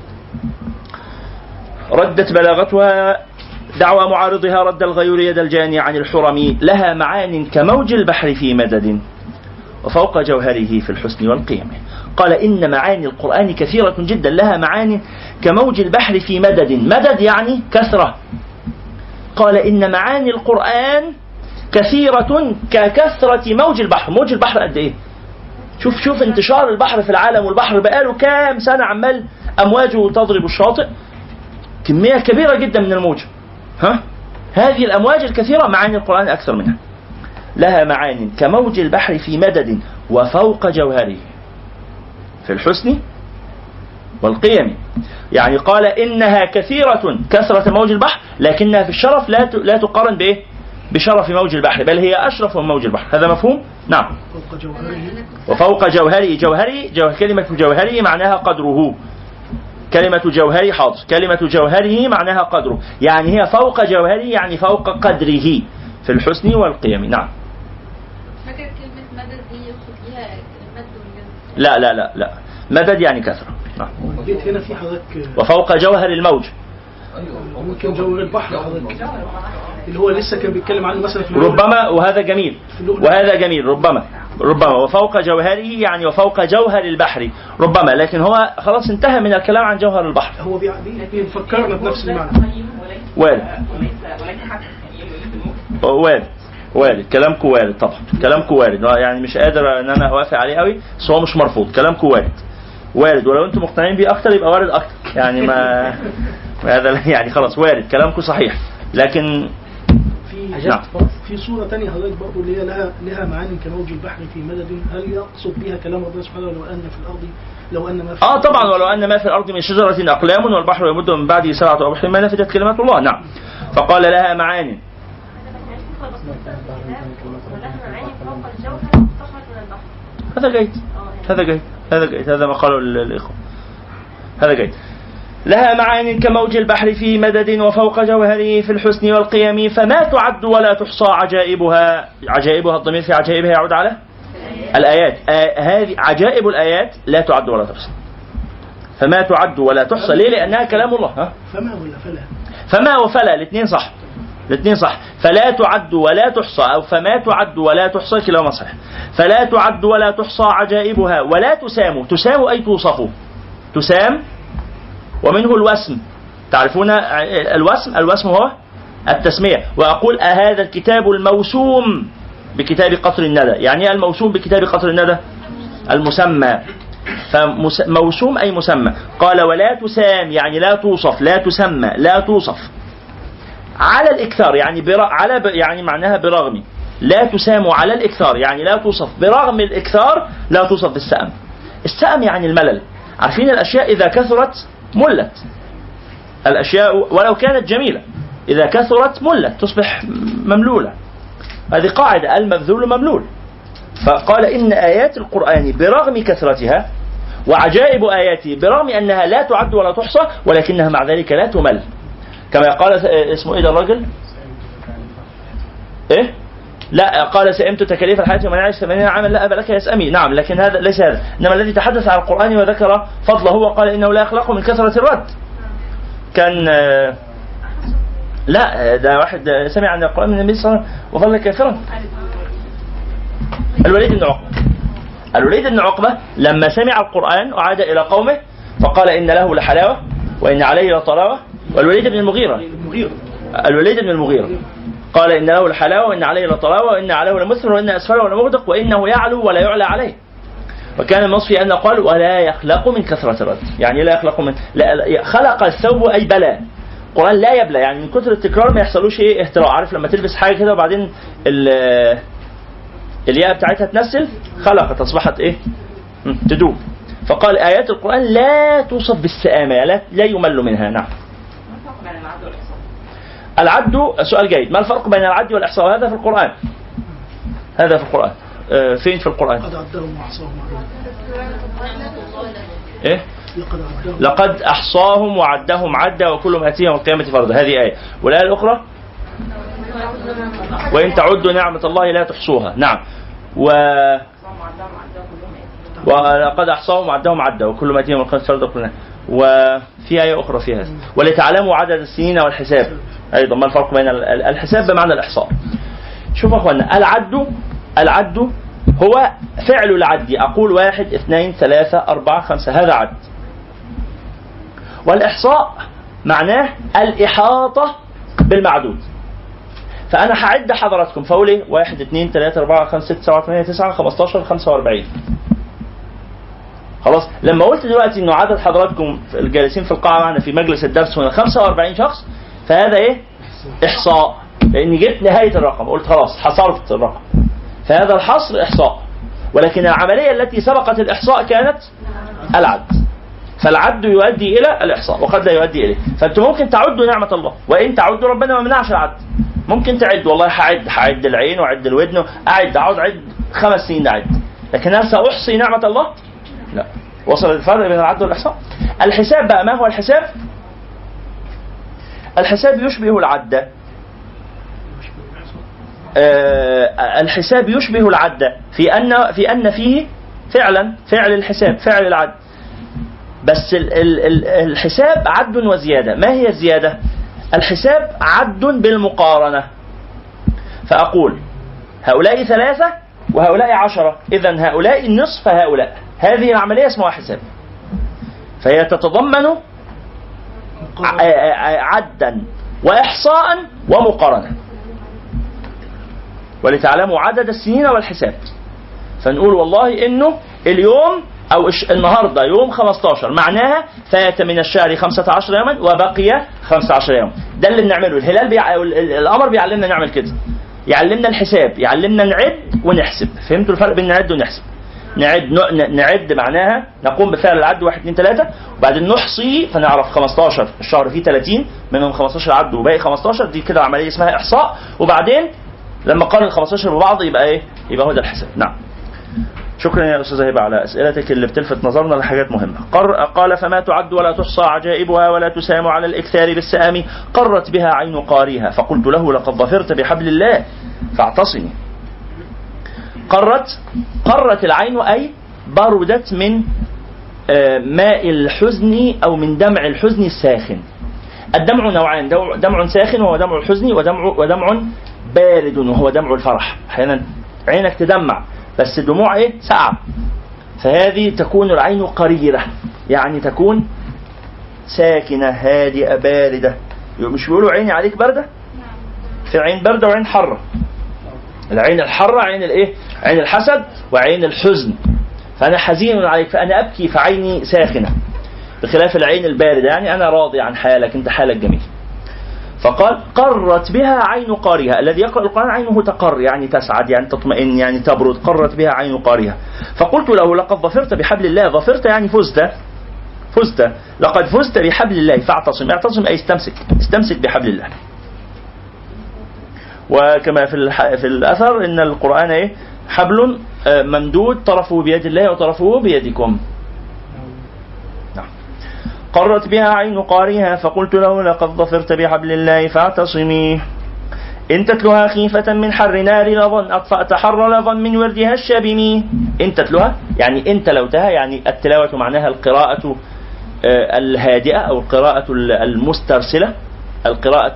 S2: ردت بلاغتها دعوى معارضها رد الغيور يد الجاني عن الحرم لها معان كموج البحر في مدد وفوق جوهره في الحسن والقيم. قال إن معاني القرآن كثيرة جدا، لها معان كموج البحر في مدد. مدد يعني كثرة. قال إن معاني القرآن كثيرة ككثرة موج البحر. موج البحر قد إيه؟ شوف شوف انتشار البحر في العالم، والبحر بقاله كام سنة عمال أمواجه تضرب الشاطئ، كمية كبيرة جدا من الموج. ها؟ هذه الأمواج الكثيرة معاني القرآن أكثر منها. لها معان كموج البحر في مدد وفوق جوهره في الحسن والقيم. يعني قال إنها كثيرة كثرة موج البحر، لكنها في الشرف لا لا تقارن بإيه؟ بشرف موج البحر، بل هي أشرف من موج البحر. هذا مفهوم؟ نعم. وفوق جوهره. جوهري جوه كلمة جوهري معناها قدره. كلمة جوهري حاضر. كلمة جوهره معناها قدره، يعني هي فوق جوهره يعني فوق قدره في الحسن والقيم. نعم.
S17: فاكر كلمة مدد دي يقصد بيها المد والجزم؟
S2: لا لا لا لا مدد يعني كثرة. نعم.
S11: جيت هنا في حضرتك
S2: وفوق جوهر الموج.
S11: ممكن جوهر البحر حضرتك اللي هو لسه كان بيتكلم عنه مثلا في
S2: ربما، وهذا جميل وهذا جميل. ربما ربما وفوق جوهره يعني وفوق جوهر البحر ربما، لكن هو خلاص انتهى من الكلام عن جوهر البحر.
S11: هو بيفكرنا بنفس المعنى.
S2: وارد وارد وارد كلامكم وارد طبعا، كلامكم وارد، يعني مش قادر ان انا اوافق عليه قوي، بس هو مش مرفوض. كلامكم وارد وارد، ولو انتم مقتنعين بيه اكتر يبقى وارد اكتر، يعني ما هذا يعني خلاص وارد كلامكم صحيح. لكن
S11: في
S2: نعم.
S11: في صورة تانية حضرتك برضه اللي هي لها لها معاني كموج البحر في مدد، هل يقصد بها كلام ربنا سبحانه لو أن في الأرض لو أن ما في
S2: اه طبعا ولو أن ما في الأرض من شجرة أقلام والبحر يمد من بعده سبعة أبحر ما نفدت كلمات الله. نعم. فقال لها معاني. هذا جيد هذا جيد هذا جيد هذا ما قاله الإخوة، هذا جيد. لها معاني كموج البحر في مدد وفوق جوهره في الحسن والقيم فما تعد ولا تحصى عجائبها. عجائبها الضمير في عجائبها يعود على الآيات. آه هذه عجائب الآيات لا تعد ولا تحصى. فما تعد ولا تحصى ليه؟ لأنها كلام الله. ها؟
S11: فما ولا فلا
S2: فما وفلا الاثنين صح، الاثنين صح. فلا تعد ولا تحصى أو فما تعد ولا تحصى كلاهما صح. فلا تعد ولا تحصى عجائبها ولا تسام. تسام أي توصف، تسام ومنه الوسم. تعرفون الوسم؟ الوسم هو التسمية. وأقول أهذا الكتاب الموسوم بكتاب قطر الندى. يعني الموسوم بكتاب قطر الندى المسمى. فموسوم أي مسمى. قال ولا تسام يعني لا توصف، لا تسمى، لا توصف على الإكثار يعني بر... على ب... يعني معناها برغم. لا تسام على الإكثار يعني لا توصف برغم الإكثار، لا توصف بالسأم. السأم يعني الملل. عارفين الأشياء إذا كثرت ملت. الأشياء ولو كانت جميلة إذا كثرت ملت تصبح مملولة. هذه قاعدة المبذول مملول. فقال إن آيات القرآن برغم كثرتها وعجائب آياته برغم أنها لا تعد ولا تحصى ولكنها مع ذلك لا تمل. كما قال اسمه إيه ده الرجل إيه لا قال سئمت تكاليف الحياة ومن يعيش ثمانين عاما لا أبا لك يسأمي. نعم لكن هذا ليس هذا، إنما الذي تحدث عن القرآن وذكر فضله وقال إنه لا يخلق من كثرة الرد. كان لا ده واحد سمع عن القرآن من النبي صلى الله عليه وسلم وظل كافرا. الوليد بن عقبة الوليد بن عقبة لما سمع القرآن وعاد إلى قومه فقال إن له لحلاوة وإن عليه لطلاوة. والوليد بن المغيرة الوليد بن المغيرة قال إن له الحلاوة وإن عليه لطلاوة وإن عليه لمثمر وإن أسفله لمغدق وإنه يعلو ولا يعلى عليه. وكان النصفي أن قال ولا يخلق من كثرة الرد. يعني لا يخلق من لا خلق الثوب أي بلا. القرآن لا يبلى يعني من كثر التكرار ما يحصلوش إيه اهتراء. عارف لما تلبس حاجة كده وبعدين الياء بتاعتها تنسل خلقت أصبحت إيه تدوب. فقال آيات القرآن لا توصف بالسآمة لا, لا يمل منها. نعم. العد سؤال جيد. ما الفرق بين العد والإحصاء؟ وهذا في القرآن. هذا في القرآن. آه فين في القرآن؟ إيه؟ لقد أحصاهم وعدهم عدا وكلهم آتيهم القيامة فردا. هذه آية. والآية الأخرى وإن تعدوا نعمة الله لا تحصوها. نعم. و ولقد أحصاهم وعدهم عدا وكلهم آتيهم القيامة فردا. وفي آية أخرى فيها ولتعلموا عدد السنين والحساب. أيضا ما الفرق بين الحساب بمعنى الإحصاء؟ شوف أخوانا العد العد هو فعل العد. أقول واحد اثنين ثلاثة أربعة خمسة هذا عد. والإحصاء معناه الإحاطة بالمعدود. فأنا هعد حضراتكم فأقول إيه واحد اثنين ثلاثة أربعة خمسة ستة سبعة ثمانية تسعة خمستاشر خمسة وأربعين. خلاص لما قلت دلوقتي إنه عدد حضراتكم الجالسين في القاعة معنا في مجلس الدرس هنا خمسة وأربعين شخص فهذا إيه إحصاء لأني جبت نهاية الرقم قلت خلاص حصرت الرقم. فهذا الحصر إحصاء. ولكن العملية التي سبقت الإحصاء كانت العد. فالعد يؤدي إلى الإحصاء وقد لا يؤدي إليه. فأنتم ممكن تعدوا نعمة الله وإن تعدوا ربنا ما منعش العد. ممكن تعد والله هعد هعد العين وعد الودن أعد أعد عد خمس سنين أعد. لكن هل سأحصي نعمة الله؟ لا. وصل الفرق بين العد والإحصاء. الحساب بقى ما هو الحساب؟ الحساب يشبه العد. أه الحساب يشبه العد في أن في أن فيه فعلا فعل الحساب فعل العد. بس ال ال ال الحساب عد وزيادة. ما هي الزيادة؟ الحساب عد بالمقارنة. فأقول هؤلاء ثلاثة وهؤلاء عشرة إذن هؤلاء نصف هؤلاء. هذه العملية اسمها حساب. فهي تتضمن عدا وإحصاء ومقارنة. ولتعلموا عدد السنين والحساب. فنقول والله إنه اليوم أو النهاردة يوم خمستاشر معناها فات من الشهر خمسة عشر يوما وبقي خمسة عشر يوم. ده اللي بنعمله. الهلال بيع... القمر بيعلمنا نعمل كده، يعلمنا الحساب، يعلمنا نعد ونحسب. فهمتوا الفرق بين نعد ونحسب؟ نعد نعد معناها نقوم بفعل العد واحد اثنين ثلاثة، وبعدين نحصي فنعرف خمستاشر الشهر فيه ثلاثين منهم خمستاشر عد وباقي خمستاشر، دي كده عملية اسمها إحصاء. وبعدين لما قارن ال خمستاشر ببعض يبقى ايه؟ يبقى هو ده الحساب. نعم. شكرا يا أستاذ هبة على أسئلتك اللي بتلفت نظرنا لحاجات مهمة. قال فما تعد ولا تحصى عجائبها ولا تسام على الإكثار بالسآم، قرت بها عين قاريها فقلت له لقد ظفرت بحبل الله فاعتصمي. قرت قرت العين أي بردت من ماء الحزن أو من دمع الحزن الساخن. الدمع نوعان، دمع ساخن وهو دمع الحزن، ودمع ودمع بارد وهو دمع الفرح. أحيانا عينك تدمع بس الدموع ايه؟ ساقعة، فهذه تكون العين قريرة، يعني تكون ساكنة هادئة باردة. مش بيقولوا عيني عليك باردة؟ في عين باردة وعين حرة. العين الحرة عين الايه؟ عين الحسد وعين الحزن. فأنا حزين عليك فأنا أبكي فعيني ساخنة، بخلاف العين الباردة يعني أنا راضي عن حالك، أنت حالك جميل. فقال قرت بها عين قارها. الذي يقرأ القرآن عينه تقر، يعني تسعد، يعني تطمئن، يعني تبرد. قرت بها عين قارها فقلت له لقد ظفرت بحبل الله. ظفرت يعني فزت، فزت لقد فزت بحبل الله فاعتصم. اعتصم أي استمسك، استمسك بحبل الله. وكما في في الأثر إن القرآن إيه؟ حبل ممدود طرفه بيد الله وطرفه بيدكم. قرت بها عين قارها فقلت له لقد ظفرت بحبل الله فاعتصمي. إن تتلها خيفة من حر نار لظى أطفأت حر لظى من وردها الشبم. إن تتلها يعني إن تلوتها، يعني التلاوة معناها القراءة الهادئة أو القراءة المسترسلة، القراءة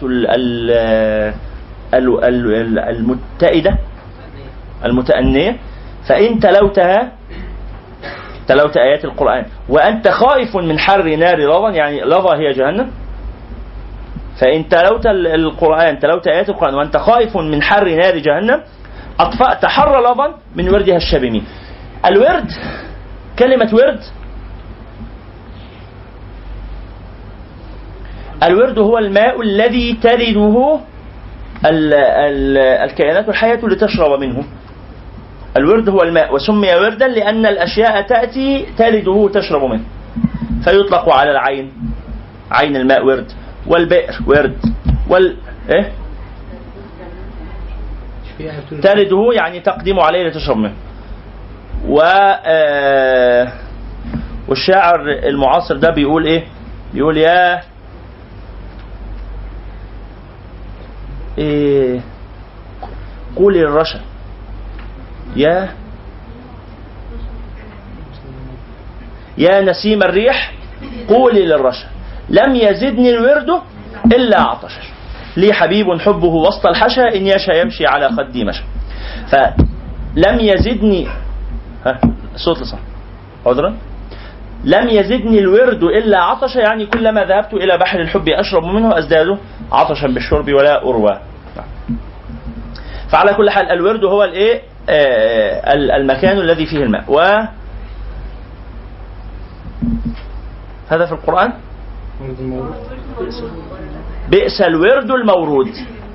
S2: المتئدة المتأنية. فإن تلوتها تلوت آيات القرآن وأنت خائف من حر نار لظى، يعني لظى هي جهنم. فإن تلوت القرآن تلوت آيات القرآن وأنت خائف من حر نار جهنم أطفأت حر لظى من وردها الشبمي. الورد، كلمة ورد، الورد هو الماء الذي ترده ال ال الكائنات الحية لتشرب منه. الورد هو الماء، وسمي وردا لأن الأشياء تأتي ترده تشرب منه، فيطلق على العين، عين الماء ورد، والبئر ورد، وال إيه؟ ترده يعني تقدم عليه لتشرب منه. و آه والشاعر المعاصر ده بيقول إيه؟ بيقول يا إيه قولي الرشا يا يا نسيم الريح قولي للرشا لم يزدني الورد إلا عطشا لي حبيب حبه وسط الحشا إن يشا يمشي على خدي مشى. فلم يزدني ها صوت لصح عذرا لم يزدني الورد إلا عطشا، يعني كلما ذهبت إلى بحر الحب أشرب منه أزداد عطشا بالشرب ولا أروى. فعلى كل حال الورد هو الايه آه المكان الذي فيه الماء. و هذا في القرآن بئس الورد المورود.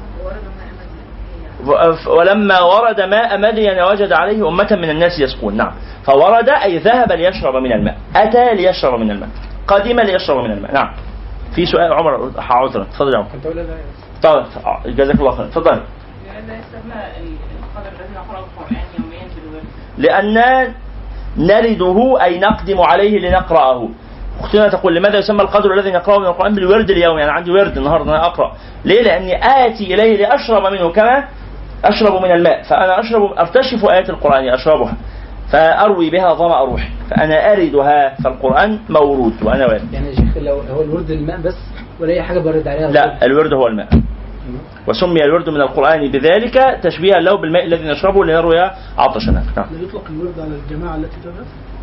S2: ولما ورد ماء مدين وجد عليه أمة من الناس يسقون. نعم، فورد أي ذهب ليشرب من الماء، أتى ليشرب من الماء، قدم ليشرب من الماء. نعم. في سؤال عمر عذرا، تفضل يا عمر. طيب جزاك الله خير، تفضل. لأن نرده أي نقدم عليه لنقرأه. أختنا تقول لماذا يسمى القدر الذي نقرأه من القرآن بالورد اليوم؟ يعني عندي ورد النهاردة أنا أقرأ. ليه؟ لأني آتي إليه لأشرب منه كما أشرب من الماء. فأنا أشرب أرتشف آيات القرآن أشربها فأروي بها ظمأ روحي، فأنا أردها. فالقرآن مورود وأنا وارد.
S7: يعني يا شيخ لو هو الورد الماء بس ولا أي حاجة برد عليها؟
S2: لا، الورد هو الماء، وسمي الورد من القرآن بذلك تشبيها له بالماء الذي نشربه لنروي عطشنا.
S11: يطلق الورد على الجماعة التي تذهب،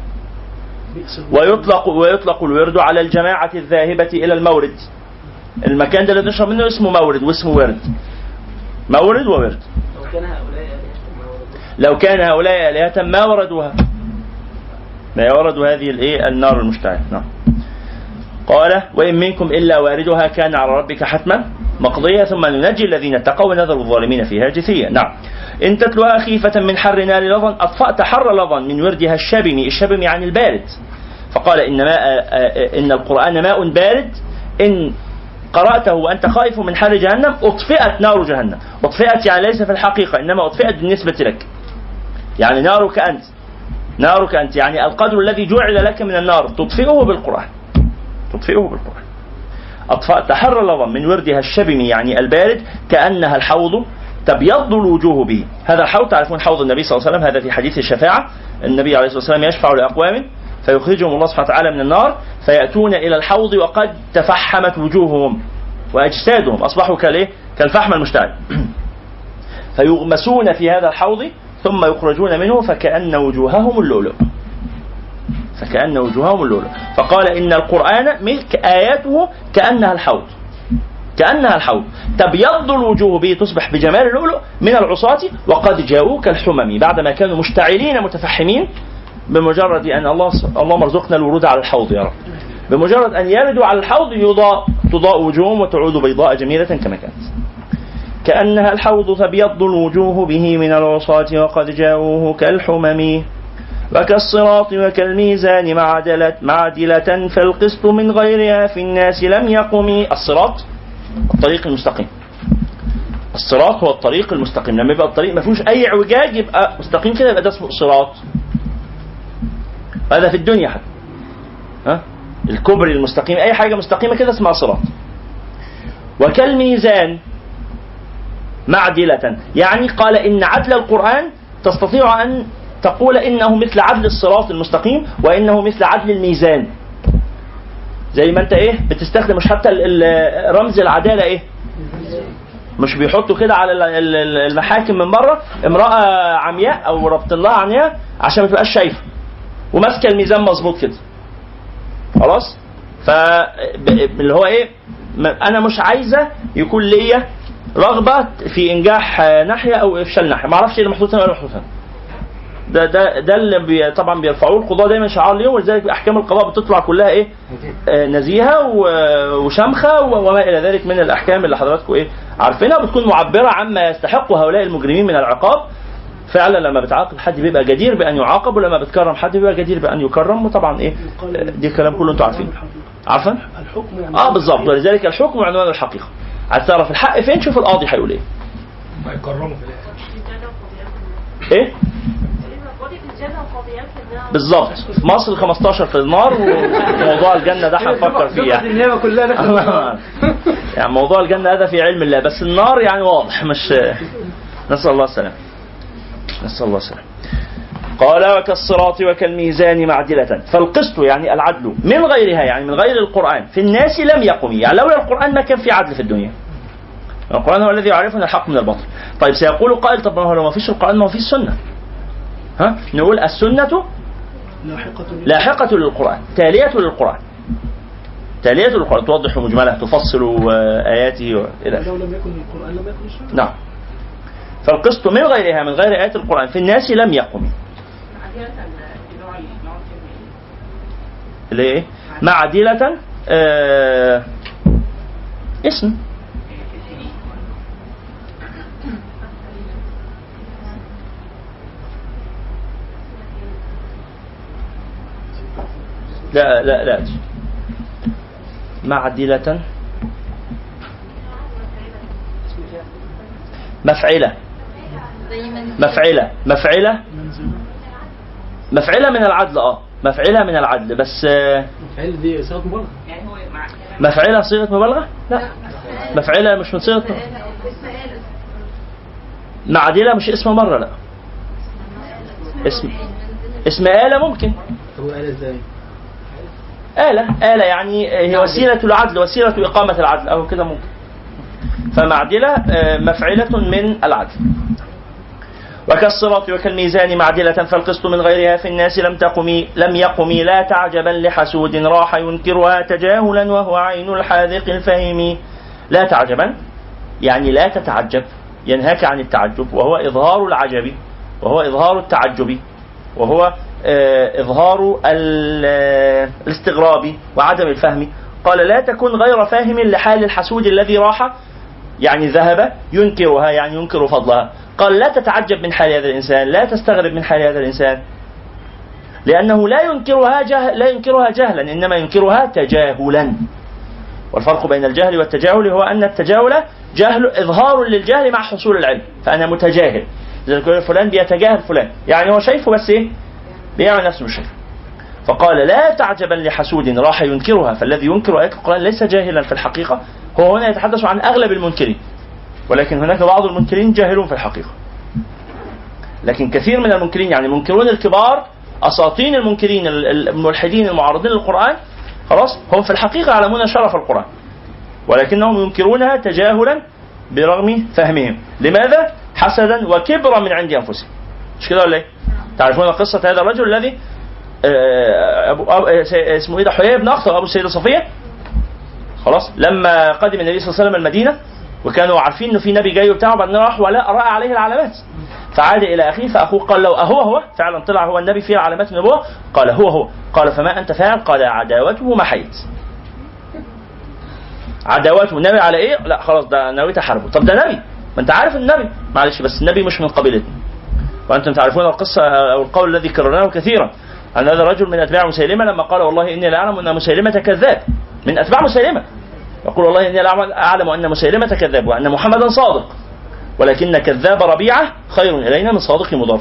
S2: ويطلق ويطلق الورد على الجماعة الذاهبة إلى المورد. المكان ده اللي نشرب منه اسمه مورد واسمه ورد. مورد وورد.
S14: لو كان هؤلاء
S2: لو كان هؤلاء آلهة ما وردوها. لا يورد هذه الايه النار المشتعلة. نعم. قال وإن منكم إلا واردها كان على ربك حتما مقضية ثم ننجي الذين اتقوا ونذر الظالمين فيها جثيا. نعم. إن تتلوها خيفة من حر نار لظى أطفأت حر لظى من وردها الشبم، الشبم يعني البارد. فقال إن ماء إن القرآن ماء بارد إن قرأته وأنت خائف من حر جهنم أطفئت نار جهنم. أطفئت يعني ليس في الحقيقة إنما أطفئت بالنسبة لك، يعني نارك أنت، نارك أنت يعني القدر الذي جعل لك من النار تطفئه بالقرآن، تطفئه بالقرآن. أطفأت حر لظى من وردها الشبم يعني البارد كأنها الحوض تبيض الوجوه به. هذا الحوض تعرفون حوض النبي صلى الله عليه وسلم، هذا في حديث الشفاعة. النبي عليه الصلاة والسلام يشفع لأقوام فيخرجهم الله سبحانه وتعالى من النار فيأتون إلى الحوض وقد تفحمت وجوههم وأجسادهم أصبحوا كالإيه؟ كالفحم المشتعل فيغمسون في هذا الحوض ثم يخرجون منه فكأن وجوههم اللؤلؤ، فكأن وجوههم اللؤلؤ. فقال إن القرآن آياته كأنها الحوض، كأنها الحوض تبيض الوجوه به تصبح بجمال اللؤلؤ من العصاة وقد جاءوا كالحمم بعدما كانوا مشتعلين متفحمين. بمجرد أن الله اللهم ارزقنا الورود على الحوض يا رب، بمجرد أن يردوا على الحوض يضاء تضاء وجوههم وتعود بيضاء جميلة كما كانت. كأنها الحوض تبيض الوجوه به من العصاة وقد جاءوه كالحمم وكالصراط وكالميزان معدلة معدلة فالقسط من غيرها في الناس لم يقم. الصراط الطريق المستقيم، الصراط هو الطريق المستقيم. لما يبقى الطريق ما فيهوش أي اعوجاج يبقى مستقيم كده، يبقى ده اسمه صراط. هذا في الدنيا حتى ها الكبري المستقيم، أي حاجة مستقيمة كده اسمها صراط. وكالميزان معدلة يعني قال إن عدل القرآن تستطيع أن تقول إنه مثل عدل الصراط المستقيم وإنه مثل عدل الميزان. زي ما أنت إيه بتستخدم مش حتى رمز العدالة إيه مش بيحطوا كده على المحاكم من بره امرأة عمياء أو ربط الله عمياء عشان ما تبقاش شايفة وماسكة الميزان مظبوط كده خلاص. فاللي هو إيه أنا مش عايزة يكون ليا رغبة في إنجاح ناحية أو إفشال ناحية، ما أعرفش اللي محطوط هنا ولا محطوط هنا. ده ده ده اللي بي طبعا بيرفعوه القضاء دايما شعار اليوم، ولذلك احكام القضاء بتطلع كلها ايه آه نزيهه وشمخه وما الى ذلك من الاحكام اللي حضراتكم ايه عارفينها، وبتكون معبره عما يستحق هؤلاء المجرمين من العقاب. فعلا لما بتعاقب حد بيبقى جدير بان يعاقب، ولما بتكرم حد بيبقى جدير بان يكرم. وطبعا ايه دي الكلام كله انتوا عارفين عارفين
S11: الحكم
S2: اه بالظبط. ولذلك الحكم عنوان الحقيقه. عايز تعرف الحق فين؟ شوف القاضي هيقول ايه.
S12: ما يكرموا في الاخر
S2: ايه بالظبط. مصر خمستاشر في النار، وموضوع الجنة ده هنفكر فيه يعني. يعني موضوع الجنة هذا في علم الله، بس النار يعني واضح مش. نسأل الله السلام، نسأل الله السلام. قال وكالصراط وكالميزان معدلة فالقسط يعني العدل من غيرها يعني من غير القرآن في الناس لم يقم. يعني لولا القرآن ما كان في عدل في الدنيا. القرآن هو الذي يعرفنا الحق من الباطل. طيب سيقول قائل طب ما هو لو ما فيش القرآن ما هو فيش السنة. ها نقول السنة لاحقة للقرآن تالية للقرآن، تالية للقرآن توضح مجمله تفصل آياته وإلى
S11: لو لم يكن القرآن لم يكن السنة.
S2: نعم. فالقسط من غيرها من غير آيات القرآن في الناس لم يقم. ليه؟ معدلة آه اسم لا لا لا معدلة مفعلة مفعلة مفعلة مفعلة من العدل اه مفعلة من العدل بس
S11: مفعلة دي صيغة مبالغة.
S2: مفعلة صيغة مبالغة؟ لا مفعلة مش من صيغة معدلة مش اسم مرة لا اسم اسم آلة ممكن.
S11: هو آلة ازاي؟
S2: آلة آلة يعني هي وسيلة العدل وسيلة إقامة العدل أو كده ممكن. فمعدلة مفعلة من العدل. وكالصراط وكالميزان معدلة فالقسط من غيرها في الناس لم تقمي لم يقمي لا تعجبا لحسود راح ينكرها تجاهلا وهو عين الحاذق الفهم. لا تعجبا يعني لا تتعجب، ينهاك عن التعجب وهو إظهار العجب وهو إظهار التعجب وهو إظهار الاستغراب وعدم الفهم. قال لا تكن غير فاهم لحال الحسود الذي راح، يعني ذهب، ينكرها يعني ينكر فضلها. قال لا تتعجب من حال هذا الإنسان، لا تستغرب من حال هذا الإنسان، لأنه لا ينكرها جهل لا ينكرها جهلا، إنما ينكرها تجاهلا. والفرق بين الجهل والتجاهل هو أن التجاهل جهل إظهار للجهل مع حصول العلم، فأنا متجاهل، زي فلان بيتجاهل فلان، يعني هو شايفه بس إيه بيعمل نفسه مش شايفه. فقال لا تعجبا لحسود راح ينكرها، فالذي ينكر آيات القرآن ليس جاهلا في الحقيقة، هو هنا يتحدث عن أغلب المنكرين، ولكن هناك بعض المنكرين جاهلون في الحقيقة. لكن كثير من المنكرين يعني المنكرون الكبار، أساطين المنكرين الملحدين المعارضين للقرآن، خلاص هم في الحقيقة يعلمون شرف القرآن، ولكنهم ينكرونها تجاهلا برغم فهمهم. لماذا؟ حسدا وكبرا من عند أنفسهم. مش كده ولا ايه؟ تعرفون قصة هذا الرجل الذي أبو اسمه ايه ده، حيي بن أخطب أبو السيدة صفية، خلاص لما قدم النبي صلى الله عليه وسلم المدينة وكانوا عارفين انه في نبي جاي وبتاع، بعدين راح ولا رأى عليه العلامات، فعاد الى اخيه فاخوه قال له اهو هو فعلا طلع هو النبي فيه علامات النبوة؟ قال هو هو. قال فما انت فاعل؟ قال عداوته ما حيت. عداوته نبي على ايه؟ لا خلاص ده نويت احاربه. طب ده نبي، ما انت عارف النبي، معلش بس النبي مش من قبيلتنا. وانتم تعرفون القصة او القول الذي كررناه كثيرا ان هذا الرجل من اتباع مسيلمة لما قال والله اني لا اعلم ان مسيلمة كذاب، من اتباع مسيلمة، يقول والله اني لا اعلم ان مسيلمة كذاب وان محمدا صادق، ولكن كذاب ربيعة خير الينا من صادق مضاف.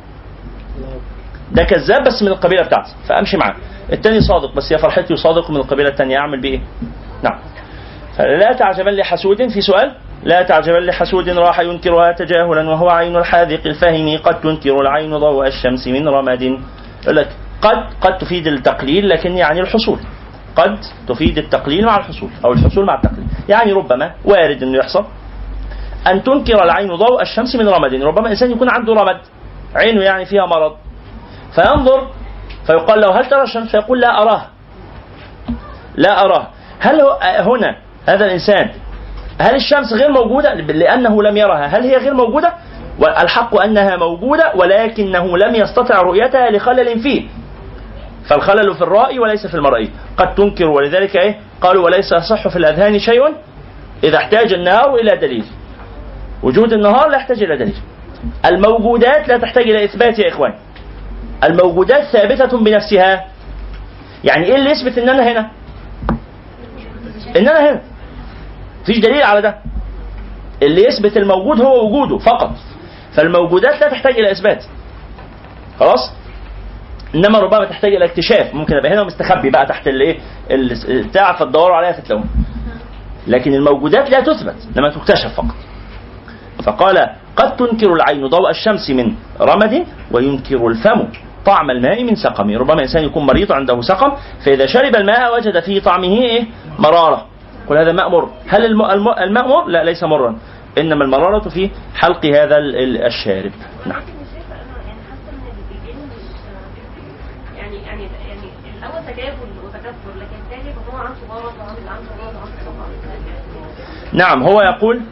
S2: ده كذاب بس من القبيلة بتاعتي فامشي معاه، الثاني صادق بس يا فرحتي وصادق من القبيلة الثانية اعمل بايه؟ نعم. فلا تعجبا لحسود، في سؤال، لا تعجبا لحسود راح ينكرها تجاهلا وهو عين الحاذق الفهم، قد تنكر العين ضوء الشمس من رمد. يقول لك قد قد تفيد التقليل لكن يعني الحصول، قد تفيد التقليل مع الحصول أو الحصول مع التقليل، يعني ربما وارد أنه يحصل أن تنكر العين ضوء الشمس من رمد. ربما إنسان يكون عنده رمد، عينه يعني فيها مرض، فينظر فيقال له هل ترى الشمس؟ فيقول لا أراه لا أراه. هل هنا هذا الإنسان هل الشمس غير موجودة لأنه لم يرها؟ هل هي غير موجودة؟ والحق أنها موجودة ولكنه لم يستطع رؤيتها لخلل فيه، فالخلل في الرأي وليس في المرئي. قد تنكر، ولذلك إيه قالوا وليس يصح في الأذهان شيء إذا احتاج النهار إلى دليل. وجود النهار لا يحتاج إلى دليل، الموجودات لا تحتاج إلى إثبات يا إخوان، الموجودات ثابتة بنفسها. يعني إيه اللي يثبت إن أنا هنا؟ إن أنا هنا، فيش دليل على ده. اللي يثبت الموجود هو وجوده فقط، فالموجودات لا تحتاج إلى إثبات، خلاص. إنما ربما تحتاج إلى اكتشاف، ممكن أبقى هنا ومستخبي بقى تحت الإيه البتاع فتدوروا عليها فتلاقوها، لكن الموجودات لا تثبت لما تكتشف فقط. فقال قد تنكر العين ضوء الشمس من رمد وينكر الفم طعم الماء من سقم. ربما إنسان يكون مريض عنده سقم، فإذا شرب الماء وجد فيه طعمه إيه؟ مرارة، قل هذا ماء مر. هل الماء مر؟ لا ليس مرا، إنما المرارة في حلق هذا الشارب. نعم.
S15: يعني يعني يعني الأول تجاهل وتكبر، لكن الثاني هو عنده مرض وعنده عنده مرض وعنده.
S2: نعم هو يقول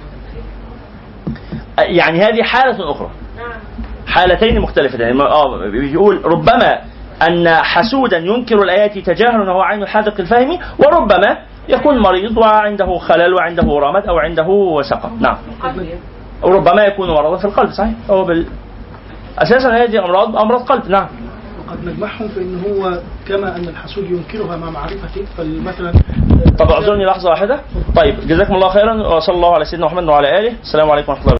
S2: يعني هذه حالة أخرى، حالتين مختلفتين. آه بيقول ربما أن حسودا ينكر الآيات تجاهلا وهو عين الحاذق الفهم، وربما يكون مريض وعنده خلل وعنده رمد أو عنده سقم. نعم. وربما يكون مرضا في القلب، صحيح، هو بال... أساسا هذه أمراض أمراض قلب. نعم.
S11: وقد نجمعهم في إن هو كما أن الحسود ينكرها مع معرفته، فمثلا.
S2: طب أعذرني لحظة واحدة. طيب جزاكم الله خيرا، وصلى الله على سيدنا محمد وعلى آله. السلام عليكم ورحمة الله.